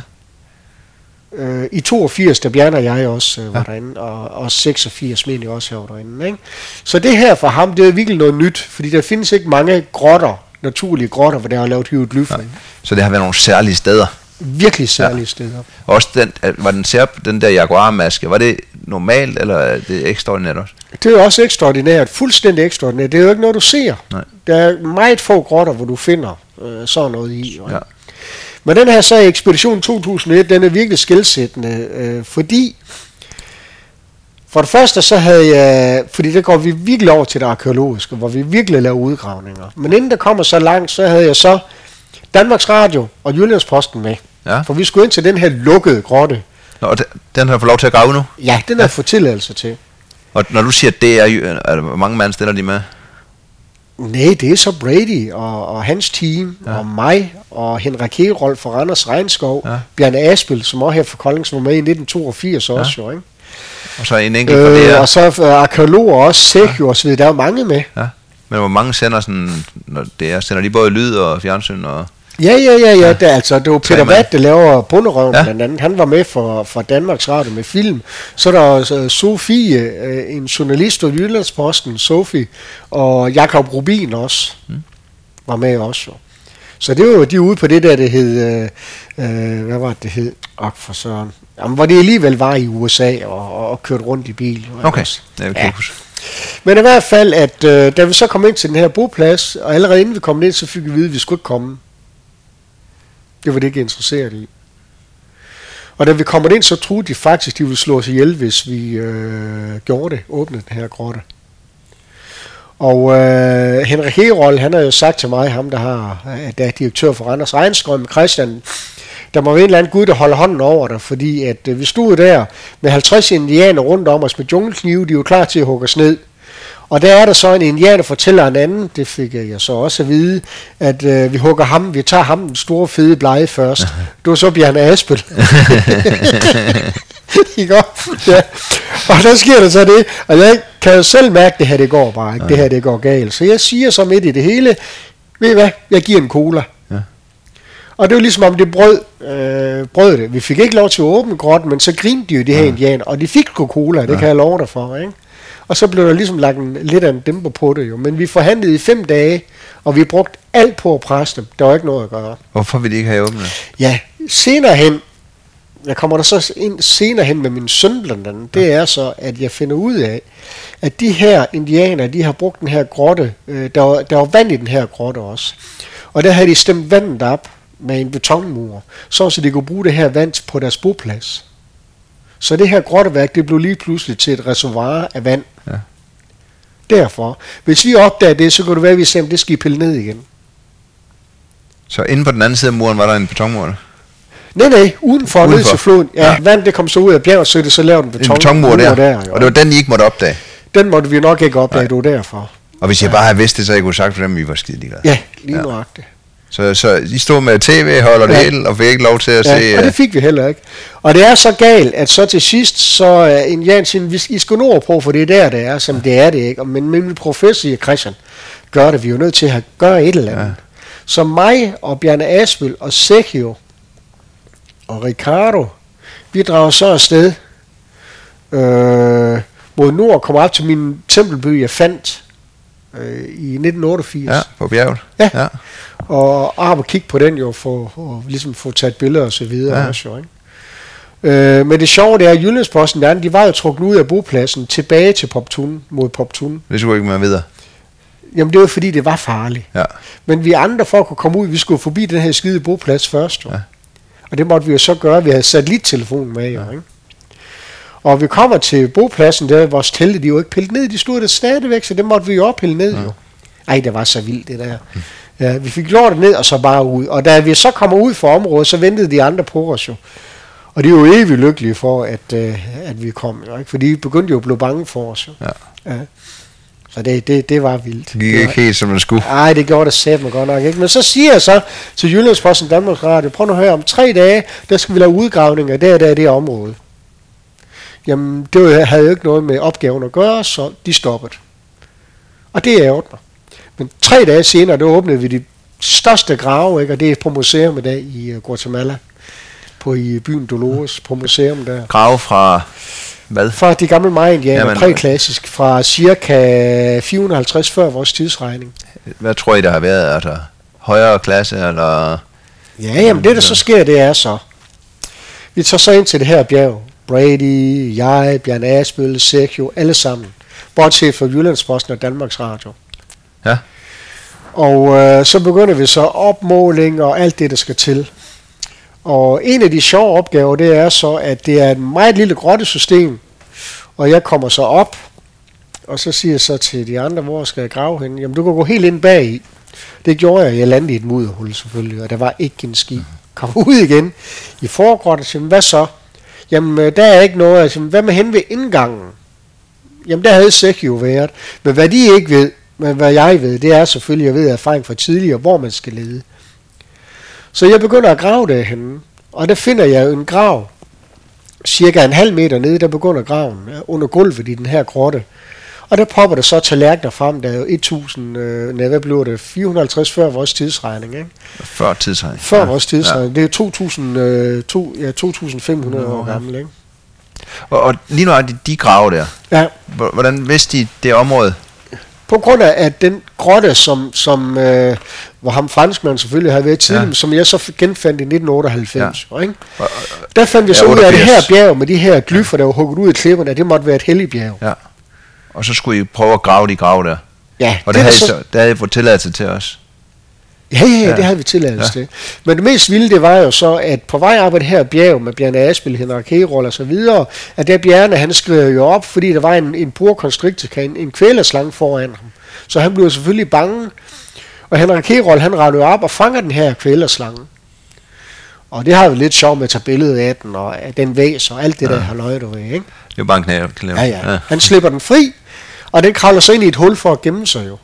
Øh, I toogfirs, der Bjarne og jeg også øh, var ja. derinde, og, og seksogfirs mener jeg også her var derinde. Ikke? Så det her for ham, det er virkelig noget nyt, fordi der findes ikke mange grotter, naturlige grotter, hvor der har lavet hieroglyffer. Ja. Så det har været nogle særlige steder? Virkelig særlige ja. steder. Også den, var den, den der jaguarmaske, var det normalt, eller er det ekstraordinært også? Det er også ekstraordinært, fuldstændig ekstraordinært. Det er jo ikke noget, du ser. Nej. Der er meget få grotter, hvor du finder øh, sådan noget i. Ja. Men den her så ekspedition to tusind og et, den er virkelig skelsættende, øh, fordi for det første så havde jeg, fordi der går vi virkelig over til det arkeologiske, hvor vi virkelig laver udgravninger. Men inden der kommer så langt, så havde jeg så Danmarks Radio og Jyllandsposten med. Ja. For vi skulle ind til den her lukkede grotte. Nå, og den har du fået lov til at grave nu? Ja, den har jeg fået tilladelse til. Og når du siger, at det er, er der, hvor mange mand stiller de med? Nej, det er så Brady og, og hans team, ja. og mig, og Henrik Herold fra Randers Regnskov, ja. Bjarne Aspel, som også her fra Kolding, som var med i nitten toogfirs ja. også, jo, ikke? Og så en enkelt for det her. Og så uh, arkeologer også, Sekio ja. og så videre, der er jo mange med. Ja. Men hvor mange sender sådan, når det er, sender de både lyd og fjernsyn og... Ja, ja, ja, ja, det, altså, det var Peter Watt, der laver Bunderøven ja. blandt andet. Han var med for, for Danmarks Radio med film. Så er der også Sofie, en journalist af Jyllandsposten, Sofie, og Jakob Rubin også, mm. var med også. Så det var jo de ude på det der, det hed, øh, hvad var det, det hed? Ak for søren. Jamen, hvor det alligevel var i U S A og, og, og kørt rundt i bil. Okay, det er okay. Ja. Men i hvert fald, at øh, da vi så kom ind til den her boplads, og allerede inden vi kom ind, så fik vi vide, at vi skulle ikke komme. Det var det ikke interesseret i. Og da vi kommer ind, så troede de faktisk, de ville slå os ihjel, hvis vi øh, gjorde det, åbnede den her grotte. Og øh, Henrik Herold, han har jo sagt til mig, ham der, har, der er direktør for Randers Regnskov med Christian, der må være en eller anden gud, der holder hånden over dig, fordi at øh, vi stod der med halvtreds indianer rundt om os med jungleknive, de er jo klar til at hugge os ned. Og der er der så en indianer fortæller en anden, det fik jeg så også at vide, at øh, vi hugger ham, vi tager ham den store fede blege først. Det var så Bjarne Aspel. Ja. Og der sker der så det, og jeg kan jo selv mærke, at det her det går bare ikke, det her det går galt. Så jeg siger så midt i det hele, ved I hvad, jeg giver en cola. Ja. Og det var ligesom om det brød, øh, brød det. Vi fik ikke lov til at åbne grotten, men så grinede de jo de her ja. indianer, og de fik cola, det ja. kan jeg love dig for, ikke? Og så blev der ligesom lagt en, lidt af en dæmper på det jo. Men vi forhandlede i fem dage, og vi brugte alt på at presse dem. Der var ikke noget at gøre. Hvorfor ville de ikke have åbnet? Ja, senere hen, jeg kommer der så ind senere hen med min søn blandt andet, ja. det er så, at jeg finder ud af, at de her indianer, de har brugt den her grotte, øh, der, var, der var vand i den her grotte også. Og der havde de stemt vandet op med en betonmur, så så de kunne bruge det her vand på deres boplads. Så det her grotteværk, det blev lige pludselig til et reservoir af vand. Ja. Derfor, hvis vi opdager det, så kan det være, at vi ser, om det skal pille ned igen. Så inde på den anden side af muren var der en betonmur? Nej, nej, udenfor, udenfor. Ned til floden. Ja, ja, vand det kom så ud af bjerget, så det så lavede en, beton, en betonmur der. der og det var den, I ikke måtte opdage? Den måtte vi nok ikke opdage, det var derfor. Og hvis jeg ja. bare havde vidst det, så jeg kunne sagt for dem, at vi var skide ligeglade. Ja, lige ja. nøjagtigt. Så, så I stod med tv-hold og det ja. hele, og fik ikke lov til at ja, se... og det fik vi heller ikke. Og det er så galt, at så til sidst, så uh, en Jan siger, I skal nå på, for det er der, det er, som det er det ikke. Men min professor siger, Christian, gør det, vi er jo nødt til at gøre et eller andet. Ja. Så mig og Bjarne Aspel og Sergio og Ricardo, vi drager så afsted øh, mod nord og kommer op til min tempelby, jeg fandt øh, i nitten otteogfirs. Ja, på bjerget. Ja. ja. Og op og kigge på den jo, for, for ligesom få taget billeder og så videre ja. også jo, ikke? Øh, men det sjove det er, at Jyllandsposten, der, de var jo trukket ud af bopladsen tilbage til Poptun, mod Poptun. Det skulle ikke man videre. Jamen det var fordi, det var farligt. Ja. Men vi andre, for at kunne komme ud, vi skulle forbi den her skide boplads først. Jo. Ja. Og det måtte vi jo så gøre. Vi havde satellittelefonen med. Jo, ikke? Og vi kommer til bopladsen, der vores telte, de er jo ikke pillet ned. De stod der stadigvæk, så det måtte vi jo ophælde ned. Ja. Jo. Ej, det var så vildt det der. Ja, vi fik lortet ned og så bare ud. Og da vi så kommer ud fra området, så ventede de andre på os jo. Og de er jo evigt lykkelige for, at, øh, at vi kom. Jo, ikke? For de begyndte jo at blive bange for os. Jo. Ja. Ja. Så det, det, det var vildt. Det gik ikke helt som det skulle. Nej, det gjorde det sæt mig godt nok ikke. Men så siger jeg så til Jyllandsposten Danmarks Radio, prøv nu at høre, om tre dage, der skal vi lave udgravninger der der i det område. Jamen, det havde jo ikke noget med opgaven at gøre, så de stoppede. Og det ærgede mig. Men tre dage senere, der åbnede vi de største grave, ikke? Og det er på museum i dag i Guatemala. På i byen Dolores, på museum der. Grave fra hvad? Fra de gamle Maya-indianer, præklassisk, fra cirka fire hundrede og halvtreds før vores tidsregning. Hvad tror I, der har været? Altså, højere klasse, eller? Ja, jamen det der så sker, det er så. Vi tager så ind til det her bjerg. Brady, jeg, Bjørn Asbøl, Sergio, alle sammen. Bortset fra Jyllandsposten og Danmarks Radio. Ja. Og øh, så begynder vi så opmåling og alt det, der skal til. Og en af de sjove opgaver, det er så, at det er et meget lille grottesystem, og jeg kommer så op, og så siger jeg så til de andre, hvor skal jeg grave hen? Jamen, du kan gå helt ind bag i. Det gjorde jeg, jeg landede i et mudderhul selvfølgelig, og der var ikke en ski. Kom ud igen i forgrotten, og siger, hvad så? Jamen, der er ikke noget, altså, hvad med hen ved indgangen? Jamen, der havde Sæk jo været, men hvad de ikke ved, men hvad jeg ved, det er selvfølgelig, jeg ved af erfaring fra tidligere, hvor man skal lede. Så jeg begynder at grave derhenne, og der finder jeg en grav, cirka en halv meter nede, der begynder graven under gulvet i den her grotte. Og der popper der så tallerkener frem, der er jo tusind, øh, nej, hvad blev det, fire hundrede og halvtreds før vores tidsregning, ikke? Før tidsregning. Før ja. vores tidsregning, ja. Det er to tusind, øh, to, ja, to tusind fem hundrede år gammel, ikke? Og, og lige nu er de, de grave der. Ja. Hvordan vidste de det område? På grund af at den grotte, som, som øh, hvor ham franskmanden selvfølgelig havde været tidligere, ja. som jeg så genfandt i nitten otteoghalvfems. Ja. Ikke? Der fandt vi så ja, ud af det her bjerg med de her glyfer, der var hugget ud i klipperne, at det måtte være et helligt bjerg. Ja. Og så skulle I prøve at grave de grave der. Ja. Og det, det havde, så, I, der havde I fået tilladelse til os. Ja, ja, ja, det havde vi tilladelse ja. til. Men det mest vilde, det var jo så, at på vej op ad det her bjerg med Bjørn Asbøl, Henrik Herold og så videre, at der bjergene, han skriver jo op, fordi der var en, en burkonstriktor, en, en kvælerslange foran ham. Så han blev selvfølgelig bange, og Henrik Herold, han retter op og fanger den her kvælerslange. Og det har jo lidt sjovt med at tage billedet af den, og den væs og alt det ja. der har løjet over, ikke? Det er bare en knæv. Ja, ja, ja. Han slipper den fri, og den kravler så ind i et hul for at gemme sig jo.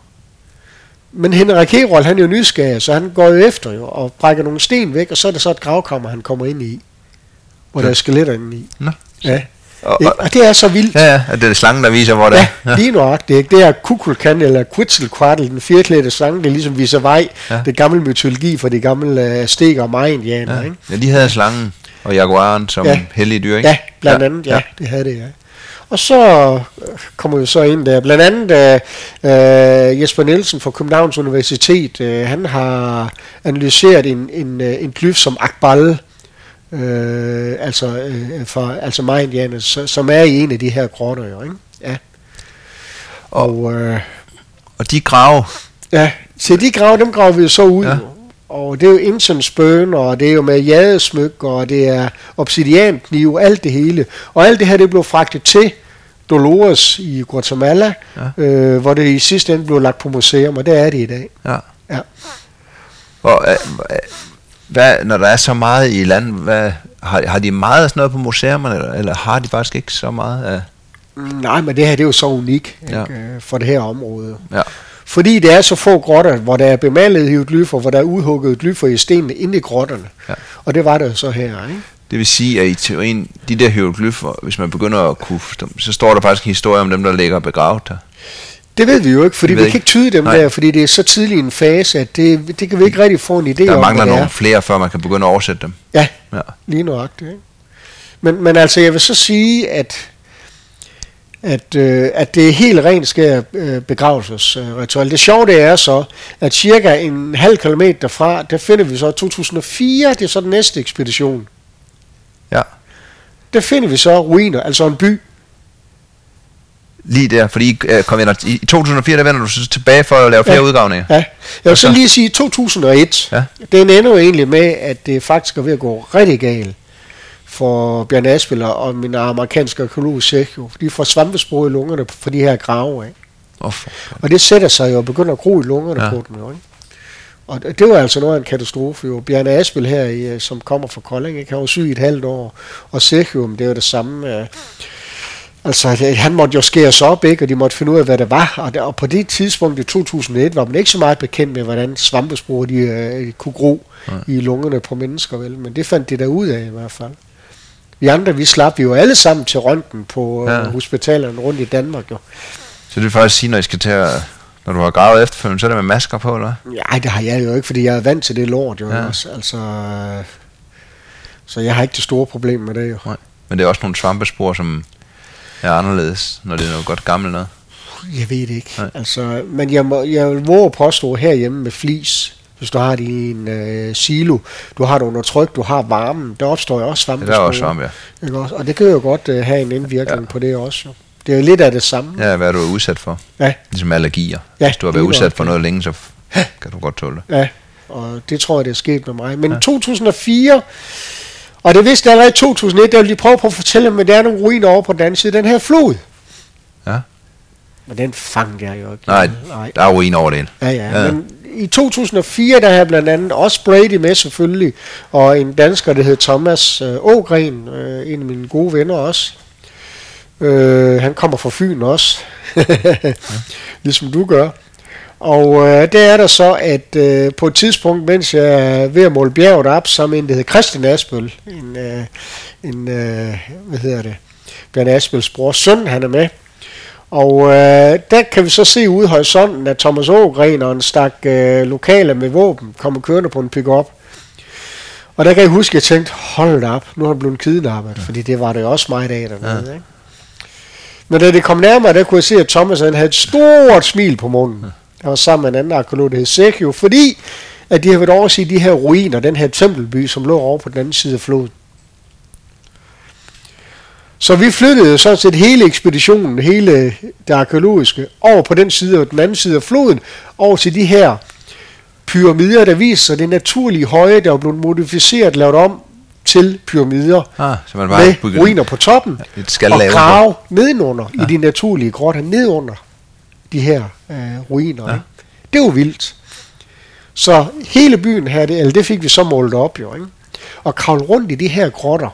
Men Henrik Herold, han er jo nysgerrig, så han går jo efter jo, og brækker nogle sten væk, og så er det så et gravkammer, han kommer ind i, hvor ja. der er skeletter inde i. Nå. Ja. Og, og, og det er så vildt. Ja, ja, det er slangen, der viser, hvor det ja, er. Ja, lige nøjagtigt. Det er Kukulkan eller Quetzalcoatl, den firklædte slange, det ligesom viser vej. Ja. Det gamle mytologi for de gamle uh, steger og Maya-indianer. Ja. Ikke? Ja, de havde slangen og jaguaren som ja. hellige dyr, ikke? Ja, blandt ja. andet, ja, ja, det havde det, ja. Og så kommer vi så ind der. Blandt andet uh, Jesper Nielsen fra Københavns Universitet, uh, han har analyseret en, en, en glyf som Akbal, uh, altså, uh, for, altså Maya-indianer, som er i en af de her grotter, jo, ikke? Ja. Og, uh, og de grave? Ja, så de grave, dem graver vi så ud. Ja. Og det er jo incenspøn, og det er jo med jadesmyk, og det er obsidiankniv, alt det hele. Og alt det her, det blev fragtet til Dolores i Guatemala, ja. øh, hvor det i sidste ende blev lagt på museum, og det er det i dag. Ja. Ja. Og øh, hvad, når der er så meget i landet, hvad, har, har de meget af sådan noget på museumerne, eller, eller har de faktisk ikke så meget af? Nej, men det her, det er jo så unikt ja. ikke, for det her område. Ja. Fordi det er så få grotter, hvor der er bemalede hieroglyfer, hvor der er udhugget glyfer i stenene inde i grotterne. Ja. Og det var det så her, ikke? Det vil sige, at i teorien, de der hieroglyfer, hvis man begynder at kunne, så står der faktisk en historie om dem, der ligger begravet her. Det ved vi jo ikke, fordi vi, vi kan ikke tyde dem Nej. der, fordi det er så tidlig en fase, at det, det kan vi ikke rigtig få en idé der om, mangler hvad nogle er. flere, før man kan begynde at oversætte dem. Ja, ja. lige nøjagtigt. Ikke? Men, men altså, jeg vil så sige, at At, øh, at det er helt rent skær øh, begravelsesritual. Det sjove det er så, at cirka en halv kilometer derfra, der finder vi så to tusind og fire, det er så den næste ekspedition. Ja. der finder vi så ruiner, altså en by. Lige der, fordi uh, kom jeg, i to tusind og fire, der vender du så tilbage for at lave flere ja. udgravninger. Ja, jeg vil så lige sige, to tusind og et, ja. Den ender jo egentlig med, at det faktisk er ved at gå rigtig galt for Bjarne Aspel og min amerikanske arkeolog Sergio. De får svampespor i lungerne for de her grave af. Oh, og det sætter sig jo og begynder at gro i lungerne ja. På dem jo, ikke? Og det var altså noget af en katastrofe jo. Bjarne Aspel her, som kommer fra Kolding, ikke? Han var syg i et halvt år, og Sergio, det var det samme. Uh, altså, han måtte jo skæres op, ikke? Og de måtte finde ud af, hvad det var. Og, der, og på det tidspunkt i to tusind og et var man ikke så meget bekendt med, hvordan svampespor de uh, kunne gro ja. I lungerne på mennesker, vel? Men det fandt de der ud af i hvert fald. Vi andre, vi slap jo alle sammen til røntgen på uh, ja. Hospitalerne rundt i Danmark jo. Så det vil faktisk sige, når I skal til at, når du har gravet efterfølgende, så er det med masker på, eller? Nej, det har jeg jo ikke, fordi jeg er vant til det lort jo ja. Også. Altså, så jeg har ikke det store problem med det jo. Nej. Men det er også nogle svampespor, som er anderledes, når det er noget godt gammelt noget. Jeg ved det ikke. Nej. Altså, men jeg, må, jeg vil våge påstå herhjemme med flis, hvis du har det i en øh, silo, du har det under tryk, du har varmen, der opstår jo også svampespor. Det er også svamp, ja. Ikke også? Og det kan jo godt øh, have en indvirkning ja. På det også jo. Det er jo lidt af det samme. Ja, hvad er du udsat for? Ja. Ligesom allergier. Ja, hvis du har været udsat for noget længe, så kan du godt tåle det. Ja, og det tror jeg, det er sket med mig. Men ja. to tusind og fire, og det vidste allerede i to tusind og et, der ville de prøve på at fortælle mig, at der er nogle ruiner over på den anden side, den her flod. Ja. Men den fangede jeg jo ikke. Nej, Nej. der er ruiner over det. Ja, ja, ja. Men i to tusind og fire, der har jeg blandt andet også Brady med selvfølgelig, og en dansker, der hed Thomas øh, Ågren, øh, en af mine gode venner også. Øh, han kommer fra Fyn også, ja. Ligesom du gør. Og øh, der er der så, at øh, på et tidspunkt, mens jeg er ved at måle bjerget op, sammen en, der hedder Christian Aspel, en, øh, en øh, hvad hedder det, Bjarne Aspels bror, søn, han er med. Og øh, der kan vi så se ude i horisonten, at Thomas Ågren og en stak øh, lokale med våben kommer kørende på en pick-up. Og der kan jeg huske, at jeg tænkte, hold da op, nu har han blevet kidnappet, ja. Fordi det var det jo også meget af dernede, ja. Ikke? Men da det kom nærmere, der kunne jeg se, at Thomas han havde et stort smil på munden. Der var sammen med en anden arkeolog, der hed Sergio, fordi at de har været over at se de her ruiner, den her tempelby, som lå over på den anden side af floden. Så vi flyttede sådan set hele ekspeditionen, hele det arkeologiske, over på den side og den anden side af floden, over til de her pyramider, der viser sig det naturlige høje, der er blevet modificeret, lavet om til pyramider, ah, så man bare med ruiner på toppen, ja, og grave nedenunder, ja. I de naturlige grotter, nedunder de her øh, ruiner. Ja. Det er jo vildt. Så hele byen her, det, eller det fik vi så målt op jo, ikke? Og kravle rundt i de her grotter,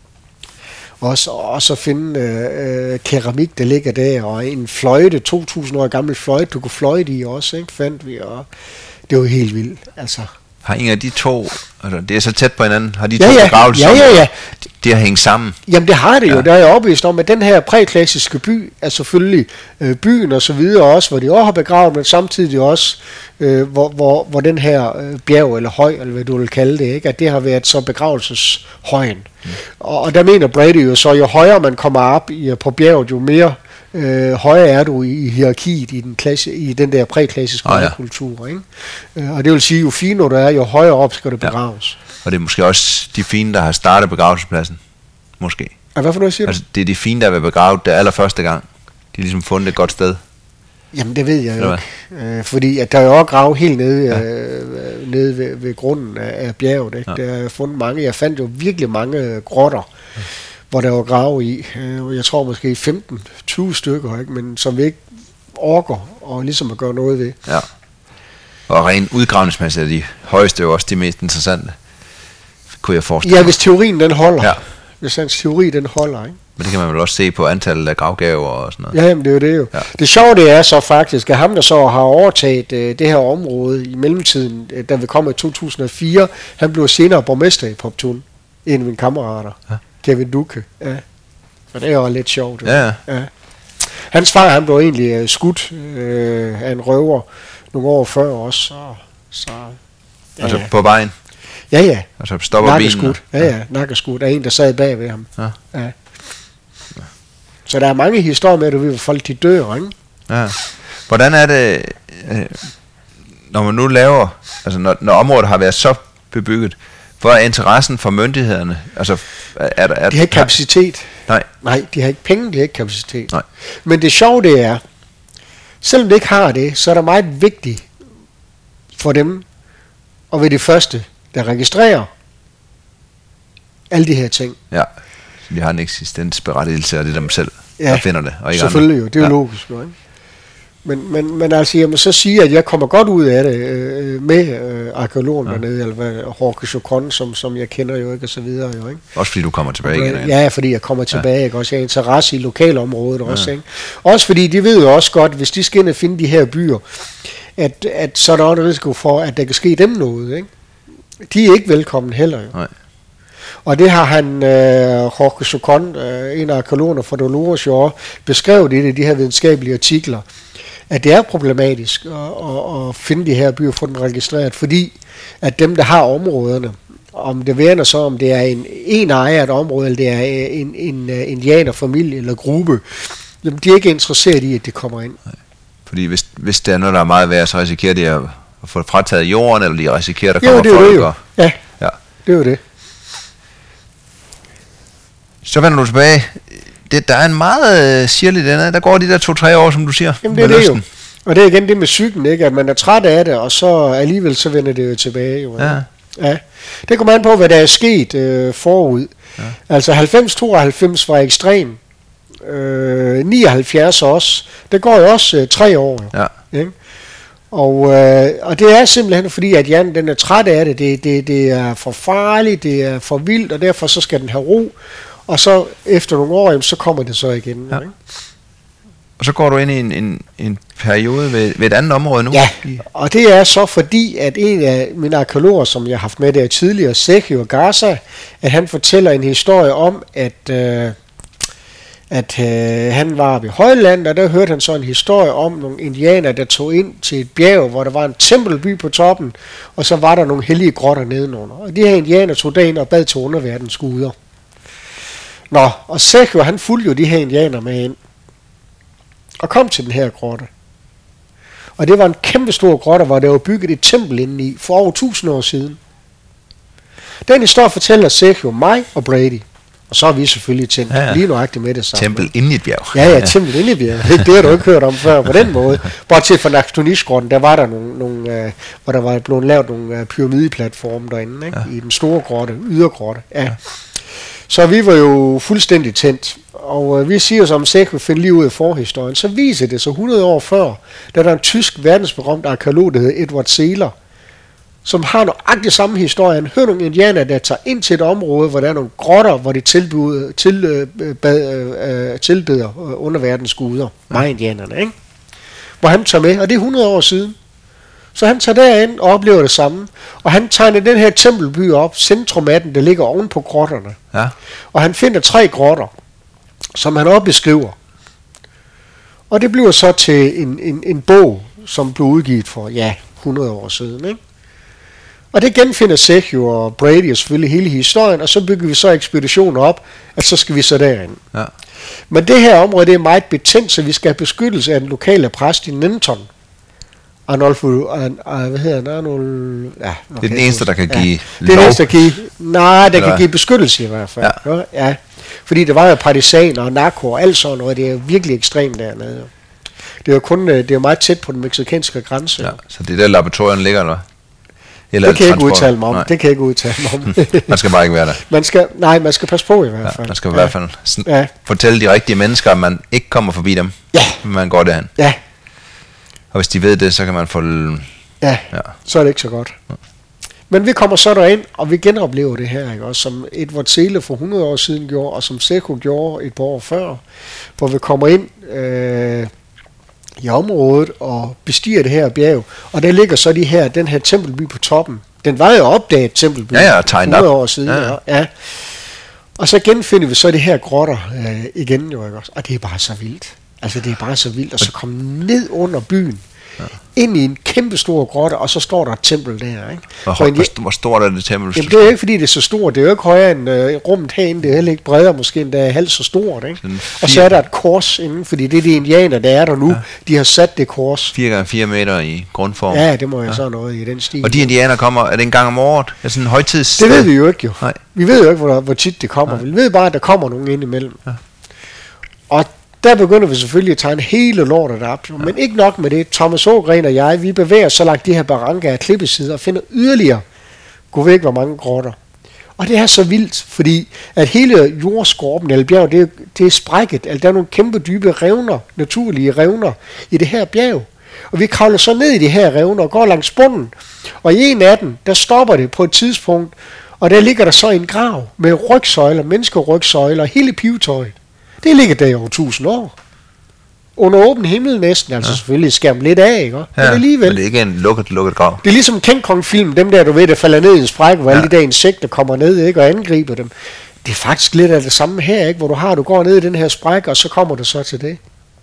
og så, og så finde øh, keramik, der ligger der, og en fløjte, to tusind år gammel fløjte, du kunne fløjte i også, ikke? Fandt vi, og det var helt vildt, altså. Har en af de to, altså det er så tæt på hinanden, har de ja, to ja. begravelser, ja, ja, ja. De, de har hængt sammen? Jamen det har det jo, ja. Der er jeg overbevist om, at den her præklassiske by er selvfølgelig øh, byen og så videre også, hvor de også har begravet, men samtidig også, øh, hvor, hvor, hvor den her øh, bjerg eller høj, eller hvad du vil kalde det, ikke, at det har været så begravelseshøjen. Mm. Og, og der mener Brady jo så, jo højere man kommer op i, på bjerget, jo mere Øh, højere er du i, i hierarkiet i den, klasse, i den der præklassiske oh, ja. kultur, ikke? Øh, og det vil sige, jo finere du er, jo højere op skal du begraves. Ja. Og det er måske også de fine, der har startet begravelsespladsen. Måske. Ja, hvad for noget siger du? Altså, det er de fine, der har været begravet der allerførste gang. De har ligesom fundet et godt sted. Jamen, det ved jeg jo ikke. Øh, fordi at der er jo også grav helt nede, ja. øh, nede ved, ved grunden af, af bjerget. Ikke? Ja. Der er fundet mange. Jeg fandt jo virkelig mange grotter. Ja. Hvor der var grave i, jeg tror måske femten til tyve stykker, ikke? Men som vi ikke orker og ligesom at gøre noget ved. Ja. Og rent udgravningsmæssigt er de højeste jo også de mest interessante, kunne jeg forestille mig. Ja, hvis teorien den holder. Ja. Hvis hans teori den holder, ikke? Men det kan man vel også se på antallet af gravgaver og sådan noget. Ja, jamen det er jo det jo. Ja. Det sjove det er så faktisk, at ham der så har overtaget øh, det her område i mellemtiden, øh, da vi kom i to tusind og fire, han blev senere borgmester i Poptun, en af mine kammerater. Ja. Kevin Duke, ja. Så det er jo lidt sjovt. Ja. Ja. Hans far, han blev egentlig uh, skudt uh, af en røver nogle år før også. Så, så, ja. Altså på vejen? Ja, ja. Altså stopper bilen? Ja, ja. Nakkeskudt af en, der sad bag ved ham. Ja. Ja. Så der er mange historier med, at du ved, folk de dør, ikke? Ja. Hvordan er det, øh, når man nu laver, altså når, når området har været så bebygget, Hvor er interessen for myndighederne? Altså, er der, er, de har ikke kapacitet. Nej. Nej, de har ikke penge, de har ikke kapacitet. Nej. Men det sjove det er, selvom de ikke har det, så er der meget vigtigt for dem at være det første, der registrerer alle de her ting. Ja, så de har en eksistensberettigelse, og det er dem selv, ja, der finder det. Og ikke selvfølgelig andre. Jo, det er jo ja. logisk jo, ikke? Men, men, men altså, jeg må så sige, at jeg kommer godt ud af det øh, med øh, arkeologen ja. dernede, eller hvad, Jorge Chacón, som, som jeg kender jo ikke, og så videre jo, ikke? Også fordi du kommer tilbage igen. igen. Ja, fordi jeg kommer tilbage, ja. ikke? Også jeg har interesse i lokalområdet ja. også, ikke? Også fordi de ved jo også godt, hvis de skal ind og finde de her byer, at, at så er der også en risiko for, at der kan ske dem noget, ikke? De er ikke velkommen heller, jo. Nej. Og det har han, øh, Jorge Chacón, øh, en af arkeologerne fra Dolores jo, beskrevet i det, de her videnskabelige artikler, at det er problematisk at, at, at finde de her byer og få dem registreret, fordi at dem, der har områderne, om det værner så, om det er en, en ejer af et område, eller det er en, en, en indianerfamilie eller gruppe, jamen, de er ikke interesseret i, at det kommer ind. Nej. Fordi hvis, hvis det er noget, der er meget værd, så risikerer de at få frataget jorden, eller de risikerer, at der kommer jo, det folk. Det jo. Ja, ja, det er jo det. Så vender du tilbage. Det, der er en meget øh, sirlig denne. Der går de der to-tre år, som du siger. Jamen det er det jo. Og det er igen det med psyken, ikke? At man er træt af det, og så alligevel så vender det jo tilbage. Jo, ja. Ja. Det kommer an på, hvad der er sket øh, forud. Ja. Altså halvfems tooghalvfems var ekstrem. Øh, nioghalvfjerds også. Det går jo også øh, tre år. Jo. Ja. Ikke? Og, øh, og det er simpelthen fordi, at hjernen den er træt af det. Det, det. det er for farligt, det er for vildt, og derfor så skal den have ro. Og så efter nogle år, så kommer det så igen. Ja. Ikke? Og så går du ind i en, en, en periode ved, ved et andet område nu? Ja, og det er så fordi, at en af mine arkeologer, som jeg har haft med der tidligere, Sergio Garza, at han fortæller en historie om, at, øh, at øh, han var ved Højland, og der hørte han så en historie om nogle indianere, der tog ind til et bjerg, hvor der var en tempelby på toppen, og så var der nogle hellige grotter nedenunder. Og de her indianere tog derind og bad til underverdens guder. Nå, og Sergio, han fulgte jo de her indianere med ind, og kom til den her grotte. Og det var en kæmpe stor grotte, hvor der var bygget et tempel indeni for over tusind år siden. Den historie fortæller Sergio, mig og Brady. Og så er vi selvfølgelig tændt ja, ja. lige nøjagtigt med det samme. Tempel inde i et bjerg. Ja, ja, tempel inde i et bjerg. Det, det har du ikke hørt om før på den måde. Bortset fra Nakhtonish-grotten, der var der nogle, nogle øh, hvor der var blevet lavet nogle øh, pyramideplatforme derinde, ikke? Ja. I den store grotte, ydergrotte. Ja. Ja. Så vi var jo fuldstændig tændt. Og øh, vi siger som Sergio finder lige ud af forhistorien, så viser det så hundrede år før, da der er en tysk verdensberømt arkeolog, der hedder Edward Seeler, som har nøjagtigt samme historie. Han hører nogle indianere, der tager ind til et område, hvor der er nogle grotter, hvor de tilbeder, til, øh, bad, øh, tilbeder underverdens guder. Ja. Mig indianerne, ikke? Hvor han tager med, og det er hundrede år siden. Så han tager derind og oplever det samme. Og han tegner den her tempelby op, centrum af den, der ligger oven på grotterne. Ja. Og han finder tre grotter, som han også beskriver. Og det bliver så til en, en, en bog, som blev udgivet for, ja, hundrede år siden, ikke? Og det genfinder Sergio og Brady og selvfølgelig hele historien, og så bygger vi så ekspeditionen op, at så skal vi så derind. Ja. Men det her område, det er meget betændt, så vi skal have beskyttelse af den lokale præst i Nenton. Arnolfo, Ar, hvad hedder han? Arnold, ja, okay. Det er den eneste, der kan give ja. lov. Det er den eneste, der kan give, nej, der kan give beskyttelse i hvert fald. Ja. Ja. Fordi der var jo partisaner og narko og alt sådan noget, det er jo virkelig ekstremt dernede. Det er jo kun, det er meget tæt på den mexikanske grænse. Ja. Så det er der laboratorien ligger, eller Eller det kan jeg ikke udtale mig om. Nej. Det kan jeg ikke udtale mig om. Man skal bare ikke være der. Man skal, nej, man skal passe på i hvert fald. Ja, man skal i ja. hvert fald sn- ja. fortælle de rigtige mennesker, at man ikke kommer forbi dem. Ja. Man går derhen. Ja. Og hvis de ved det, så kan man få... Ja, ja. Så er det ikke så godt. Ja. Men vi kommer så derind, og vi genoplever det her, ikke? Også som Edward Seeler for hundrede år siden gjorde, og som Sergio gjorde et par år før, hvor vi kommer ind øh, i området og bestiger det her bjerg, og der ligger så de her, den her tempelby på toppen. Den var jo opdaget, tempelby, ja, ja, hundrede år siden. Ja, ja. Ja. Og så genfinder vi så det her grotter øh, igen, jo, ikke også? Og det er bare så vildt. Altså det er bare så vildt at så komme ned under byen. ja. ind i en kæmpe stor grotte, og så står der et tempel der. Ikke? Hvor, hvor, hvor, hvor stort er det tempel? Jamen, det er jo ikke, fordi det er så stort. Det er jo ikke højere end øh, rummet herinde. Det er heller ikke bredere, måske endda halvt så stort. Ikke? Og så er der et kors inden, fordi det er de indianer, der er der nu. Ja. De har sat det kors. fire gange fire meter i grundform. Ja, det må jeg ja. så noget i den stil. Og de indianer kommer, er det en gang om året? Er det sådan en højtids? Det ved vi jo ikke jo. Nej. Vi ved jo ikke, hvor, hvor tit det kommer. Nej. Vi ved bare, at der kommer nogen ind imellem. Ja. Og der begynder vi selvfølgelig at tegne hele lortet op. Ja. Men ikke nok med det. Thomas Ågren og jeg, vi bevæger så langt de her barranker af klippesider og finder yderligere, gå væk hvor mange grotter. Og det er så vildt, fordi at hele jordskorpen, eller bjerg, det er, det er sprækket. Altså, der er nogle kæmpe dybe revner, naturlige revner i det her bjerg. Og vi kravler så ned i de her revner og går langs bunden. Og i en af dem, der stopper det på et tidspunkt, og der ligger der så en grav med rygsøjler, menneskerygsøjler, hele pivetøjet. Det ligger der i over tusind år. Under åben himmel næsten, altså ja. selvfølgelig skærm lidt af, ikke? Men ja, alligevel. Men det er ikke en lukket, lukket grav. Det er ligesom King Kong-film, dem der, du ved, der falder ned i en sprække, hvor ja. alle de der insekter kommer ned, ikke, og angriber dem. Det er faktisk lidt af det samme her, ikke, hvor du har, du går ned i den her sprække, og så kommer du så til det.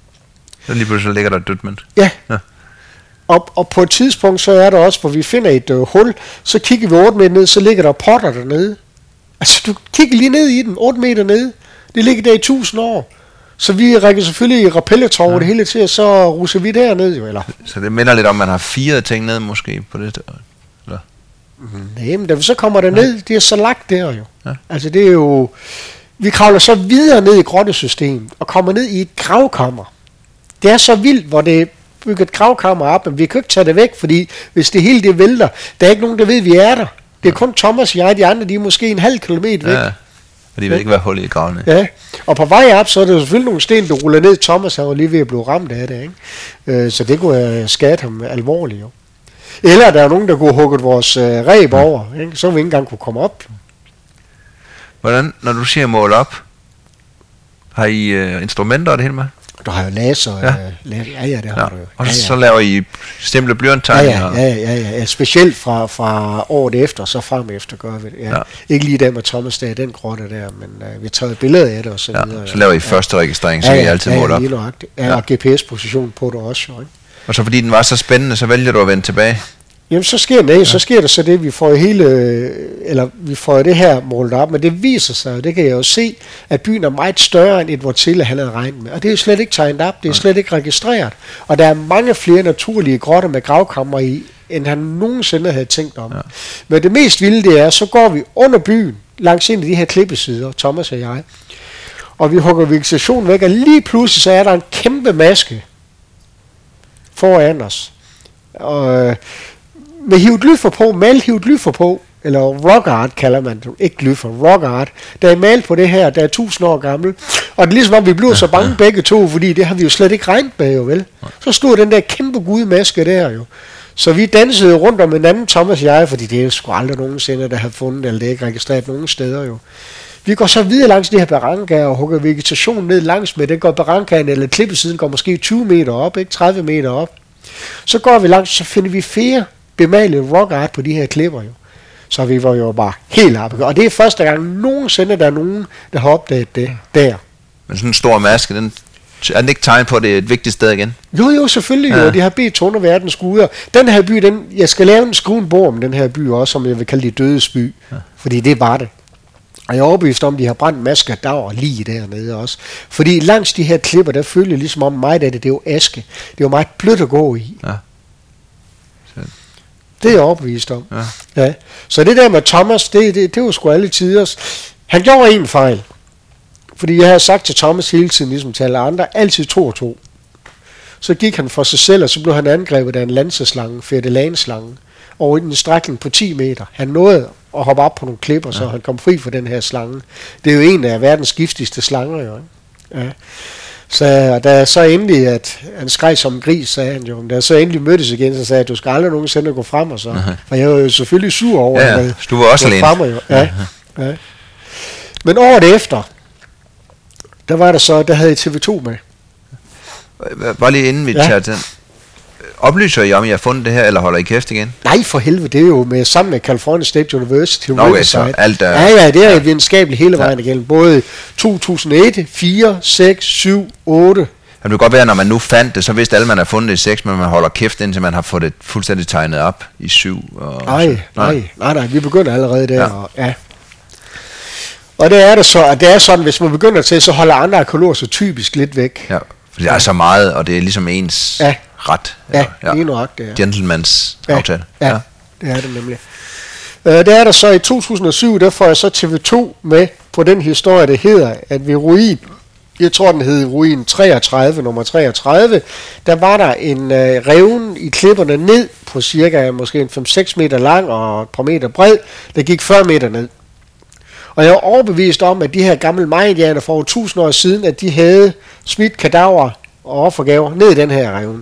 Så lige pludselig ligger der et dødt mænd. Ja. ja. Og, og på et tidspunkt, så er der også, hvor vi finder et øh, hul, så kigger vi otte meter ned, så ligger der potter dernede. Altså, du kigger lige ned i den, otte meter ned. Det ligger der i tusind år. Så vi rækker selvfølgelig i rappelletår ja. det hele til, og så russer vi derned jo, eller? Så det minder lidt om, man har fire ting ned måske på det, eller? Nej, men da vi så kommer der ned, ja. det er så lagt der jo. Ja. Altså det er jo, vi kravler så videre ned i grottesystemet, og kommer ned i et gravkammer. Det er så vildt, hvor det er bygget et gravkammer op, men vi kan ikke tage det væk, fordi hvis det hele det vælter, der er ikke nogen, der ved, vi er der. Det er kun Thomas og jeg, de andre, de er måske en halv kilometer væk. Ja. Og de ved ikke, hvad hul i gravene. Ja, og på vej op, så er der selvfølgelig nogle sten, der ruller ned. Thomas han var lige ved at blive ramt af det, ikke? Øh, så det kunne have skadet ham alvorligt, jo. Eller der er nogen, der kunne have hugget vores øh, reb ja. over, ikke? Så vi ikke engang kunne komme op. Hvordan, når du siger mål op, har I øh, instrumenter og det hele med? Du har jo laser. Ja, øh, laser. ja, ja, det har ja. du jo. Og ja, ja. så laver I simple blyanttegninger? Ja, ja, ja, ja, ja. Specielt fra, fra året efter, så frem efter gør vi det. Ja. Ja. Ikke lige der med Thomas, der den grotte der, men uh, vi tager et billede af det og så ja. videre. Så laver I første ja. registrering, så ja, ja, I altid ja, måler op? Ja, ja, og G P S-position på det også, jo, ikke? Og så fordi den var så spændende, så vælger du at vende tilbage? Jamen så sker det, ja. så sker der så det, vi får hele, eller vi får det her målt op, men det viser sig, det kan jeg jo se, at byen er meget større end Edward Tille han havde regnet med, og det er jo slet ikke tegnet op, det er slet ikke registreret, og der er mange flere naturlige grotter med gravkammer i, end han nogensinde havde tænkt om. Ja. Men det mest vilde det er, så går vi under byen, langs ind i de her klippesider, Thomas og jeg, og vi hugger vegetationen væk, og lige pludselig så er der en kæmpe maske foran os, og med hieroglyffer på, malet hieroglyffer på, eller rock art kalder man det, ikke glyffer, rock art, der er malet på det her, der er tusind år gammel, og det er ligesom om vi blev så bange begge to, fordi det har vi jo slet ikke regnet med jo vel. Så stod den der kæmpe gudmaske der jo. Så vi dansede rundt om en anden, Thomas og jeg, fordi det er jo sgu aldrig nogensinde, der har fundet, eller det er ikke registreret nogen steder jo. Vi går så videre langs de her barrankaer og hugger vegetationen ned langs med, det går barrankaen, eller klippesiden går måske tyve meter op, ikke tredive meter op. Så går vi langs, så finder vi flere bemalet rock art på de her klipper jo. Så vi var jo bare helt oppe. Og det er første gang nogensinde, der er nogen, der har opdaget det der. Men sådan en stor maske, den, er den ikke tegn på, at det er et vigtigt sted igen? Jo, jo, selvfølgelig ja. jo. De har bedt Tårneverdens guder. Den her by, den, jeg skal lave en skruen bog om den her by også, som jeg vil kalde det dødes by. Ja. Fordi det var det. Og jeg er overbevist om, at de har brændt masker der og lige dernede også. Fordi langs de her klipper, der følger ligesom om mig, det, det er jo aske. Det er jo meget blødt at gå i. Ja. Det er jeg overbevist om. Ja. Ja. Så det der med Thomas, det, det, det var sgu alle tiders. Han gjorde en fejl. Fordi jeg havde sagt til Thomas hele tiden, ligesom til alle andre, altid to og to. Så gik han for sig selv, og så blev han angrebet af en lanseslange, færdelanslange, over en strækning på ti meter. Han nåede at hoppe op på nogle klipper, ja. så han kom fri for den her slange. Det er jo en af verdens giftigste slanger, jo. Ja. Så da så endelig, at han skreg som en gris, sagde han jo, da jeg så endelig mødtes igen, så sagde jeg, at du skal aldrig nogensinde gå frem og så. Uh-huh. For jeg var jo selvfølgelig sur over, ja, at du var også alene. Jo. Ja, uh-huh. ja. Men året efter, der var der så, der havde I T V to med. Bare lige inden vi ja. tager den. Oplyser I om, I har fundet det her, eller holder I kæft igen? Nej, for helvede, det er jo med, sammen med California State University. Okay, så alt er... Ja, ja, det er ja. videnskabeligt hele vejen ja. igennem. Både to tusind og et, fire, seks, syv, otte, Det kan godt være, når man nu fandt det, så vidste alle, man har fundet det i seks, men man holder kæft, indtil man har fået det fuldstændig tegnet op i syv. Og nej, nej, nej, nej, nej, vi begynder allerede der. Ja. Og, ja. og det er det så, at det er sådan, hvis man begynder til, så holder andre arkeologer så typisk lidt væk. Ja, for det er så meget, og det er ligesom ens ja. ret. Ja, ja. En ret, det er. Gentlemans ja. aftale. Ja. ja, det er det nemlig. Uh, det er der så i to tusind og syv, der får jeg så T V to med på den historie, det hedder, at ved ruin, jeg tror den hed ruin treogtredive, nummer treogtredive, der var der en uh, revne i klipperne ned på cirka måske en fem seks meter lang og et par meter bred, der gik fyrre meter ned. Og jeg var overbevist om, at de her gamle mayaindianere for over tusind år siden, at de havde smidt kadaver og offergaver ned i den her revne.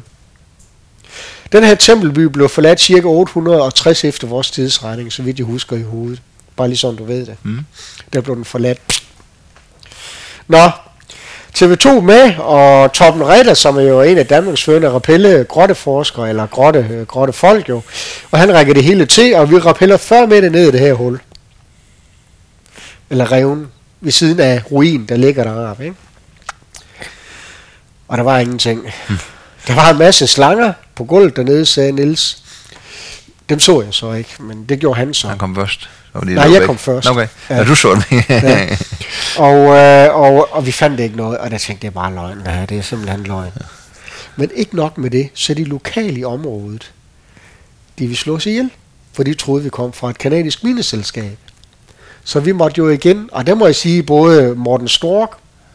Den her tempelby blev forladt cirka otte hundrede og tres efter vores tidsregning, så vidt jeg husker i hovedet. Bare lige sådan, du ved det. Mm. Der blev den forladt. Nå, T V to med, og Torben Ritter, som er jo en af Danmarks førende rappelle grotteforskere, eller grotte, grottefolk jo, og han rækker det hele til, og vi rappeller fyrre meter ned i det her hul. Eller revnen, ved siden af ruin, der ligger deroppe, ikke? Og der var ingenting. Mm. Der var en masse slanger på gulvet dernede, sagde Niels. Dem så jeg så ikke, men det gjorde han så. Han kom først. Nej, jeg væk. kom først. Okay, ja, ja du så det. ja. og, øh, og, og vi fandt ikke noget, og der tænkte jeg bare løgn. Ja, det er simpelthen løgn. Ja. Men ikke nok med det, så de lokale i området, de ville slå sig ihjel, for de troede, vi kom fra et kanadisk mineselskab. Så vi måtte jo igen, og der må jeg sige, både Morten Stork,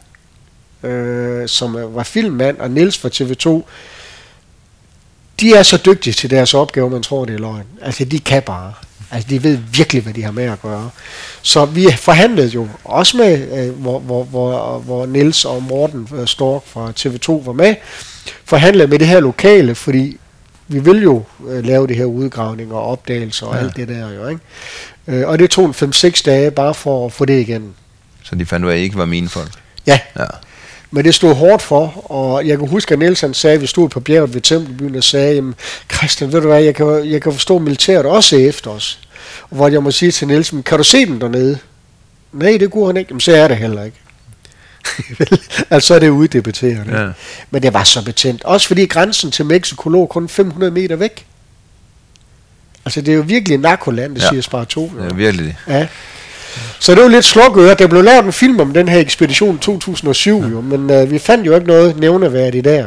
øh, som var filmmand, og Niels fra T V to, de er så dygtige til deres opgave, man tror, det er løgn. Altså, de kan bare. Altså, de ved virkelig, hvad de har med at gøre. Så vi forhandlede jo også med, øh, hvor, hvor, hvor, hvor Niels og Morten Stork fra T V to var med, forhandlede med det her lokale, fordi vi vil jo øh, lave det her udgravninger og opdagelser og ja. alt det der jo, ikke? Øh, og det tog en fem seks dage bare for at få det igen. Så de fandt ud af, at I ikke var mine folk? Ja. ja. Men det stod hårdt for, og jeg kan huske, at Nielsen sagde, at vi stod på bjerget ved Tempelbyen og sagde, jamen Christian, ved du hvad, jeg kan, jeg kan forstå militæret også efter os. Og hvor jeg må sige til Nielsen, kan du se dem dernede? Nej, det kunne han ikke. Jamen, så er det heller ikke. altså er det uddebatterende. Ja. Men det var så betændt. Også fordi grænsen til Mexico lå kun fem hundrede meter væk. Altså det er jo virkelig narkoland, det ja. siger Sparto. Det er virkelig det. Ja. Så det var lidt slukøret. Der blev lavet en film om den her ekspedition i to tusind og syv, ja. jo, men øh, vi fandt jo ikke noget nævneværdigt der.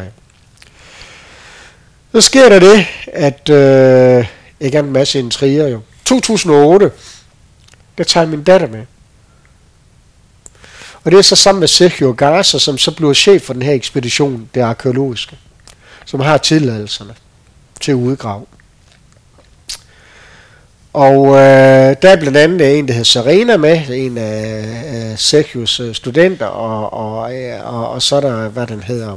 Så sker der det, at øh, ikke en masse intriger jo. to tusind og otte, der tager min datter med. Og det er så sammen med Sergio Garza, som så blev chef for den her ekspedition, det arkeologiske, som har tilladelserne til at udgrave. Og øh, der er blandt andet en, der hedder Serena med, en af, af Sergios studenter, og, og, og, og så er der, hvad den hedder,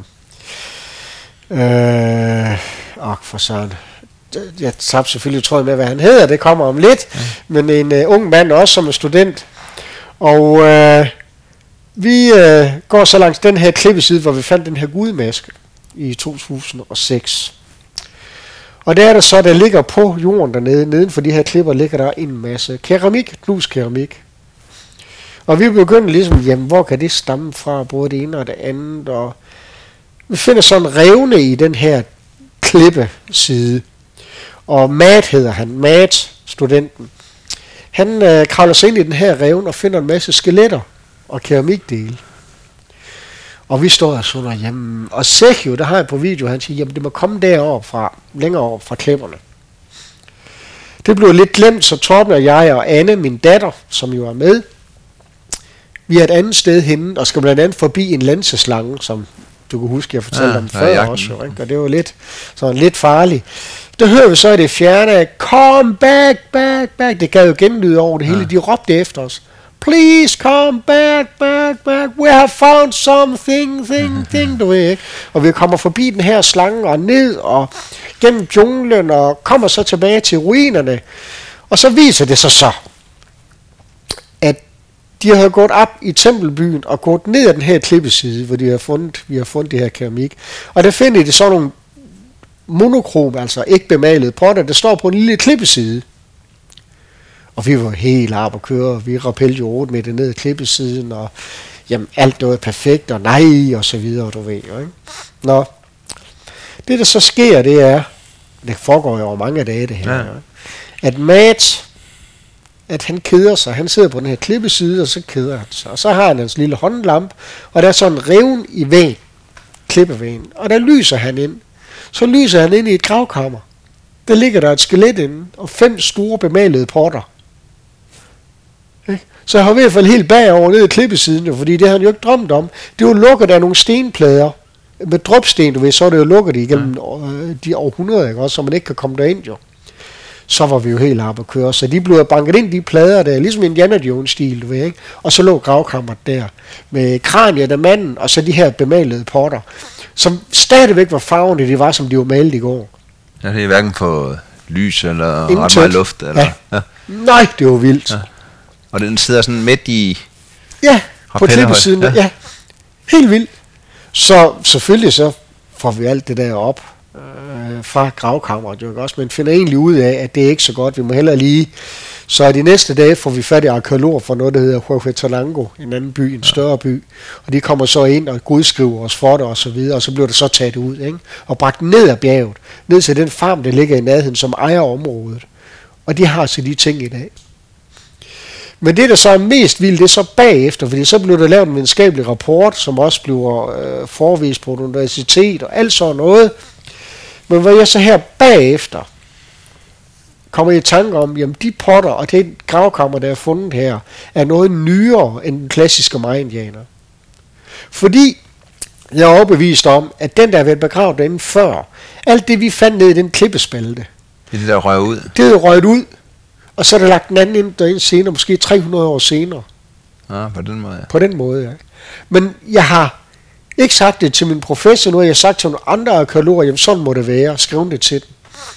øh, åh, for søren, jeg tabte selvfølgelig tråden med, hvad han hedder, det kommer om lidt, ja. men en uh, ung mand også, som er student, og øh, vi øh, går så langs den her klippeside, hvor vi fandt den her gudmaske i to tusind og seks. Og der er der så, der ligger på jorden dernede, neden for de her klipper, ligger der en masse keramik, knust keramik. Og vi begynder ligesom, jamen hvor kan det stamme fra, både det ene og det andet, og vi finder sådan en revne i den her klippeside. Og Matt hedder han, Matt, studenten. Han øh, kravler sig ind i den her revne og finder en masse skeletter og keramikdele. Og vi står og sådan, jamen, og Sergio, der har jeg på video, han siger, jamen det må komme deroppe fra, længere op fra klipperne. Det blev lidt glemt, så Torben og jeg og Anne, min datter, som jo er med, vi er et andet sted henne, og skal blandt andet forbi en lanseslange, som du kan huske, jeg fortalte ja, om før ja, også, jo, ikke? Og det var lidt, sådan lidt farligt. Der hører vi så i det fjerne, come back, back, back, det gav jo genlyde over det hele, ja. De råbte efter os. Please come back, back, back. We have found something, thing, thing, du ved ikke. Og vi kommer forbi den her slange og ned og gennem junglen og kommer så tilbage til ruinerne. Og så viser det sig så, at de har gået op i tempelbyen og gået ned ad den her klippeside, hvor de har fundet, vi har fundet det her keramik. Og der finder de sådan nogle monokrom, altså ikke bemalede potter, der står på en lille klippeside. Og vi var helt op at køre, vi rappellede jo otte meter ned ad klippesiden, og jamen alt noget er perfekt, og nej, og så videre, du ved jo, ikke? Nå, det der så sker, det er, det foregår jo over mange dage det her, ja. At Matt, at han keder sig, han sidder på den her klippeside, og så keder han sig, og så har han hans lille håndlamp, og der er sådan en revn i væggen, klippevæggen, og der lyser han ind. Så lyser han ind i et gravkammer. Der ligger der et skelet inde, og fem store bemalede porter. Så jeg har i hvert fald helt bagover ned i klippesiden, fordi det har han jo ikke drømt om. Det var lukket af nogle stenplader, med dropsten, du ved, så er det jo lukket igennem ja. de århundreder, ikke også, så man ikke kan komme derind jo. Så var vi jo helt oppe at køre, så de blev banket ind, de plader der, ligesom Indiana Jones-stil, du ved, ikke? Og så lå gravkammeret der, med kraniet af manden, og så de her bemalede porter, som stadigvæk var farverne, de var, som de var malet i går. Ja, det er hverken på lys eller ret meget luft. Eller, ja. Ja. Nej, det var vildt. Ja. Og den sidder sådan midt i... Ja, på klippesiden, ja. ja. Helt vildt. Så selvfølgelig så får vi alt det der op øh, fra gravkammeret, jo ikke også, men finder egentlig ud af, at det er ikke så godt. Vi må hellere lige... Så de næste dage får vi fat i arkeologer fra noget, der hedder Huehuetenango, en anden by, en større by, og de kommer så ind og godskriver os for det og så videre, og så bliver det så taget ud, ikke? Og bragt ned ad bjerget, ned til den farm, der ligger i nærheden, som ejer området. Og de har så de ting i dag. Men det, der så er mest vildt, det er så bagefter, fordi så blev der lavet en videnskabelig rapport, som også bliver øh, forvist på universitet og alt sådan noget. Men hvor jeg så her bagefter kommer i tanke om, jamen de potter og det gravkammer, der er fundet her, er noget nyere end den klassiske Maya-indianer. Fordi jeg er overbevist om, at den, der har været begravet derinde før, alt det, vi fandt ned i den klippespalte, det er det, der røg ud. Det er røget ud. Og så er der lagt den anden ind derinde senere, måske tre hundrede år senere. Ja, på den måde, ja. På den måde, ja. Men jeg har ikke sagt det til min professor nu, jeg har sagt til nogle andre arkeologer, jamen sådan må det være, skriv det til dem.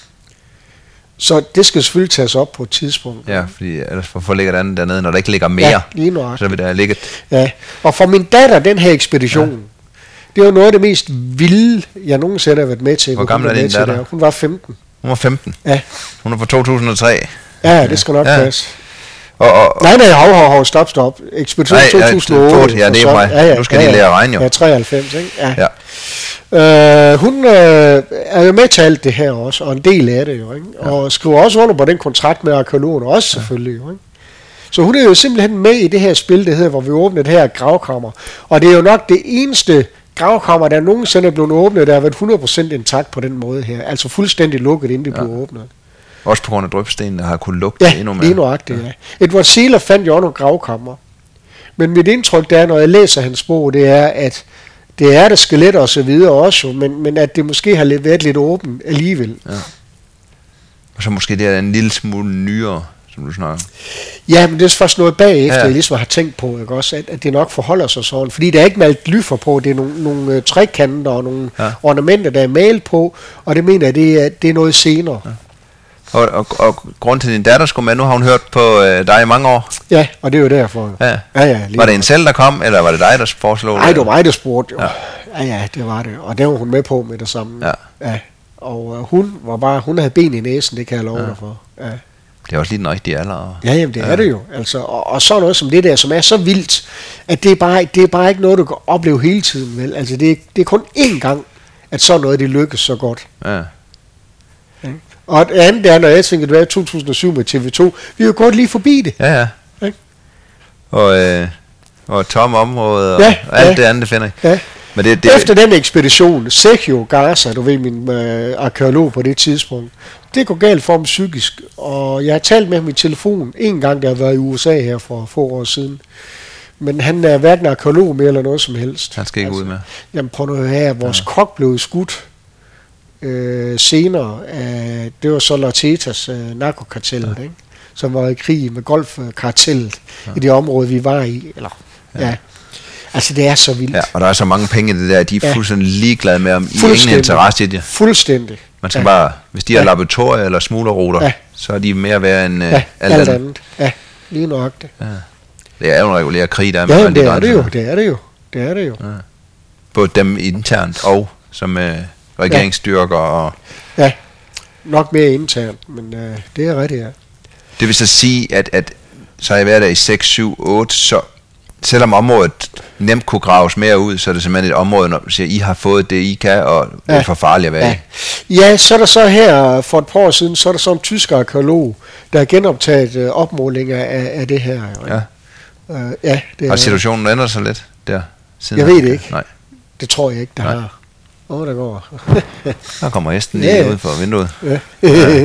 Så det skal selvfølgelig tages op på et tidspunkt. Ja, fordi ellers hvorfor ligger det andet dernede, når der ikke ligger mere? Ja, lige nok. Så vil der ligge. Ja, og for min datter, den her ekspedition, ja. Det var noget af det mest vilde, jeg nogensinde har været med til. Hvor gammel er din datter? Der. Hun var femten. Hun var femten? Ja. Hun er fra to tusind og tre? Ja, det skal nok ja. passe. Og, og, nej, nej, hov, hov, hov, stop, stop. Ekspedition nej, to tusind og otte. Ja, det er mig. Ja, ja, nu skal ja, de lære at regne jo. Ja, treoghalvfems, ikke? Ja. ja. Øh, hun øh, er jo med til alt det her også, og en del af det jo, ikke? Ja. Og skriver også under på den kontrakt med arkeologerne også selvfølgelig, jo, ikke? Så hun er jo simpelthen med i det her spil, det hedder, hvor vi åbner det her gravkammer. Og det er jo nok det eneste gravkammer, der nogensinde er blevet åbnet, der har været hundrede procent intakt på den måde her. Altså fuldstændig lukket, inden det ja. blev åbnet. Også på grund af drypstenen, der har kunnet lugte ja, endnu mere. Ja, lige nøjagtigt, ja. ja. Edward Sealer fandt jo også nogle gravkammer. Men mit indtryk, der når jeg læser hans bog, det er, at det er der skeletter og så videre også, men, men at det måske har været lidt åbent alligevel. Ja. Og så måske det er en lille smule nyere, som du snakker. Ja, men det er først noget bagefter, ja. jeg ligesom har tænkt på, ikke også, at, at det nok forholder sig sådan. Fordi der er ikke malet glyfer på, det er nogle, nogle uh, trekanter og nogle ja. ornamenter, der er malet på, og det mener jeg, det er, det er noget senere. Ja. Og, og, og grund til din datter skulle med, nu har hun hørt på øh, dig i mange år. Ja, og det er jo derfor. Ja. Ja, ja, var det en selv, der kom, eller var det dig, der foreslog det? Nej, det var mig, der spurgte. Ja. ja, ja, det var det. Og det var hun med på med det samme. Ja. ja. Og uh, hun var bare, hun havde ben i næsen, det kan jeg love ja. dig for. Ja. Det er også lige den rigtige alder. Ja, jamen det ja. er det jo. Altså, og, og så noget som det der, som er så vildt, at det er bare, det er bare ikke noget, du kan opleve hele tiden. Vel? Altså, det er, det er kun én gang, at sådan noget, det lykkes så godt. Ja. Ja. Og det andet er, når jeg tænker, det var i to tusind og syv med T V to, vi har godt lige forbi det. Ja, ja. ja. Og, øh, og tomme område og, ja, og alt ja. det andet, det finder jeg. Ja. Men det, det, efter den ekspedition, Sergio Garza, du ved, min øh, arkeolog på det tidspunkt, det går galt for ham psykisk, og jeg har talt med ham i telefon en gang, der har været i U S A her for få år siden. Men han er hverken arkeolog mere eller noget som helst. Han skal ikke altså, ud med. Jamen prøv nu her, vores ja. kok blev skudt øh, senere. Øh, det var så Lortetas øh, narkokartellet, ja. ikke? Som var i krig med golfkartellet ja. i det område, vi var i. Eller, ja. ja. Altså det er så vildt. Ja, og der er så mange penge i det der, de er ja. fuldstændig ligeglade med, om I ingen interesse i det. Fuldstændig. Man skal ja. bare, hvis de har ja. laboratorier eller smuglerruter, ja. så er de mere værd end ja, uh, alt, alt andet. Ja, lige nok det. Ja. Det er jo en regulær krig, der er ja, med det, det er det jo, det er det jo. Det er det jo. Ja. Både dem internt og som uh, regeringsstyrker ja. og... Ja, nok mere internt, men uh, det er rigtigt, ja. Det vil så sige, at, at så har jeg været der i seks, syv, otte, så selvom området nemt kunne graves mere ud, så er det simpelthen et område, når man siger, I har fået det, I kan, og det er Ja. for farligt at være Ja. i. ja, så er der så her, for et par år siden, så er der så en tysk arkeolog, der har genoptaget øh, opmålinger af, af det her. Jo, Ja. øh, ja det, Har er, situationen ændret sig lidt der? Siden Jeg ved det ikke. Nej, det tror jeg ikke, der Nej. har. Åh, oh, der går. der kommer hesten Ja. lige ud for vinduet. ja. Ja.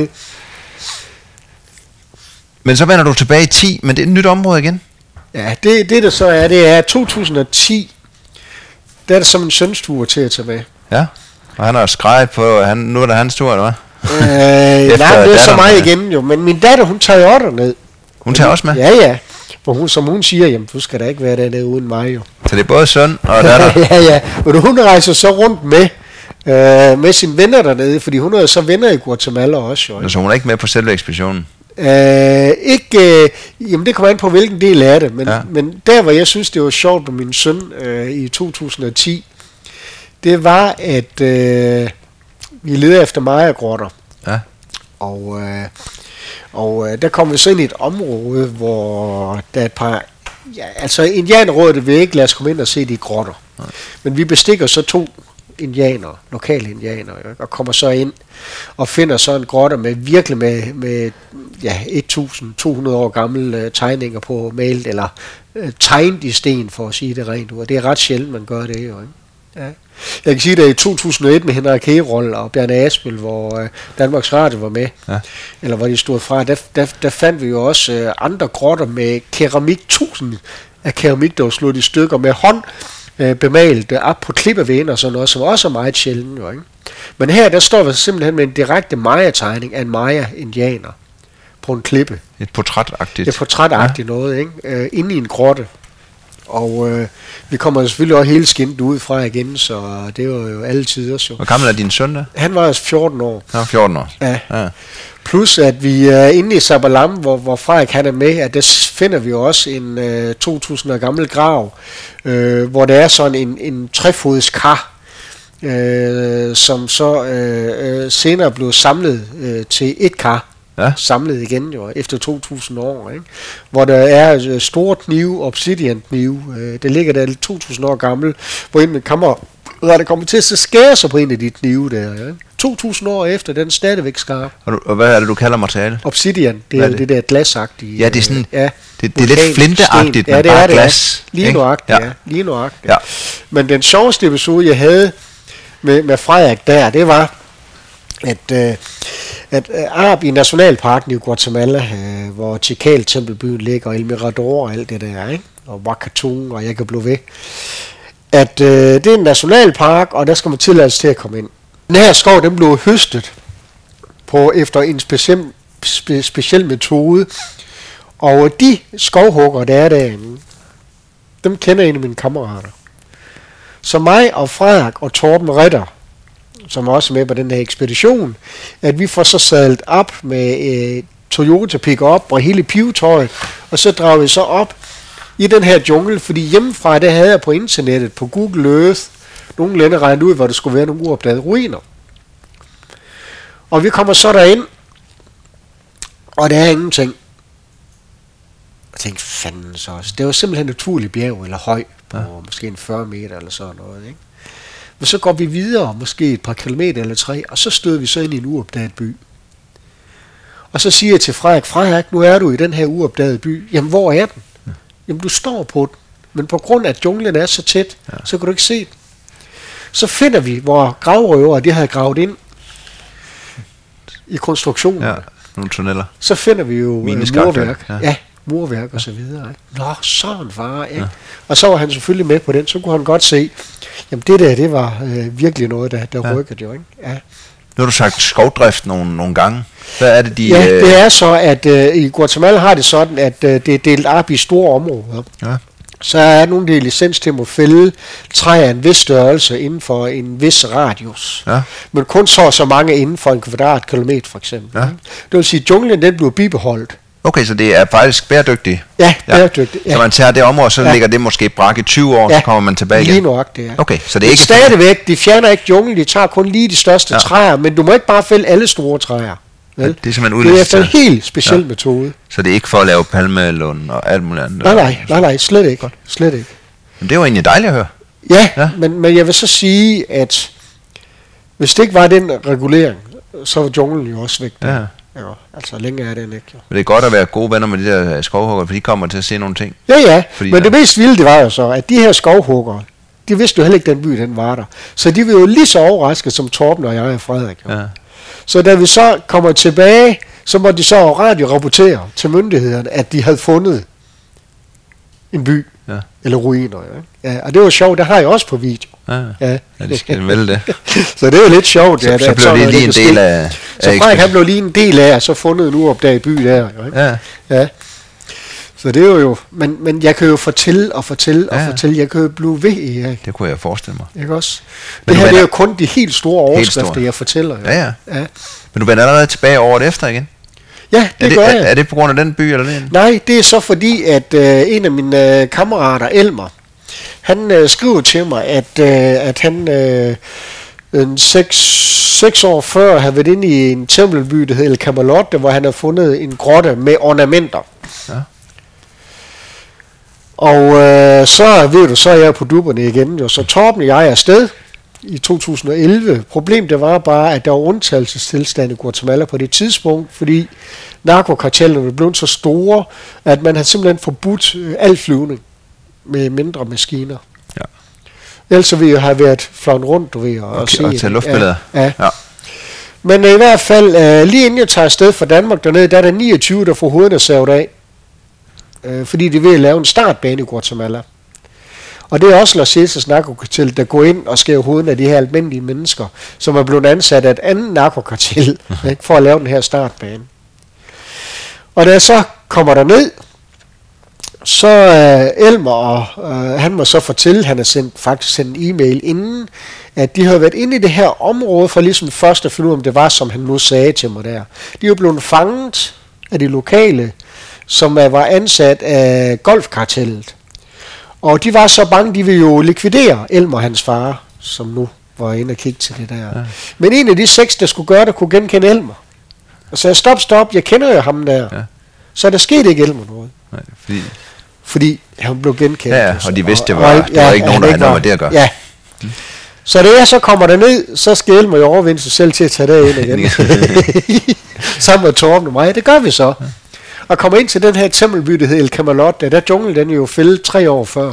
Men så vender du tilbage i ti, men det er et nyt område igen. ja, det, det der så er, det er to tusind og ti, der er det som en sønstur til at tage med. Ja, og han har skrejet på, han, nu er det hans tur, eller hvad? Øh, nej, det er så datteren, meget ja. igen jo, men min datter, hun tager jo otter ned. Hun tager også med. Ja, ja. Hvor hun, som hun siger, jamen, du skal da ikke være dernede uden mig jo. Så det er både søn og datter. ja, ja. Men hun rejser så rundt med, øh, med sine venner dernede, fordi hun er jo så venner i Guatemala også jo. Ikke? Så hun er ikke med på selve ekspeditionen. Øh, ikke, øh, jamen det kommer an på hvilken del af det, men, Ja. ja. men der hvor jeg synes det var sjovt med min søn øh, i to tusind og ti, det var at øh, vi leder efter mayagrotter, Ja. og, øh, og øh, der kom vi så ind i et område, hvor der er et par, ja, altså indianerrådet vil ikke lade os komme ind og se de grotter, Nej. men vi bestikker så to indianere, lokale indianere, ikke? Og kommer så ind og finder så en grotte med virkelig med, med ja, et tusind to hundrede år gamle uh, tegninger på malet, eller uh, tegnet i sten, for at sige det rent ud. Det er ret sjældent, man gør det jo, ikke? Ja. Jeg kan sige, at i to tusind og et med Henrik Herold og Bjarne Aspel, hvor uh, Danmarks Radio var med, Ja. eller hvor de stod fra, der, der, der fandt vi jo også uh, andre grotter med keramik, tusind af keramik, der var slået i stykker med hånd, øh, bemalet øh, op på klippevæggen og sådan noget, som også er meget sjældent jo, ikke? Men her, der står vi simpelthen med en direkte maya-tegning af en maya-indianer på en klippe. Et portrætagtigt. Det er portrætagtigt ja. noget, ikke? Øh, inde i en grotte. Og øh, vi kommer selvfølgelig også hele skinnet ud fra igen, så det var jo alle tider så. Hvor gammel er din søn der? Han var altså fjorten år. Han er fjorten år. Ja. Ja. Plus at vi er inde i Sabalam, hvor, hvor Frederik han er med, at der finder vi også en øh, to tusind år gammel grav, øh, hvor der er sådan en, en trefods kar, øh, som så øh, øh, senere blev samlet øh, til et kar. Ja. Samlet igen jo, efter to tusind år, ikke? Hvor der er øh, store knive, obsidian knive, øh, der ligger der to tusind år gammel, hvor en kammer, der kommer til at skære sig på en af de knive der, ikke? to tusind år efter, den er stadigvæk skarp. Og, du, og hvad er det, du kalder materiale? Obsidian, det Hvad er, er det? det? det der glasagtige. Ja, det er sådan, ja, det, det er lidt vulkansk flinteagtigt, sten. men ja, bare det er glas. Det, ja. Lige ikke? nøjagtigt, Ja. ja. Lige nøjagtigt. Ja. Men den sjoveste episode, jeg havde med, med Frederik der, det var, at, øh, at øh, Arab i Nationalparken i Guatemala, øh, hvor Tikal-tempelbyen ligger, El Mirador og alt det der, ikke? Og Huacatún, og jeg kan blive ved, at øh, det er en nationalpark, og der skal man tilladelse til at komme ind. Den her skov, den blev høstet på efter en speciel, spe, speciel metode, og de skovhugger, der er derinde, dem kender en af mine kammerater. Så mig og Frederik og Torben Ritter, som er også med på den her ekspedition, at vi får så sadlet op med øh, Toyota pick-up og hele pivetøjet, og så drager vi så op i den her jungle, fordi hjemmefra, der havde jeg på internettet, på Google Earth, nogenlunde regnet ud, hvor der skulle være nogle uopdagede ruiner. Og vi kommer så derind, og der er ingenting. Jeg tænkte, fanden så også. Det var simpelthen naturlig bjerg, eller høj, på ja. måske en fyrre meter, eller sådan noget, ikke? Men så går vi videre, måske et par kilometer eller tre, og så støder vi så ind i en uopdaget by. Og så siger jeg til Frederik, Frederik, nu er du i den her uopdagede by. Jamen, hvor er den? Ja. Jamen, du står på den. Men på grund af, at junglen er så tæt, ja. så kan du ikke se den. Så finder vi, hvor gravrøvere, de havde gravet ind i konstruktionen. Ja, nogle tunneller. Så finder vi jo murværk. Ja. ja, murværk og så videre. Ikke? Nå, sådan far, ikke? Ja. Og så var han selvfølgelig med på den, så kunne han godt se, jamen det der, det var øh, virkelig noget, der, der ja. rykkede jo, ikke? Ja. Nu har du sagt skovdrift nogle, nogle gange. Hvad er det, de... Ja, øh... det er så, at øh, i Guatemala har det sådan, at øh, det er delt op i store områder. Ja. Så er nogle, der er licens til at fælde træer af en vis størrelse inden for en vis radius. Ja. Men kun så så mange inden for en kvadratkilometer, for eksempel. Ja. Det vil sige, at junglen, den bliver bibeholdt. Okay, så det er faktisk bæredygtigt. Ja, bæredygtigt. Ja. Så man tager det område, så ja. ligger det måske brak i tyve år, ja. så kommer man tilbage igen. Lige nok det, ja. Okay, så det er men ikke... stadigvæk, de fjerner ikke junglen, de tager kun lige de største ja. træer, men du må ikke bare fælde alle store træer. Vel? Det er simpelthen Det er udløst efter en til. helt speciel Ja. metode. Så det er ikke for at lave palmelund og alt muligt andet? Nej, nej, nej, nej, slet ikke. Godt. Slet ikke. Men det var egentlig dejligt at høre. Ja, Ja. ja. Men, men jeg vil så sige, at hvis det ikke var den regulering, så var junglen jo også væk. Ja. Ja, altså længe er den ikke. Jo. Men det er godt at være gode venner med de der skovhugger, for de kommer til at se nogle ting. Ja, ja, Fordi men der- det mest vilde, det var jo så, at de her skovhuggere, de vidste jo heller ikke, den by, den var der. Så de var jo lige så overrasket som Torben og jeg og Frederik. Jo. Ja. Så da vi så kommer tilbage, så må de så over radio rapportere til myndighederne, at de havde fundet en by, Ja. eller ruiner. Ja. Ja, og det var sjovt, det har jeg også på video. Ja. Ja. Ja, de skal vælge det. Så det er jo lidt sjovt. Så, at- så at blev sådan det noget, lige en kan del ske. af... Så af Frederik han ekspeditionen. blev lige en del af, og så fundet en uopdaget by der. Jo, ikke? Ja. Ja. Så det er jo, men, men jeg kan jo fortælle og fortælle og Ja. fortælle, jeg kan jo blive ved, Erik. Det kunne jeg forestille mig. Ikke også? Men Det du her det er vender- jo kun de helt store overskrifter, store. jeg fortæller. Jo. Ja, ja. Ja, Men du vender allerede tilbage året efter igen? ja det, er, det, gør er, jeg. er det på grund af den by, eller det? Nej, det er så fordi, at øh, en af mine øh, kammerater, Elmer, han øh, skriver til mig, at, øh, at han øh, en seks, seks år før havde været inde i en tempelby, der hedder El Camelot, hvor han havde fundet en grotte med ornamenter. Ja. Og øh, så ved du, så er jeg på dupperne igen. Jo. Så Torben og jeg er afsted i to tusind og elleve. Problemet det var bare, at der var undtagelsestilstand i Guatemala på det tidspunkt, fordi narkokartellerne blev så store, at man havde simpelthen forbudt øh, al flyvning med mindre maskiner. Ja. Ellers så ville jeg have været fløjen rundt, du ved, og, Okay, se og tage luftbilleder. Ja, ja. Ja. Men øh, i hvert fald, øh, lige inden jeg tager afsted fra Danmark dernede, der er der niogtyve, der får hovederne savet af. Øh, fordi de vil lave en startbane i Guatemala. Og det er også Los Cetas narkokartel, der går ind og skærer hovedet af de her almindelige mennesker, som er blevet ansat af et andet narkokartel, ikke, for at lave den her startbane. Og da jeg så kommer der ned, så uh, Elmer, og uh, han må så fortælle, han har sendt, faktisk sendt en e-mail inden, at de havde været inde i det her område, for ligesom først at finde ud af, om det var, som han nu sagde til mig der. De er jo blevet fanget af de lokale, som uh, var ansat af golfkartellet. Og de var så bange, de ville jo likvidere Elmer og hans far, som nu var inde og kigge til det der. Ja. Men en af de seks, der skulle gøre det, kunne genkende Elmer. Og så stop, stop, jeg kender jo ham der. Ja. Så der skete ikke Elmer noget. Nej, fordi... Fordi han blev genkendt. Ja, ja, og de vidste, det og- var- og- det var ikke nogen, der han havde noget var- med det at gøre. Ja. Så da jeg så kommer derned, så skal Elmer jo overvinde sig selv til at tage det ind igen. Sammen med Torben og mig. Det gør vi så. Og kommer ind til den her tempelby, der hedder El Camelot. Der, der jungle, den er jo fældet tre år før.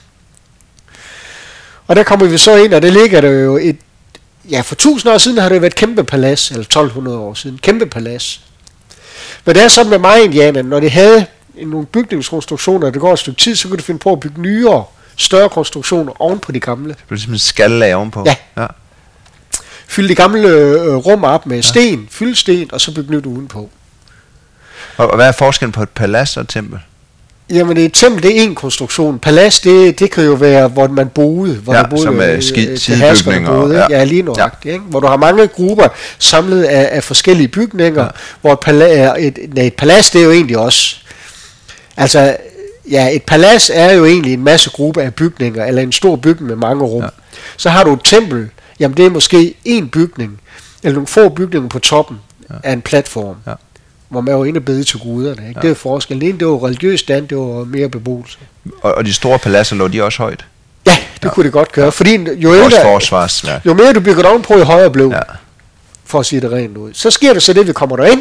Og der kommer vi så ind, og det ligger der jo et... Ja, for tusind år siden har det været et kæmpe palads, eller tolv hundrede år siden. Kæmpe palads. Men det er sådan med mig, indianerne, når de havde nogle bygningskonstruktioner, der går et stykke tid, så kunne de finde på at bygge nyere, større konstruktioner oven på de gamle. Det blev ligesom en skallag ovenpå. Ja. Ja. Fylde de gamle øh, rum op med sten, fylde sten, og så bygge nyt udenpå. Og, og hvad er forskellen på et palads og et tempel? Jamen et tempel, det er en konstruktion. Palads, det, det kan jo være, hvor man boede. Hvor Ja, der boede som er øh, ski- øh, sidebygninger, herskerne boede, ikke? ja. Ja, lige nøjagtigt. Ikke? Hvor du har mange grupper samlet af, af forskellige bygninger, ja. Hvor et, pala- et, nej, et palads, det er jo egentlig også... Altså, ja, et palads er jo egentlig en masse grupper af bygninger, eller en stor bygning med mange rum. Ja. Så har du et tempel, jamen det er måske en bygning, eller nogle få bygninger på toppen ja. af en platform. Ja. Hvor man er jo inde og bede til guderne. Ikke? Ja. Det er forskellen. Det ene, det var religiøst, det andet, det var mere beboelse. Og, og de store paladser lå de også højt? Ja, det ja. kunne det godt gøre. Ja. Fordi jo, Også ældre, forsvarsværk. jo mere du bygger ovenpå, i højere blev, ja. Ja. For at sige det rent ud. Så sker der så det, vi kommer derind,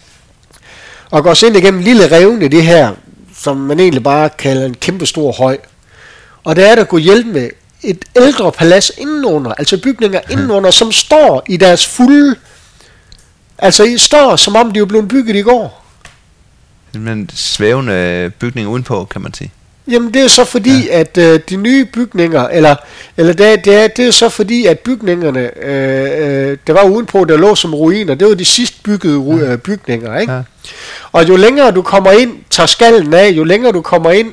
og går så ind igennem en lille revne, det her, som man egentlig bare kalder en kæmpe stor høj. Og der er der kunne hjælpe med et ældre palads indenunder, altså bygninger indenunder, som står i deres fulde, altså I står, som om de er blevet bygget i går. Men svævende bygning udenpå, kan man sige. Jamen det er så fordi, ja. at øh, de nye bygninger, eller, eller det, er, det, er, det er så fordi, at bygningerne, øh, øh, der var udenpå, der lå som ruiner, det var de sidst byggede ru- ja. bygninger, ikke? Ja. Og jo længere du kommer ind, tager skallen af, jo længere du kommer ind,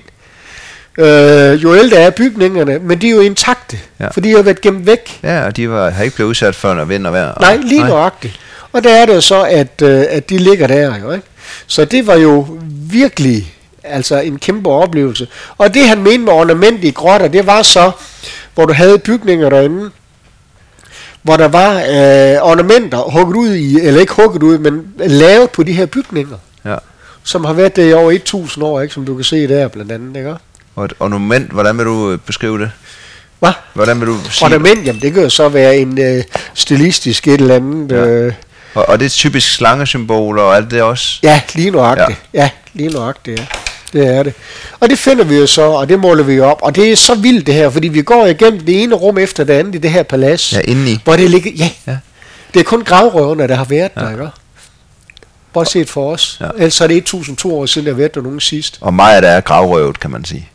øh, jo ældre er bygningerne, men de er jo intakte, ja. For de har været gemt væk. Ja, og de var, har ikke blevet udsat for noget vind og vejr. Nej, lige nøjagtigt. Og der er det jo så, at, øh, at de ligger der jo, ikke? Så det var jo virkelig altså en kæmpe oplevelse. Og det han mente med ornament i grotter, det var så, hvor du havde bygninger derinde, hvor der var øh, ornamenter hugget ud i, eller ikke hugget ud, men lavet på de her bygninger, Ja. som har været der i over tusind år, ikke, som du kan se der blandt andet, ikke? Og et ornament, hvordan vil du øh, beskrive det? Hvad? Hvordan vil du sige Ornament, jamen det kan jo så være en øh, stilistisk et eller andet. Ja. Øh, Og, og det er typisk slangesymboler og alt det også? ja, lige nøjagtigt. Ja. ja, lige nøjagtigt, ja. Det er det. Og det finder vi jo så, og det måler vi jo op. Og det er så vildt det her, fordi vi går igennem det ene rum efter det andet i det her palads. Ja, indeni. Hvor det ligger, ja. Ja. Det er kun gravrøverne, der har været Ja. der, ikke? Bortset for os. Ja. Ellers er det et tusind to år siden, der har været der nogen sidst. Og meget af det er gravrøvet, kan man sige.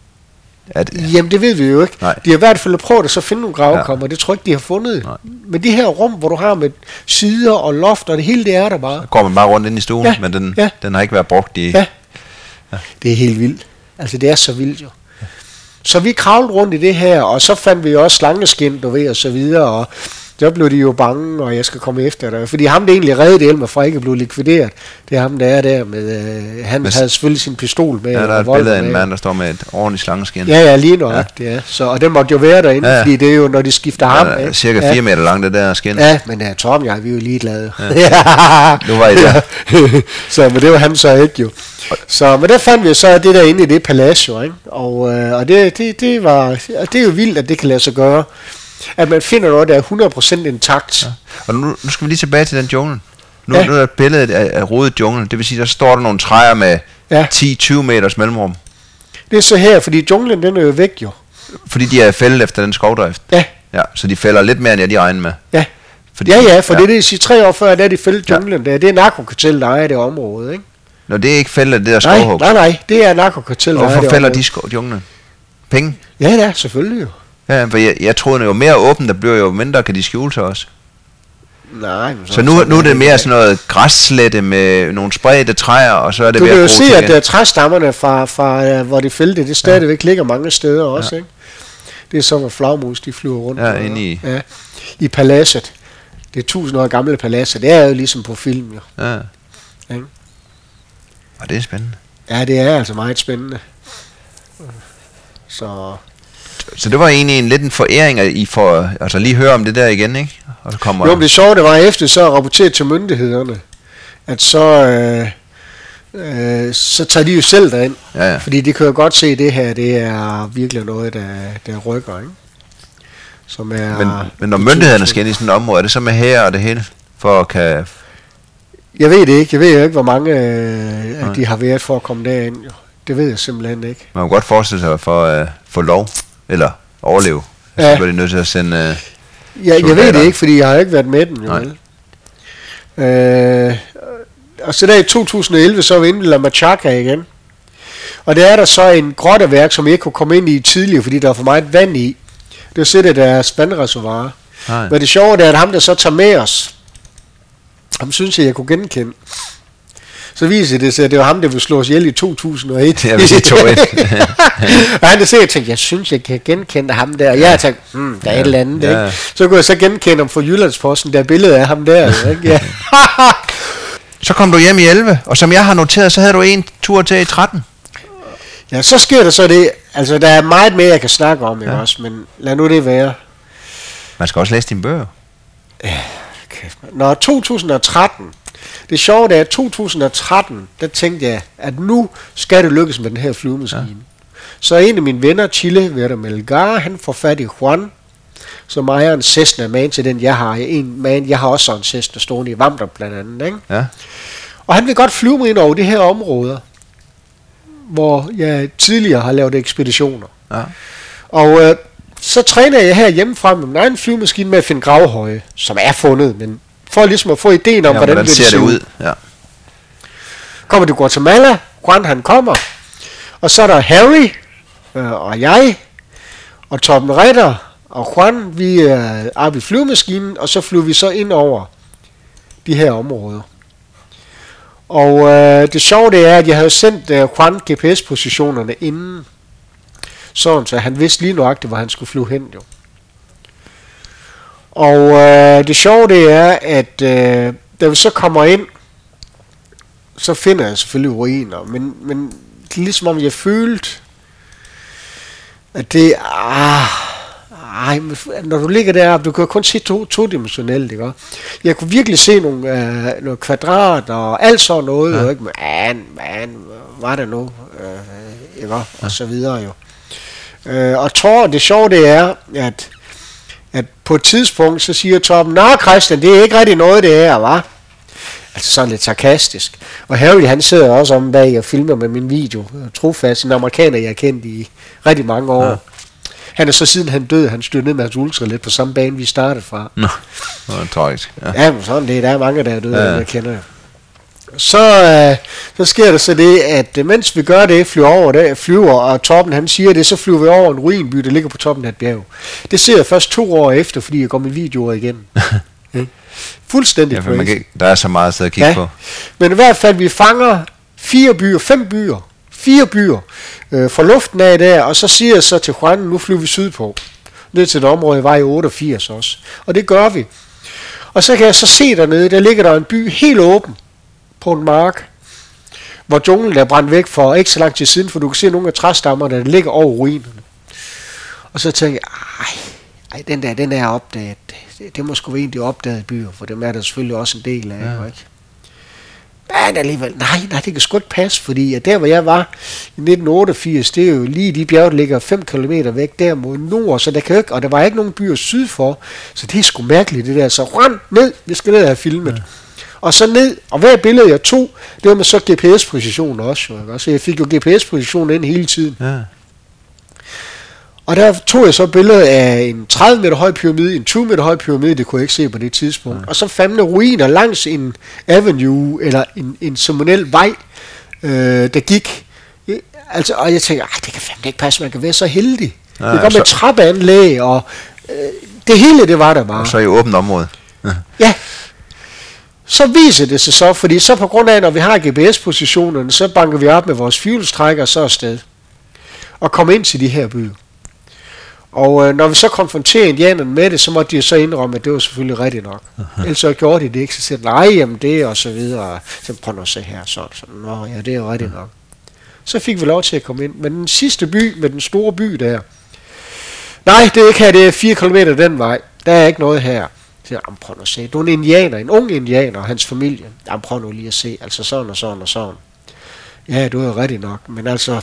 At, Jamen det ved vi jo ikke. Nej. De har i hvert fald prøvet at så finde nogle gravkammer, ja. Det tror jeg ikke, de har fundet. Nej. Men de her rum, hvor du har med sider og loft, og det hele det er der bare. så går man bare rundt ind i stuen, Ja, men den, ja. den har ikke været brugt i... Ja. ja. Det er helt vildt. Altså det er så vildt jo. Så vi kravlede rundt i det her, og så fandt vi jo også slangeskin, du ved, og så videre, og så blev de jo bange, og jeg skal komme efter dig. Fordi ham, der egentlig reddede Elmer fra ikke at blive likvideret, det er ham, der er der med... Øh, han Hvis- havde selvfølgelig sin pistol med. Ja, der er og et revolver billede af en med. mand, der står med et ordentligt slangeskin. Ja, ja, lige nok, ja. Det er. Så, og den måtte jo være derinde, Ja, ja, ja. fordi det er jo, når de skifter ham. Ja, ikke? cirka ja. fire meter lang, det der skin. Ja, men ja, Tom og jeg, vi er jo ligeglade. Ja. Ja. Nu var I der. Så, men det var han så ikke jo. Så, men der fandt vi så det der inde i det palads jo, ikke? Og, øh, og det, det, det, var, og det er jo vildt, at det kan lade sig gøre. At man finder noget, der er hundrede procent intakt. Ja. Og nu, nu skal vi lige tilbage til den jungle. Nu, Ja. nu er der et billede af, af rodet jungle. Det vil sige, der står der nogle træer med Ja. ti til tyve meters mellemrum. Det er så her, fordi junglen den er jo væk jo. Fordi de er fældet efter den skovdrift. Ja, Ja, så de fælder lidt mere, end jeg lige regner med. ja. Fordi, Ja, ja, for ja. det er det, jeg siger, tre år før, der er de fældet junglen der. Det er narkokartel, der ejer det område, ikke? Når det er ikke fældet, det der Nej, skovhug. nej, nej, det er narkokartel, der ejer Hvorfor det fælder område. de skov, junglen? Penge? Ja, ja, selvfølgelig jo. Ja, for jeg, jeg troede, jo mere åbent der bliver, jo mindre kan de skjule sig også. Nej, men Så nu, nu er det mere sådan noget græsslette med nogle spredte træer, og så er det du ved kan jo at gro se, til at igen. uh, træstammerne fra, fra uh, hvor det fældte, det stadigvæk ja. ligger mange steder også, Ja. ikke? Det er så, hvor flagmus, de flyver rundt. Ja, og- inde i- Ja, i paladset. Det er tusind år gamle paladset. Det er jo ligesom på film, jo. Ja. Ikke? Og det er spændende. Ja, det er altså meget spændende. Så... Så det var egentlig en lidt en foræring, at I får altså lige høre om det der igen, ikke? Og så kommer Jo, men det sjove, det var efter, så rapporteret til myndighederne, at så... Øh, øh, så tager de jo selv derind. Ja, ja. Fordi de kan jo godt se, at det her, det er virkelig noget, der, der rykker, ikke? Som er... Men, men når myndighederne skal ind i sådan et område, er det så med her og det hele? For at kan... Jeg ved det ikke. Jeg ved jo ikke, hvor mange øh, Nej. at de har været for at komme derind. Jo. Det ved jeg simpelthen ikke. Man kan godt forestille sig for at uh, få lov, eller overleve. Ja. Så bliver de nødt til at sende... Uh, Jeg, jeg ved soldater. det ikke, fordi jeg har ikke været med den. Jo, Nej. vel? Øh, og så der i to tusind og elleve, så er vi inde i La Machaca igen. Og der er der så en grotteværk, som jeg ikke kunne komme ind i tidligere, fordi der er for meget vand i. Det sætter deres vandreservoir. nej. Men det sjove er, at ham, der så tager med os, ham synes jeg, jeg kunne genkende. Så viser det sig, at det var ham, der ville slå os ihjel i to tusind og et. Ja, hvis I tog ind. Og han der ser, jeg tænkte, jeg synes, jeg kan genkende ham der. Og jeg tænkte, hmm, der er Ja. et eller andet, Ja. ikke? Så kunne jeg så genkende ham fra Jyllandsposten, der billede af ham der, ikke? Ja. Så kom du hjem i elleve, og som jeg har noteret, så havde du en tur til i tretten. Ja, så sker der så det, altså der er meget mere, jeg kan snakke om, ikke Ja. også? Men lad nu det være. Man skal også læse dine bøger. Kæft, mand. Nå, to tusind og tretten. Det sjove er, at to tusind og tretten, der tænkte jeg, at nu skal det lykkes med den her flyvemaskine. Ja. Så en af mine venner, Chile Vera Melgar, han får fat i Juan, som ejer en Cessna man til den, jeg har. En man, jeg har også en Cessna stående i Vamdrup blandt andet, ikke? Ja. Og han vil godt flyve mig ind over de her områder, hvor jeg tidligere har lavet ekspeditioner. Ja. Og øh, så træner jeg her hjemmefra med min egen flyvemaskine med at finde gravhøje, som er fundet, men for ligesom at få ideen om, Ja, hvordan, hvordan det ser det ud? Ja. Kommer til Guatemala, Juan han kommer, og så er der Harry øh, og jeg, og Torben Ritter og Juan, vi er oppe i flyvemaskinen, og så flyver vi så ind over de her områder. Og øh, det sjove det er, at jeg havde sendt øh, Juan G P S-positionerne inden, sådan så han vidste lige nøjagtigt, hvor han skulle flyve hen jo. Og øh, det sjove det er, at øh, da vi så kommer ind, så finder jeg selvfølgelig ruiner, men, men det er ligesom om jeg følte, at det, ah, ej, når du ligger deroppe, du kan kun se to, todimensionelt, ikke? Jeg kunne virkelig se nogle, øh, nogle kvadrater og alt sådan noget, ja. jo, ikke? Man, man, var det nu, øh, ikke? Og ja. så videre jo. Øh, og Thor, det sjove det er, at, at på et tidspunkt, så siger Torben, nå Christian, det er ikke rigtig noget det her, hva'? Altså sådan lidt sarkastisk. Og Harry, han sidder også om bag og filmer med min video. Trofast, en amerikaner, jeg har kendt i rigtig mange år. Ja. Han er så siden han døde, han styrte ned med hans ultra lidt på samme bane, vi startede fra. Nå, det var tragisk. Ja, men sådan det. Der er mange, der er døde, ja. jeg kender. Så, øh, så sker der så det, at mens vi gør det, flyver over det, flyver, og Torben han siger det, så flyver vi over en ruinby, der ligger på toppen af et bjerg. Det ser jeg først to år efter, fordi jeg går med videoer igen. ja. Fuldstændig ja, man kan, der er så meget sted at kigge ja. på. Men i hvert fald, vi fanger fire byer, fem byer, fire byer øh, fra luften af der, og så siger jeg så til Juan, nu flyver vi sydpå, ned til et område i vej otteogfirs også. Og det gør vi. Og så kan jeg så se dernede, der ligger der en by helt åben på en mark, hvor junglen er brændt væk for ikke så lang tid siden, for du kan se nogle af træstammerne, der ligger over ruinerne. Og så tænker jeg, ej, ej den der, den er opdaget. Det, det må sgu være egentlig opdaget byer, for dem er der selvfølgelig også en del af, ja. ikke? Men alligevel, nej, nej, det kan sgu ikke passe, fordi at der, hvor jeg var i nitten otteogfirs, det er jo lige de bjerge, der ligger fem kilometer væk, der mod nord, så der kan ikke, og der var ikke nogen byer syd for, så det er sgu mærkeligt, det der. Så rand ned, vi skal ned og have filmet. Ja. Og så ned, og hver billede jeg tog, det var med så G P S-position også, jo, ikke? Så jeg fik jo G P S-position ind hele tiden. Ja. Og der tog jeg så billeder af en tredive meter høj pyramide, en tyve meter høj pyramide, det kunne jeg ikke se på det tidspunkt. Ja. Og så fandme ruiner langs en avenue, eller en, en ceremoniel vej, øh, der gik. Altså, og jeg tænkte, det kan fandme ikke passe, man kan være så heldig. Ja, det går med så... trappeanlæg, og øh, det hele, det var der bare. Og så i åbent område. Ja. ja. Så viser det sig så, fordi så på grund af, når vi har G P S-positionerne, så banker vi op med vores fjulstrækker så afsted. Og kommer ind til de her byer. Og øh, når vi så konfronterer indianerne med det, så måtte de så indrømme, at det var selvfølgelig rigtigt nok. Uh-huh. Ellers så gjorde de det ikke, så siger de, nej, jamen det og så videre. Så prøv nu at se her, sådan, sådan. Nå ja, det er jo rigtigt uh-huh. nok. Så fik vi lov til at komme ind. Men den sidste by, med den store by der, nej, det er ikke her, det er fire kilometer den vej. Der er ikke noget her. Så siger jeg, prøv nu at se, du er en indianer, en ung indianer og hans familie. Jamen prøv nu lige at se, altså sådan og sådan og sådan. Ja, det var rigtigt nok, men altså...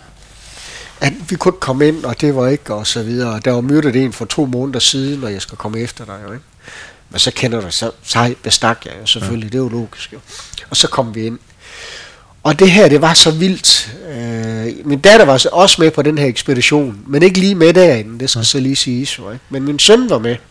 at vi kunne komme ind, og det var ikke, og så videre. Der var mødtet en for to måneder siden, og jeg skal komme efter dig, jo, ikke? Men så kender du, så, så bestak jeg jo selvfølgelig, ja. Det er jo logisk, jo. Og så kom vi ind. Og det her, det var så vildt. Øh, min datter var også med på den her ekspedition, men ikke lige med derinde, det skal ja. så lige siges, jo, ikke? Men min søn var med.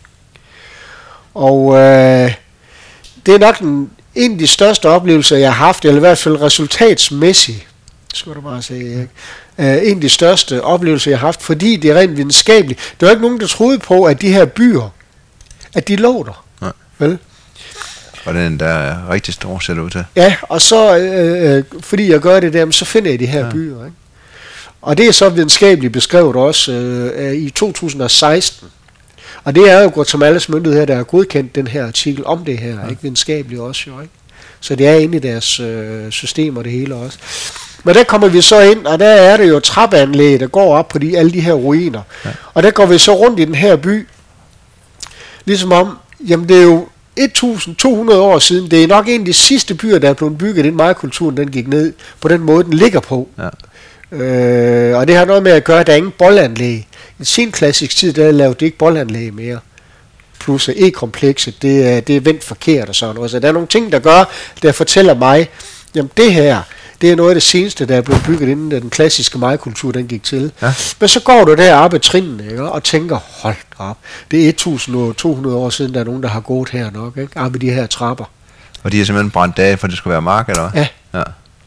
Og øh, det er nok den, en af de største oplevelser, jeg har haft, eller i hvert fald resultatsmæssigt, skal du bare sige, ikke? Uh, en af de største oplevelser, jeg har haft, fordi det er rent videnskabeligt. Der var ikke nogen, der troede på, at de her byer, at de lå der. Nej. Vel? Og den der er rigtig stor, ser det ud til. Ja, og så, øh, fordi jeg gør det der, så finder jeg de her ja. byer. Ikke? Og det er så videnskabeligt beskrevet også øh, i to tusind og seksten. Og det er jo Guatemalas myndigheder, der har godkendt den her artikel om det her, ja. ikke videnskabeligt også jo, ikke? Så det er inde i deres øh, system og det hele også. Men der kommer vi så ind, og der er det jo trappeanlæg, der går op på de, alle de her ruiner. Ja. Og der går vi så rundt i den her by, ligesom om, jamen det er jo et tusind to hundrede år siden, det er nok en af de sidste byer, der er blevet bygget, inden Maya-kulturen den gik ned, på den måde, den ligger på. Ja. Øh, og det har noget med at gøre, at der er ingen boldanlæg. I sin klassisk tid, der lavede det ikke boldanlæg mere. Plus E-komplekset, det er, det er vendt forkert og sådan noget. Så der er nogle ting, der gør, der fortæller mig, jamen det her, det er noget af det seneste, der er blevet bygget inden den klassiske Maya-kultur, den gik til. Ja. Men så går du deroppe ad trinene, ikke, og tænker, hold op, det er et tusind to hundrede år siden, der er nogen, der har gået her nok, ikke, oppe i de her trapper. Og de er simpelthen brændt af, for det skulle være mark, eller hvad? Ja.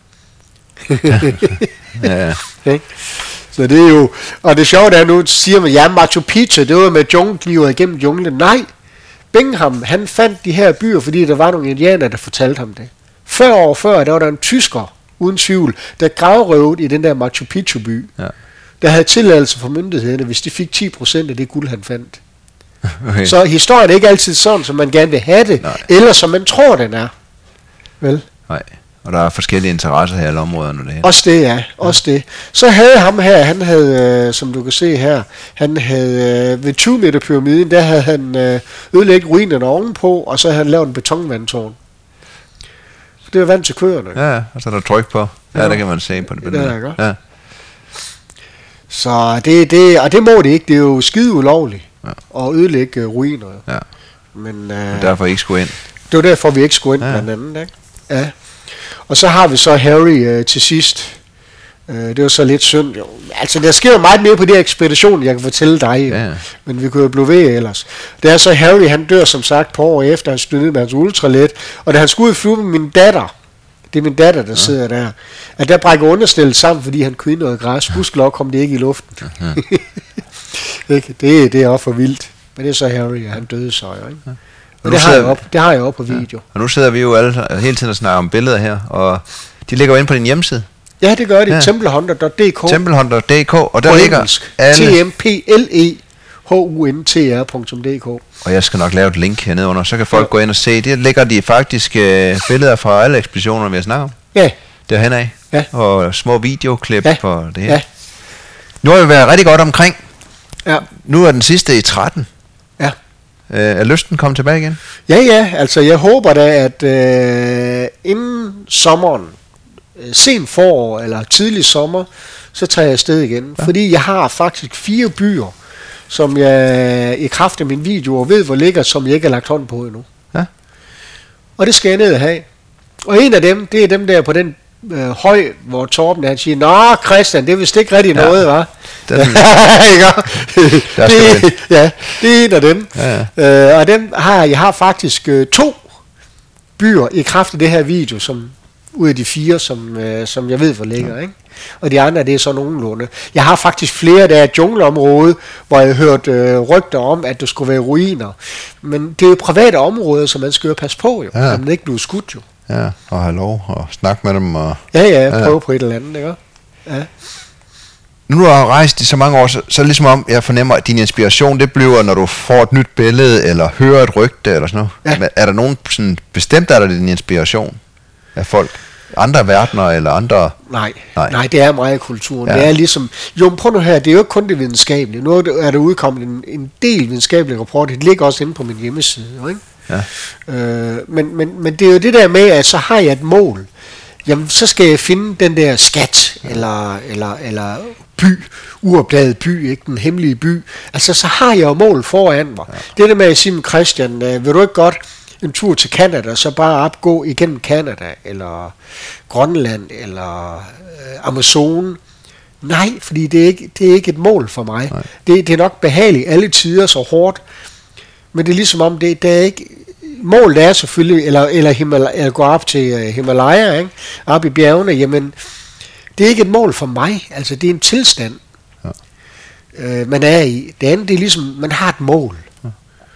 Ja. ja. Okay. Så det er jo, og det sjove er, nu siger man, ja, Machu Picchu, det var med junglivet igennem junglen. Nej, Bingham, han fandt de her byer, fordi der var nogle indianer, der fortalte ham det. fyrre år før, der var der en tysker, uden tvivl, der gravrøvede i den der Machu Picchu by, ja. Der havde tilladelse fra myndighederne, hvis de fik ti procent af det guld, han fandt. Okay. Så historien er ikke altid sådan, som man gerne vil have det, nej. Eller som man tror, den er. Vel? Nej. Og der er forskellige interesser her i alle områderne. Det her. Også det, ja. Også det. Så havde ham her, han havde, øh, som du kan se her, han havde øh, ved tyve meter pyramiden, der havde han øh, ødelægget ruinerne ovenpå, og så havde han lavet en betonvandtårn. Det er vand til køerne. Ja, og så er der tryk på. Ja, Ja. der kan man se på det. Det er godt. Ja. Så det, det, og det må det ikke. Det er jo skide ulovligt Ja. at ødelægge øh, ruiner. Ja. Men øh, Og derfor ikke skulle ind. det var derfor, vi ikke skulle ind, Ja. blandt andet. Ikke? Ja. Og så har vi så Harry øh, til sidst. Øh, det var så lidt synd. Jo. Altså, der sker jo meget mere på de her ekspeditioner, jeg kan fortælle dig. Ja. Men vi kunne jo blive ved ellers. Det er så Harry, han dør som sagt på år efter, han stod ned med hans ultralet. Og da han skulle ud og flyve med min datter, det er min datter, der ja. sidder der, at der brækker understillet sammen, fordi han kunne noget græs. Gudskelov kom det ikke i luften. Ikke? det, det er også for vildt. Men det er så Harry, og han døde så jo, ikke? Ja. Og det har, jeg op, det har jeg op på video. Ja. Og nu sidder vi jo alle, hele tiden og snakker om billeder her, og de ligger jo inde på din hjemmeside. Ja, det gør det. Ja. Templehunter punktum d k. Templehunter punktum d k, og der På ligger engelsk. alle... T M P L E H U N T R punktum d k. Og jeg skal nok lave et link hernede under, så kan folk Ja. gå ind og se. Der ligger de faktisk øh, billeder fra alle ekspeditioner, vi har snakket om. Ja, Derhen af. Ja. Og små videoklip Ja. for det her. ja, Nu har vi været rigtig godt omkring. ja. Nu er den sidste i tretten. Ja. Øh, er lysten kommet tilbage igen? Ja, ja, altså jeg håber da, at øh, inden sommeren, øh, sen forår eller tidlig sommer, så tager jeg afsted igen. Ja. Fordi jeg har faktisk fire byer, som jeg i kraft af mine videoer ved, hvor ligger, som jeg ikke har lagt hånd på endnu. Ja. Og det skal jeg ned og have. Og en af dem, det er dem der på den øh, høj, hvor Torben han siger, nå Christian, det er vist ikke rigtig Ja. noget, hva'? Den- Ikke? Der skal det, ja, det er en af dem. Ja, Øh, og dem har jeg har faktisk øh, to byer i kraft af det her video, som ud af de fire, som, øh, som jeg ved, hvor ligger, ikke? Og de andre, det er så nogenlunde. Jeg har faktisk flere, der er et jungleområde, hvor jeg har hørt øh, rygter om, at der skulle være ruiner. Men det er jo private områder, så man skal jo passe på, jo. Ja. At man ikke bliver skudt, jo. ja, og have lov og snakke med dem. Og Ja, ja, Ja. prøve på et eller andet, ikke? Ja. nu har jeg rejst i så mange år, så, så er det ligesom om, jeg fornemmer, at din inspiration, det bliver, når du får et nyt billede, eller hører et rygte, eller sådan noget. Ja. Men er der nogen sådan, bestemt, er der din inspiration af folk? Andre verdener, eller andre... Nej, Nej. nej, nej, det er meget kulturen. Ja. Ja. Det er ligesom, jo, prøv nu her, det er jo ikke kun det videnskabelige. Nu er der- er der udkommet en, en del videnskabelige rapporter, det ligger også inde på min hjemmeside, jo, ikke? Ja. Øh, men, men, men det er jo det der med, at så har jeg et mål. Jamen, så skal jeg finde den der skat, eller, eller, eller by, uopdaget by, ikke? Den hemmelige by. Altså, så har jeg jo mål foran mig. Ja. Det der med at sige med Christian, øh, vil du ikke godt en tur til Canada, så bare opgå igennem Canada, eller Grønland, eller øh, Amazon. Nej, fordi det er ikke, det er ikke et mål for mig. Det, det er nok behageligt alle tider så hårdt, men det er ligesom om, det, det er ikke... Målet er selvfølgelig, eller, eller, Himal- eller gå op til uh, Himalaya, ikke? Op i bjergene, jamen, det er ikke et mål for mig, altså det er en tilstand, Ja. øh, man er i. Det andet, det er ligesom, man har et mål. Ja.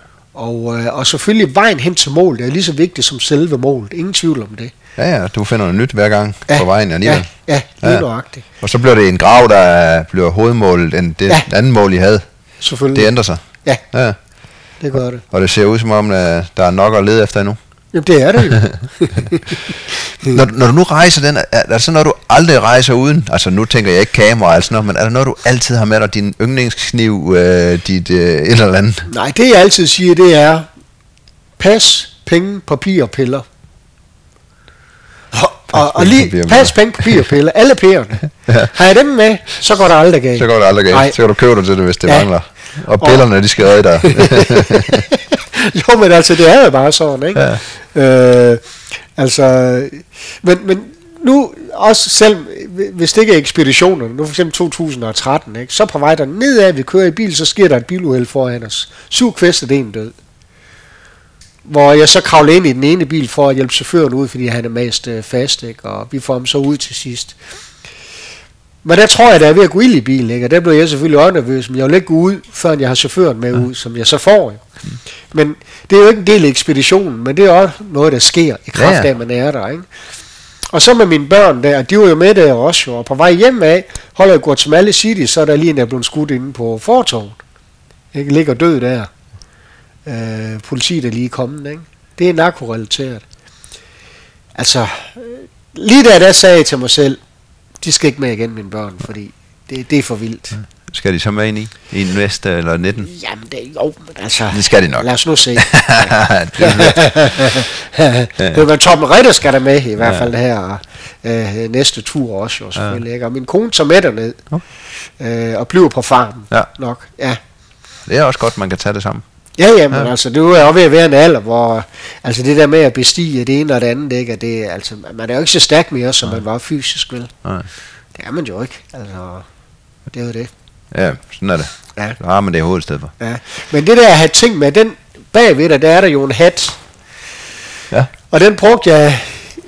Og, øh, og selvfølgelig vejen hen til målet er lige så vigtigt som selve målet, ingen tvivl om det. Ja, ja, du finder noget nyt hver gang på vejen alligevel. Ja, ja, lige Ja. nøjagtigt. Og så bliver det en grav, der bliver hovedmålet, end det Ja. andet mål, I havde. Selvfølgelig. Det ændrer sig. Ja, Ja. det gør det. Og det ser ud som om, at der er nok at lede efter endnu. Jamen, det er det jo. Når, når du nu rejser den, er, er der så noget, du aldrig rejser uden? Altså nu tænker jeg ikke kamera eller sådan noget, men er der noget, du altid har med dig? Din yndlingskniv, øh, dit øh, et eller andet? Nej, det jeg altid siger, det er pas, penge, papir og piller. Og, og, og lige papir og pas, piller. penge, papir og piller. Alle pærerne. Ja. Har jeg dem med, så går der aldrig galt. Så går det aldrig galt. Nej. Så kan du købe dig til det, hvis det Ja. mangler. Og pillerne, de skal redde dig. Jo, men altså, det er jo bare sådan, ikke? Ja. Øh, altså, men, men nu også selv, hvis det ikke er ekspeditionerne, nu for eksempel to tusind og tretten, ikke? Så på vej der nedad, vi kører i bil, så sker der et biluheld foran os. Syv kvæstet, en død. Hvor jeg så kravler ind i den ene bil for at hjælpe chaufføren ud, fordi han er mest øh, fast, ikke? Og vi får ham så ud til sidst. Men der tror jeg, der er ved at gå ild i bilen, ikke? Og der blev jeg selvfølgelig også nervøs, men jeg vil ikke gå ud, før jeg har chaufføren med ud, som jeg så får. Jo. Mm. Men det er jo ikke en del af ekspeditionen, men det er også noget, der sker i kraft af, Ja, ja. at man er der, ikke? Og så med mine børn der, de var jo med der også, jo, og på vej hjem af, holder jeg Guatemala City, så er der lige en, der er blevet skudt inde på fortovet. Ikke? Ligger død der. Øh, politiet er lige kommet, ikke? Det er narkorelateret. Altså, lige der, der sagde jeg til mig selv, de skal ikke med igen, mine børn, fordi det, det er for vildt. Ja. Skal de så med ind i? I næste eller nitten? Jamen, det, jo, men altså... Det skal de nok. Lad os nu se. Ja. Det var Torben Ritter skal der med, i hvert fald ja. her øh, næste tur også, jo selvfølgelig. Ja. Og min kone tager med derned, okay. øh, og bliver på farmen ja. nok. Ja. Det er også godt, man kan tage det sammen. Ja, ja, men ja. altså, det er jo ved at være en alder, hvor altså det der med at bestige det ene og det andet, ikke, at det, altså, man er jo ikke så stærk mere, som ja. man var fysisk, vel? Nej. Det er man jo ikke, altså, det er jo det. Ja, sådan er det. Ja. Så har man det i hovedet stedet for. Ja, men det der at have ting med, den bagved der, der er der jo en hat. Ja. Og den brugte jeg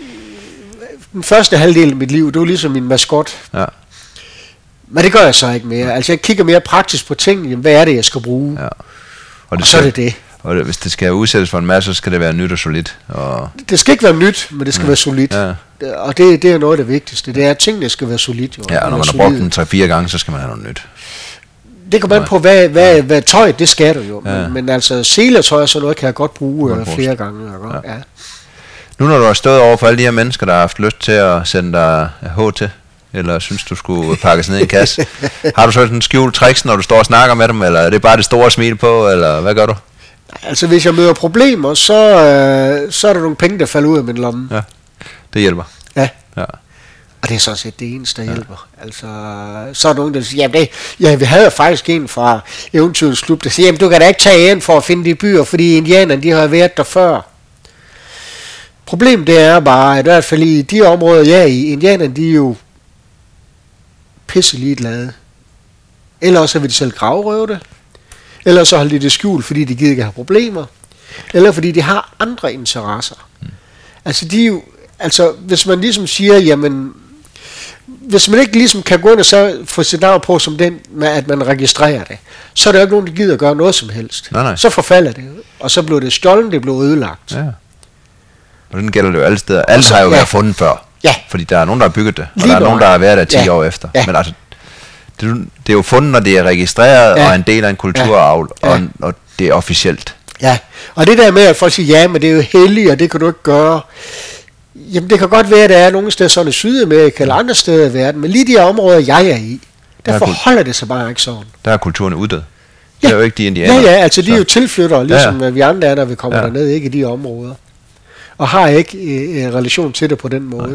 den første halvdel af mit liv, det var ligesom min maskot. Ja. Men det gør jeg så ikke mere. Altså jeg kigger mere praktisk på ting, jamen, hvad er det, jeg skal bruge? Ja. Og, det og så skal, er det det. Og det, hvis det skal udsættes for en masse, så skal det være nyt og solidt. Og det skal ikke være nyt, men det skal ja. være solidt. Ja. Og det, det er noget af det vigtigste. Det er, at tingene skal være solidt. Jo. Ja, og når man har brugt den tre-fire gange, så skal man have noget nyt. Det kommer an på, hvad, hvad, ja. hvad tøj, det skal du jo. Ja. Men, men altså, seletøj og sådan noget kan jeg godt bruge øh, flere gange. Ja. Ja. Nu når du har stået over for alle de her mennesker, der har haft lyst til at sende dig H til, eller synes du skulle pakkes ned i en kasse, har du så sådan en skjult tricks, når du står og snakker med dem, eller er det bare det store smil på, eller hvad gør du? Altså hvis jeg møder problemer, så, øh, så er der nogle penge, der falder ud af min lomme. Ja, det hjælper. Ja. Ja. Og det er sådan set det eneste, der ja. hjælper. Altså, så er der nogen, der siger, jamen det, ja, vi havde faktisk en fra Eventyrens Klub, der siger, jamen du kan da ikke tage ind for at finde de byer, fordi indianerne, de har været der før. Problemet det er bare, at i hvert fald i de områder, jeg er i, indianerne, de er jo pisse ligeglade. Eller så vil de selv gravrøve det. Eller så holder de det skjult, fordi de gider ikke have problemer. Eller fordi de har andre interesser. Mm. Altså de er jo, altså hvis man ligesom siger, jamen, hvis man ikke ligesom kan gå ind og så få sit navn på som den, med at man registrerer det, så er der jo ikke nogen, der gider at gøre noget som helst. Nej, nej. Så forfalder det, og så bliver det stjålet, det bliver ødelagt. Ja. Og den gælder det jo alle steder. Alt har jo ja. været fundet før. Ja. Fordi der er nogen, der har bygget det, og Lige der er nogen, der har været der ti ja. år efter. Ja. Men altså, det, det er jo fundet, når det er registreret, ja. og en del af en kulturarv, ja. ja. og, og det er officielt. Ja, og det der med, at folk siger, ja, men det er jo heldigt, og det kan du ikke gøre. Jamen, det kan godt være, at der er nogle steder sådan i Sydamerika, eller andre steder i verden, men lige de områder, jeg er i, der, der forholder det sig bare ikke sådan. Der er kulturen uddød. Ja. Det er jo ikke de indianer. Ja, ja, altså de så. er jo tilflyttere, ligesom ja, ja. vi andre er, når vi kommer ja. derned, ikke i de områder. Og har ikke en relation til det på den måde.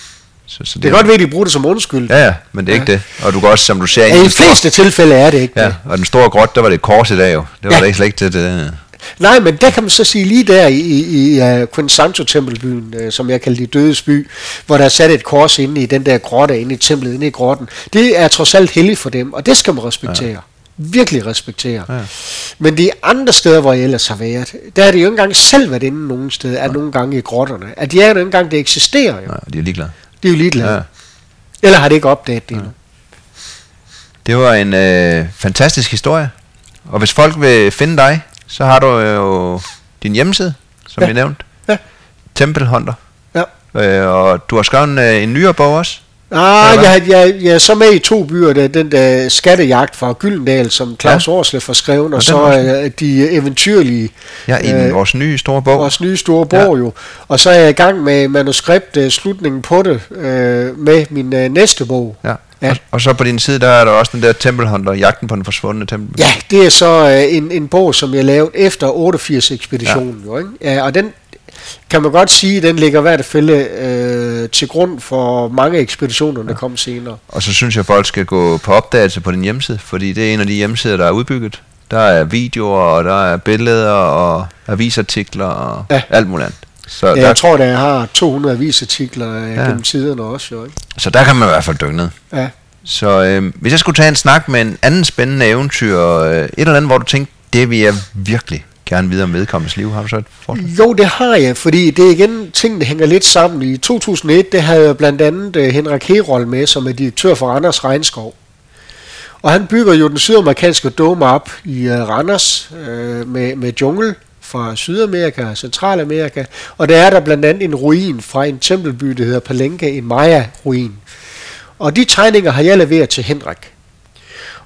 Så, så det, det er godt ved, at de bruger det som undskyld. Ja, ja, men det er ja. ikke det. Og du kan også, som du ser... Ja, i de fleste tilfælde er det ikke ja, det. Og den store grot, der var det et kors i dag jo. Det var ja. det ikke slet ikke til det. Nej, men der kan man så sige lige der i, i, i uh, Quinsanto-tempelbyen, uh, som jeg kalder de dødes by, hvor der er sat et kors inde i den der grotte, inde i templet, inde i grotten. Det er trods alt helligt for dem, og det skal man respektere. Ja. Virkelig respektere. Ja. Men de andre steder, hvor jeg ellers har været, der er det jo ikke engang selv været inde nogen steder, at nogle gange i grotterne. At de er jo ikke engang, det eksisterer jo. Nej, de er ligeglade. De er jo ligeglade. Ja. Eller har det ikke opdaget det endnu. Ja. Det var en øh, fantastisk historie. Og hvis folk vil finde dig, så har du jo din hjemmeside, som ja. vi nævnte. Ja. Temple Hunter. Ja. Øh, og du har skrevet en, en nyere bog også. Ah, jeg, jeg, jeg er så med i to byer, der, den der skattejagt fra Gyldendal, som Claus ja. Årslev har skrevet, og, og så øh, de eventyrlige... Ja, i øh, vores nye store bog. Vores nye store bog ja. jo. Og så er jeg i gang med manuskript, øh, slutningen på det, øh, med min øh, næste bog. Ja. Ja. Og, og så på din side, der er der også den der Temple Hunter, jagten på den forsvundne tempel. Ja, det er så øh, en, en bog, som jeg lavede efter otteogfirs-ekspeditionen. Ja. Jo, ikke? Ja, og den kan man godt sige, den ligger i hvert fald øh, til grund for mange ekspeditioner, der ja. kom senere. Og så synes jeg, at folk skal gå på opdagelse på din hjemmeside, fordi det er en af de hjemmesider, der er udbygget. Der er videoer, og der er billeder, og avisartikler, og ja. alt muligt andet. Så ja, der, jeg tror, at jeg har to hundrede avisartikler ja. gennem tiderne også. Jo, ikke? Så der kan man i hvert fald dykke ned. Ja. Så øh, hvis jeg skulle tage en snak med en anden spændende eventyr, øh, et eller andet, hvor du tænkte, det vil jeg virkelig gerne videre om vedkommendes liv, har du så et forslag? Jo, det har jeg, fordi det er igen ting, der hænger lidt sammen. I to tusind og et, det havde jeg blandt andet uh, Henrik Herold med, som er direktør for Randers Regnskov. Og han bygger jo den sydamerikanske dome op i uh, Randers uh, med, med jungle fra Sydamerika og Centralamerika. Og der er der blandt andet en ruin fra en tempelby, der hedder Palenque, en Maya-ruin. Og de tegninger har jeg leveret til Henrik.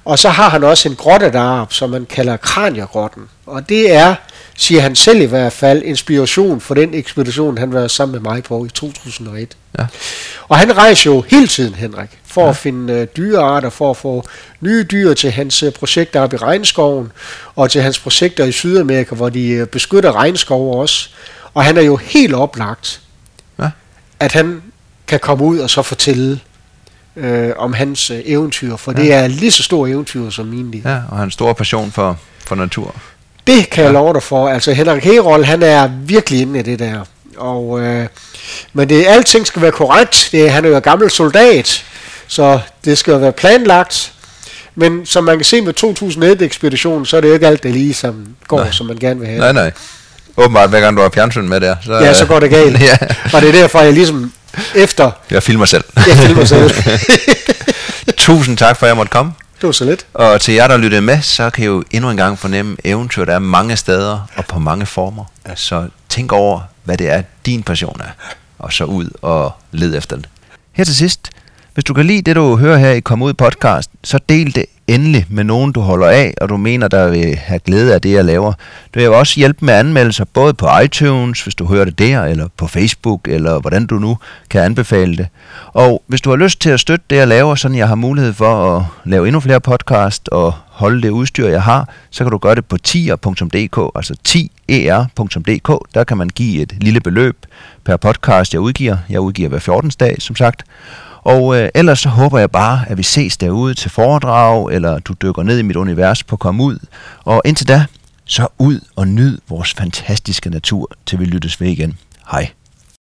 Og så har han også en grotte deroppe, som man kalder Kranjergrotten. Og det er, siger han selv i hvert fald, inspiration for den ekspedition, han var sammen med mig på i to tusind og et. Ja. Og han rejser jo hele tiden, Henrik, for ja. at finde øh, dyrearter, for at få nye dyr til hans øh, projekter oppe i regnskoven, og til hans projekter i Sydamerika, hvor de øh, beskytter regnskove også. Og han er jo helt oplagt, ja. at han kan komme ud og så fortælle øh, om hans øh, eventyr, for ja. det er lige så store eventyr som mine. Ja, og han har stor passion for, for natur. Det kan ja. jeg love dig for. Altså Henrik Herold, han er virkelig inde i det der. Og, øh, men det, alting skal være korrekt. Det, han er jo gammel soldat, så det skal være planlagt. Men som man kan se med to tusind og et-ekspeditionen, så er det jo ikke alt, det lige som går, nej. som man gerne vil have. Nej, nej. Åbenbart, hver gang du har fjernsyn med der. Så, ja, så går det galt. ja. Og det er derfor, jeg ligesom efter... Jeg filmer selv. Jeg filmer selv. Tusind tak for, at jeg måtte komme. Det var så lidt. Og til jer, der lyttede med, så kan I jo endnu en gang fornemme eventyr, der er mange steder og på mange former. Ja. Så tænk over, hvad det er, din passion er, og så ud og led efter det. Her til sidst, hvis du kan lide det, du hører her i Kom Ud podcast, så del det endelig med nogen, du holder af, og du mener, der vil have glæde af det, jeg laver. Du vil også hjælpe med anmeldelser, både på iTunes, hvis du hører det der, eller på Facebook, eller hvordan du nu kan anbefale det. Og hvis du har lyst til at støtte det, jeg laver, sådan jeg har mulighed for at lave endnu flere podcast og holde det udstyr, jeg har, så kan du gøre det på tier punktum d k, altså tier punktum d k. Der kan man give et lille beløb per podcast, jeg udgiver. Jeg udgiver hver fjortende dag, som sagt. Og øh, ellers så håber jeg bare, at vi ses derude til foredrag, eller du dykker ned i mit univers på Kom Ud. Og indtil da, så ud og nyd vores fantastiske natur, til vi lyttes ved igen. Hej.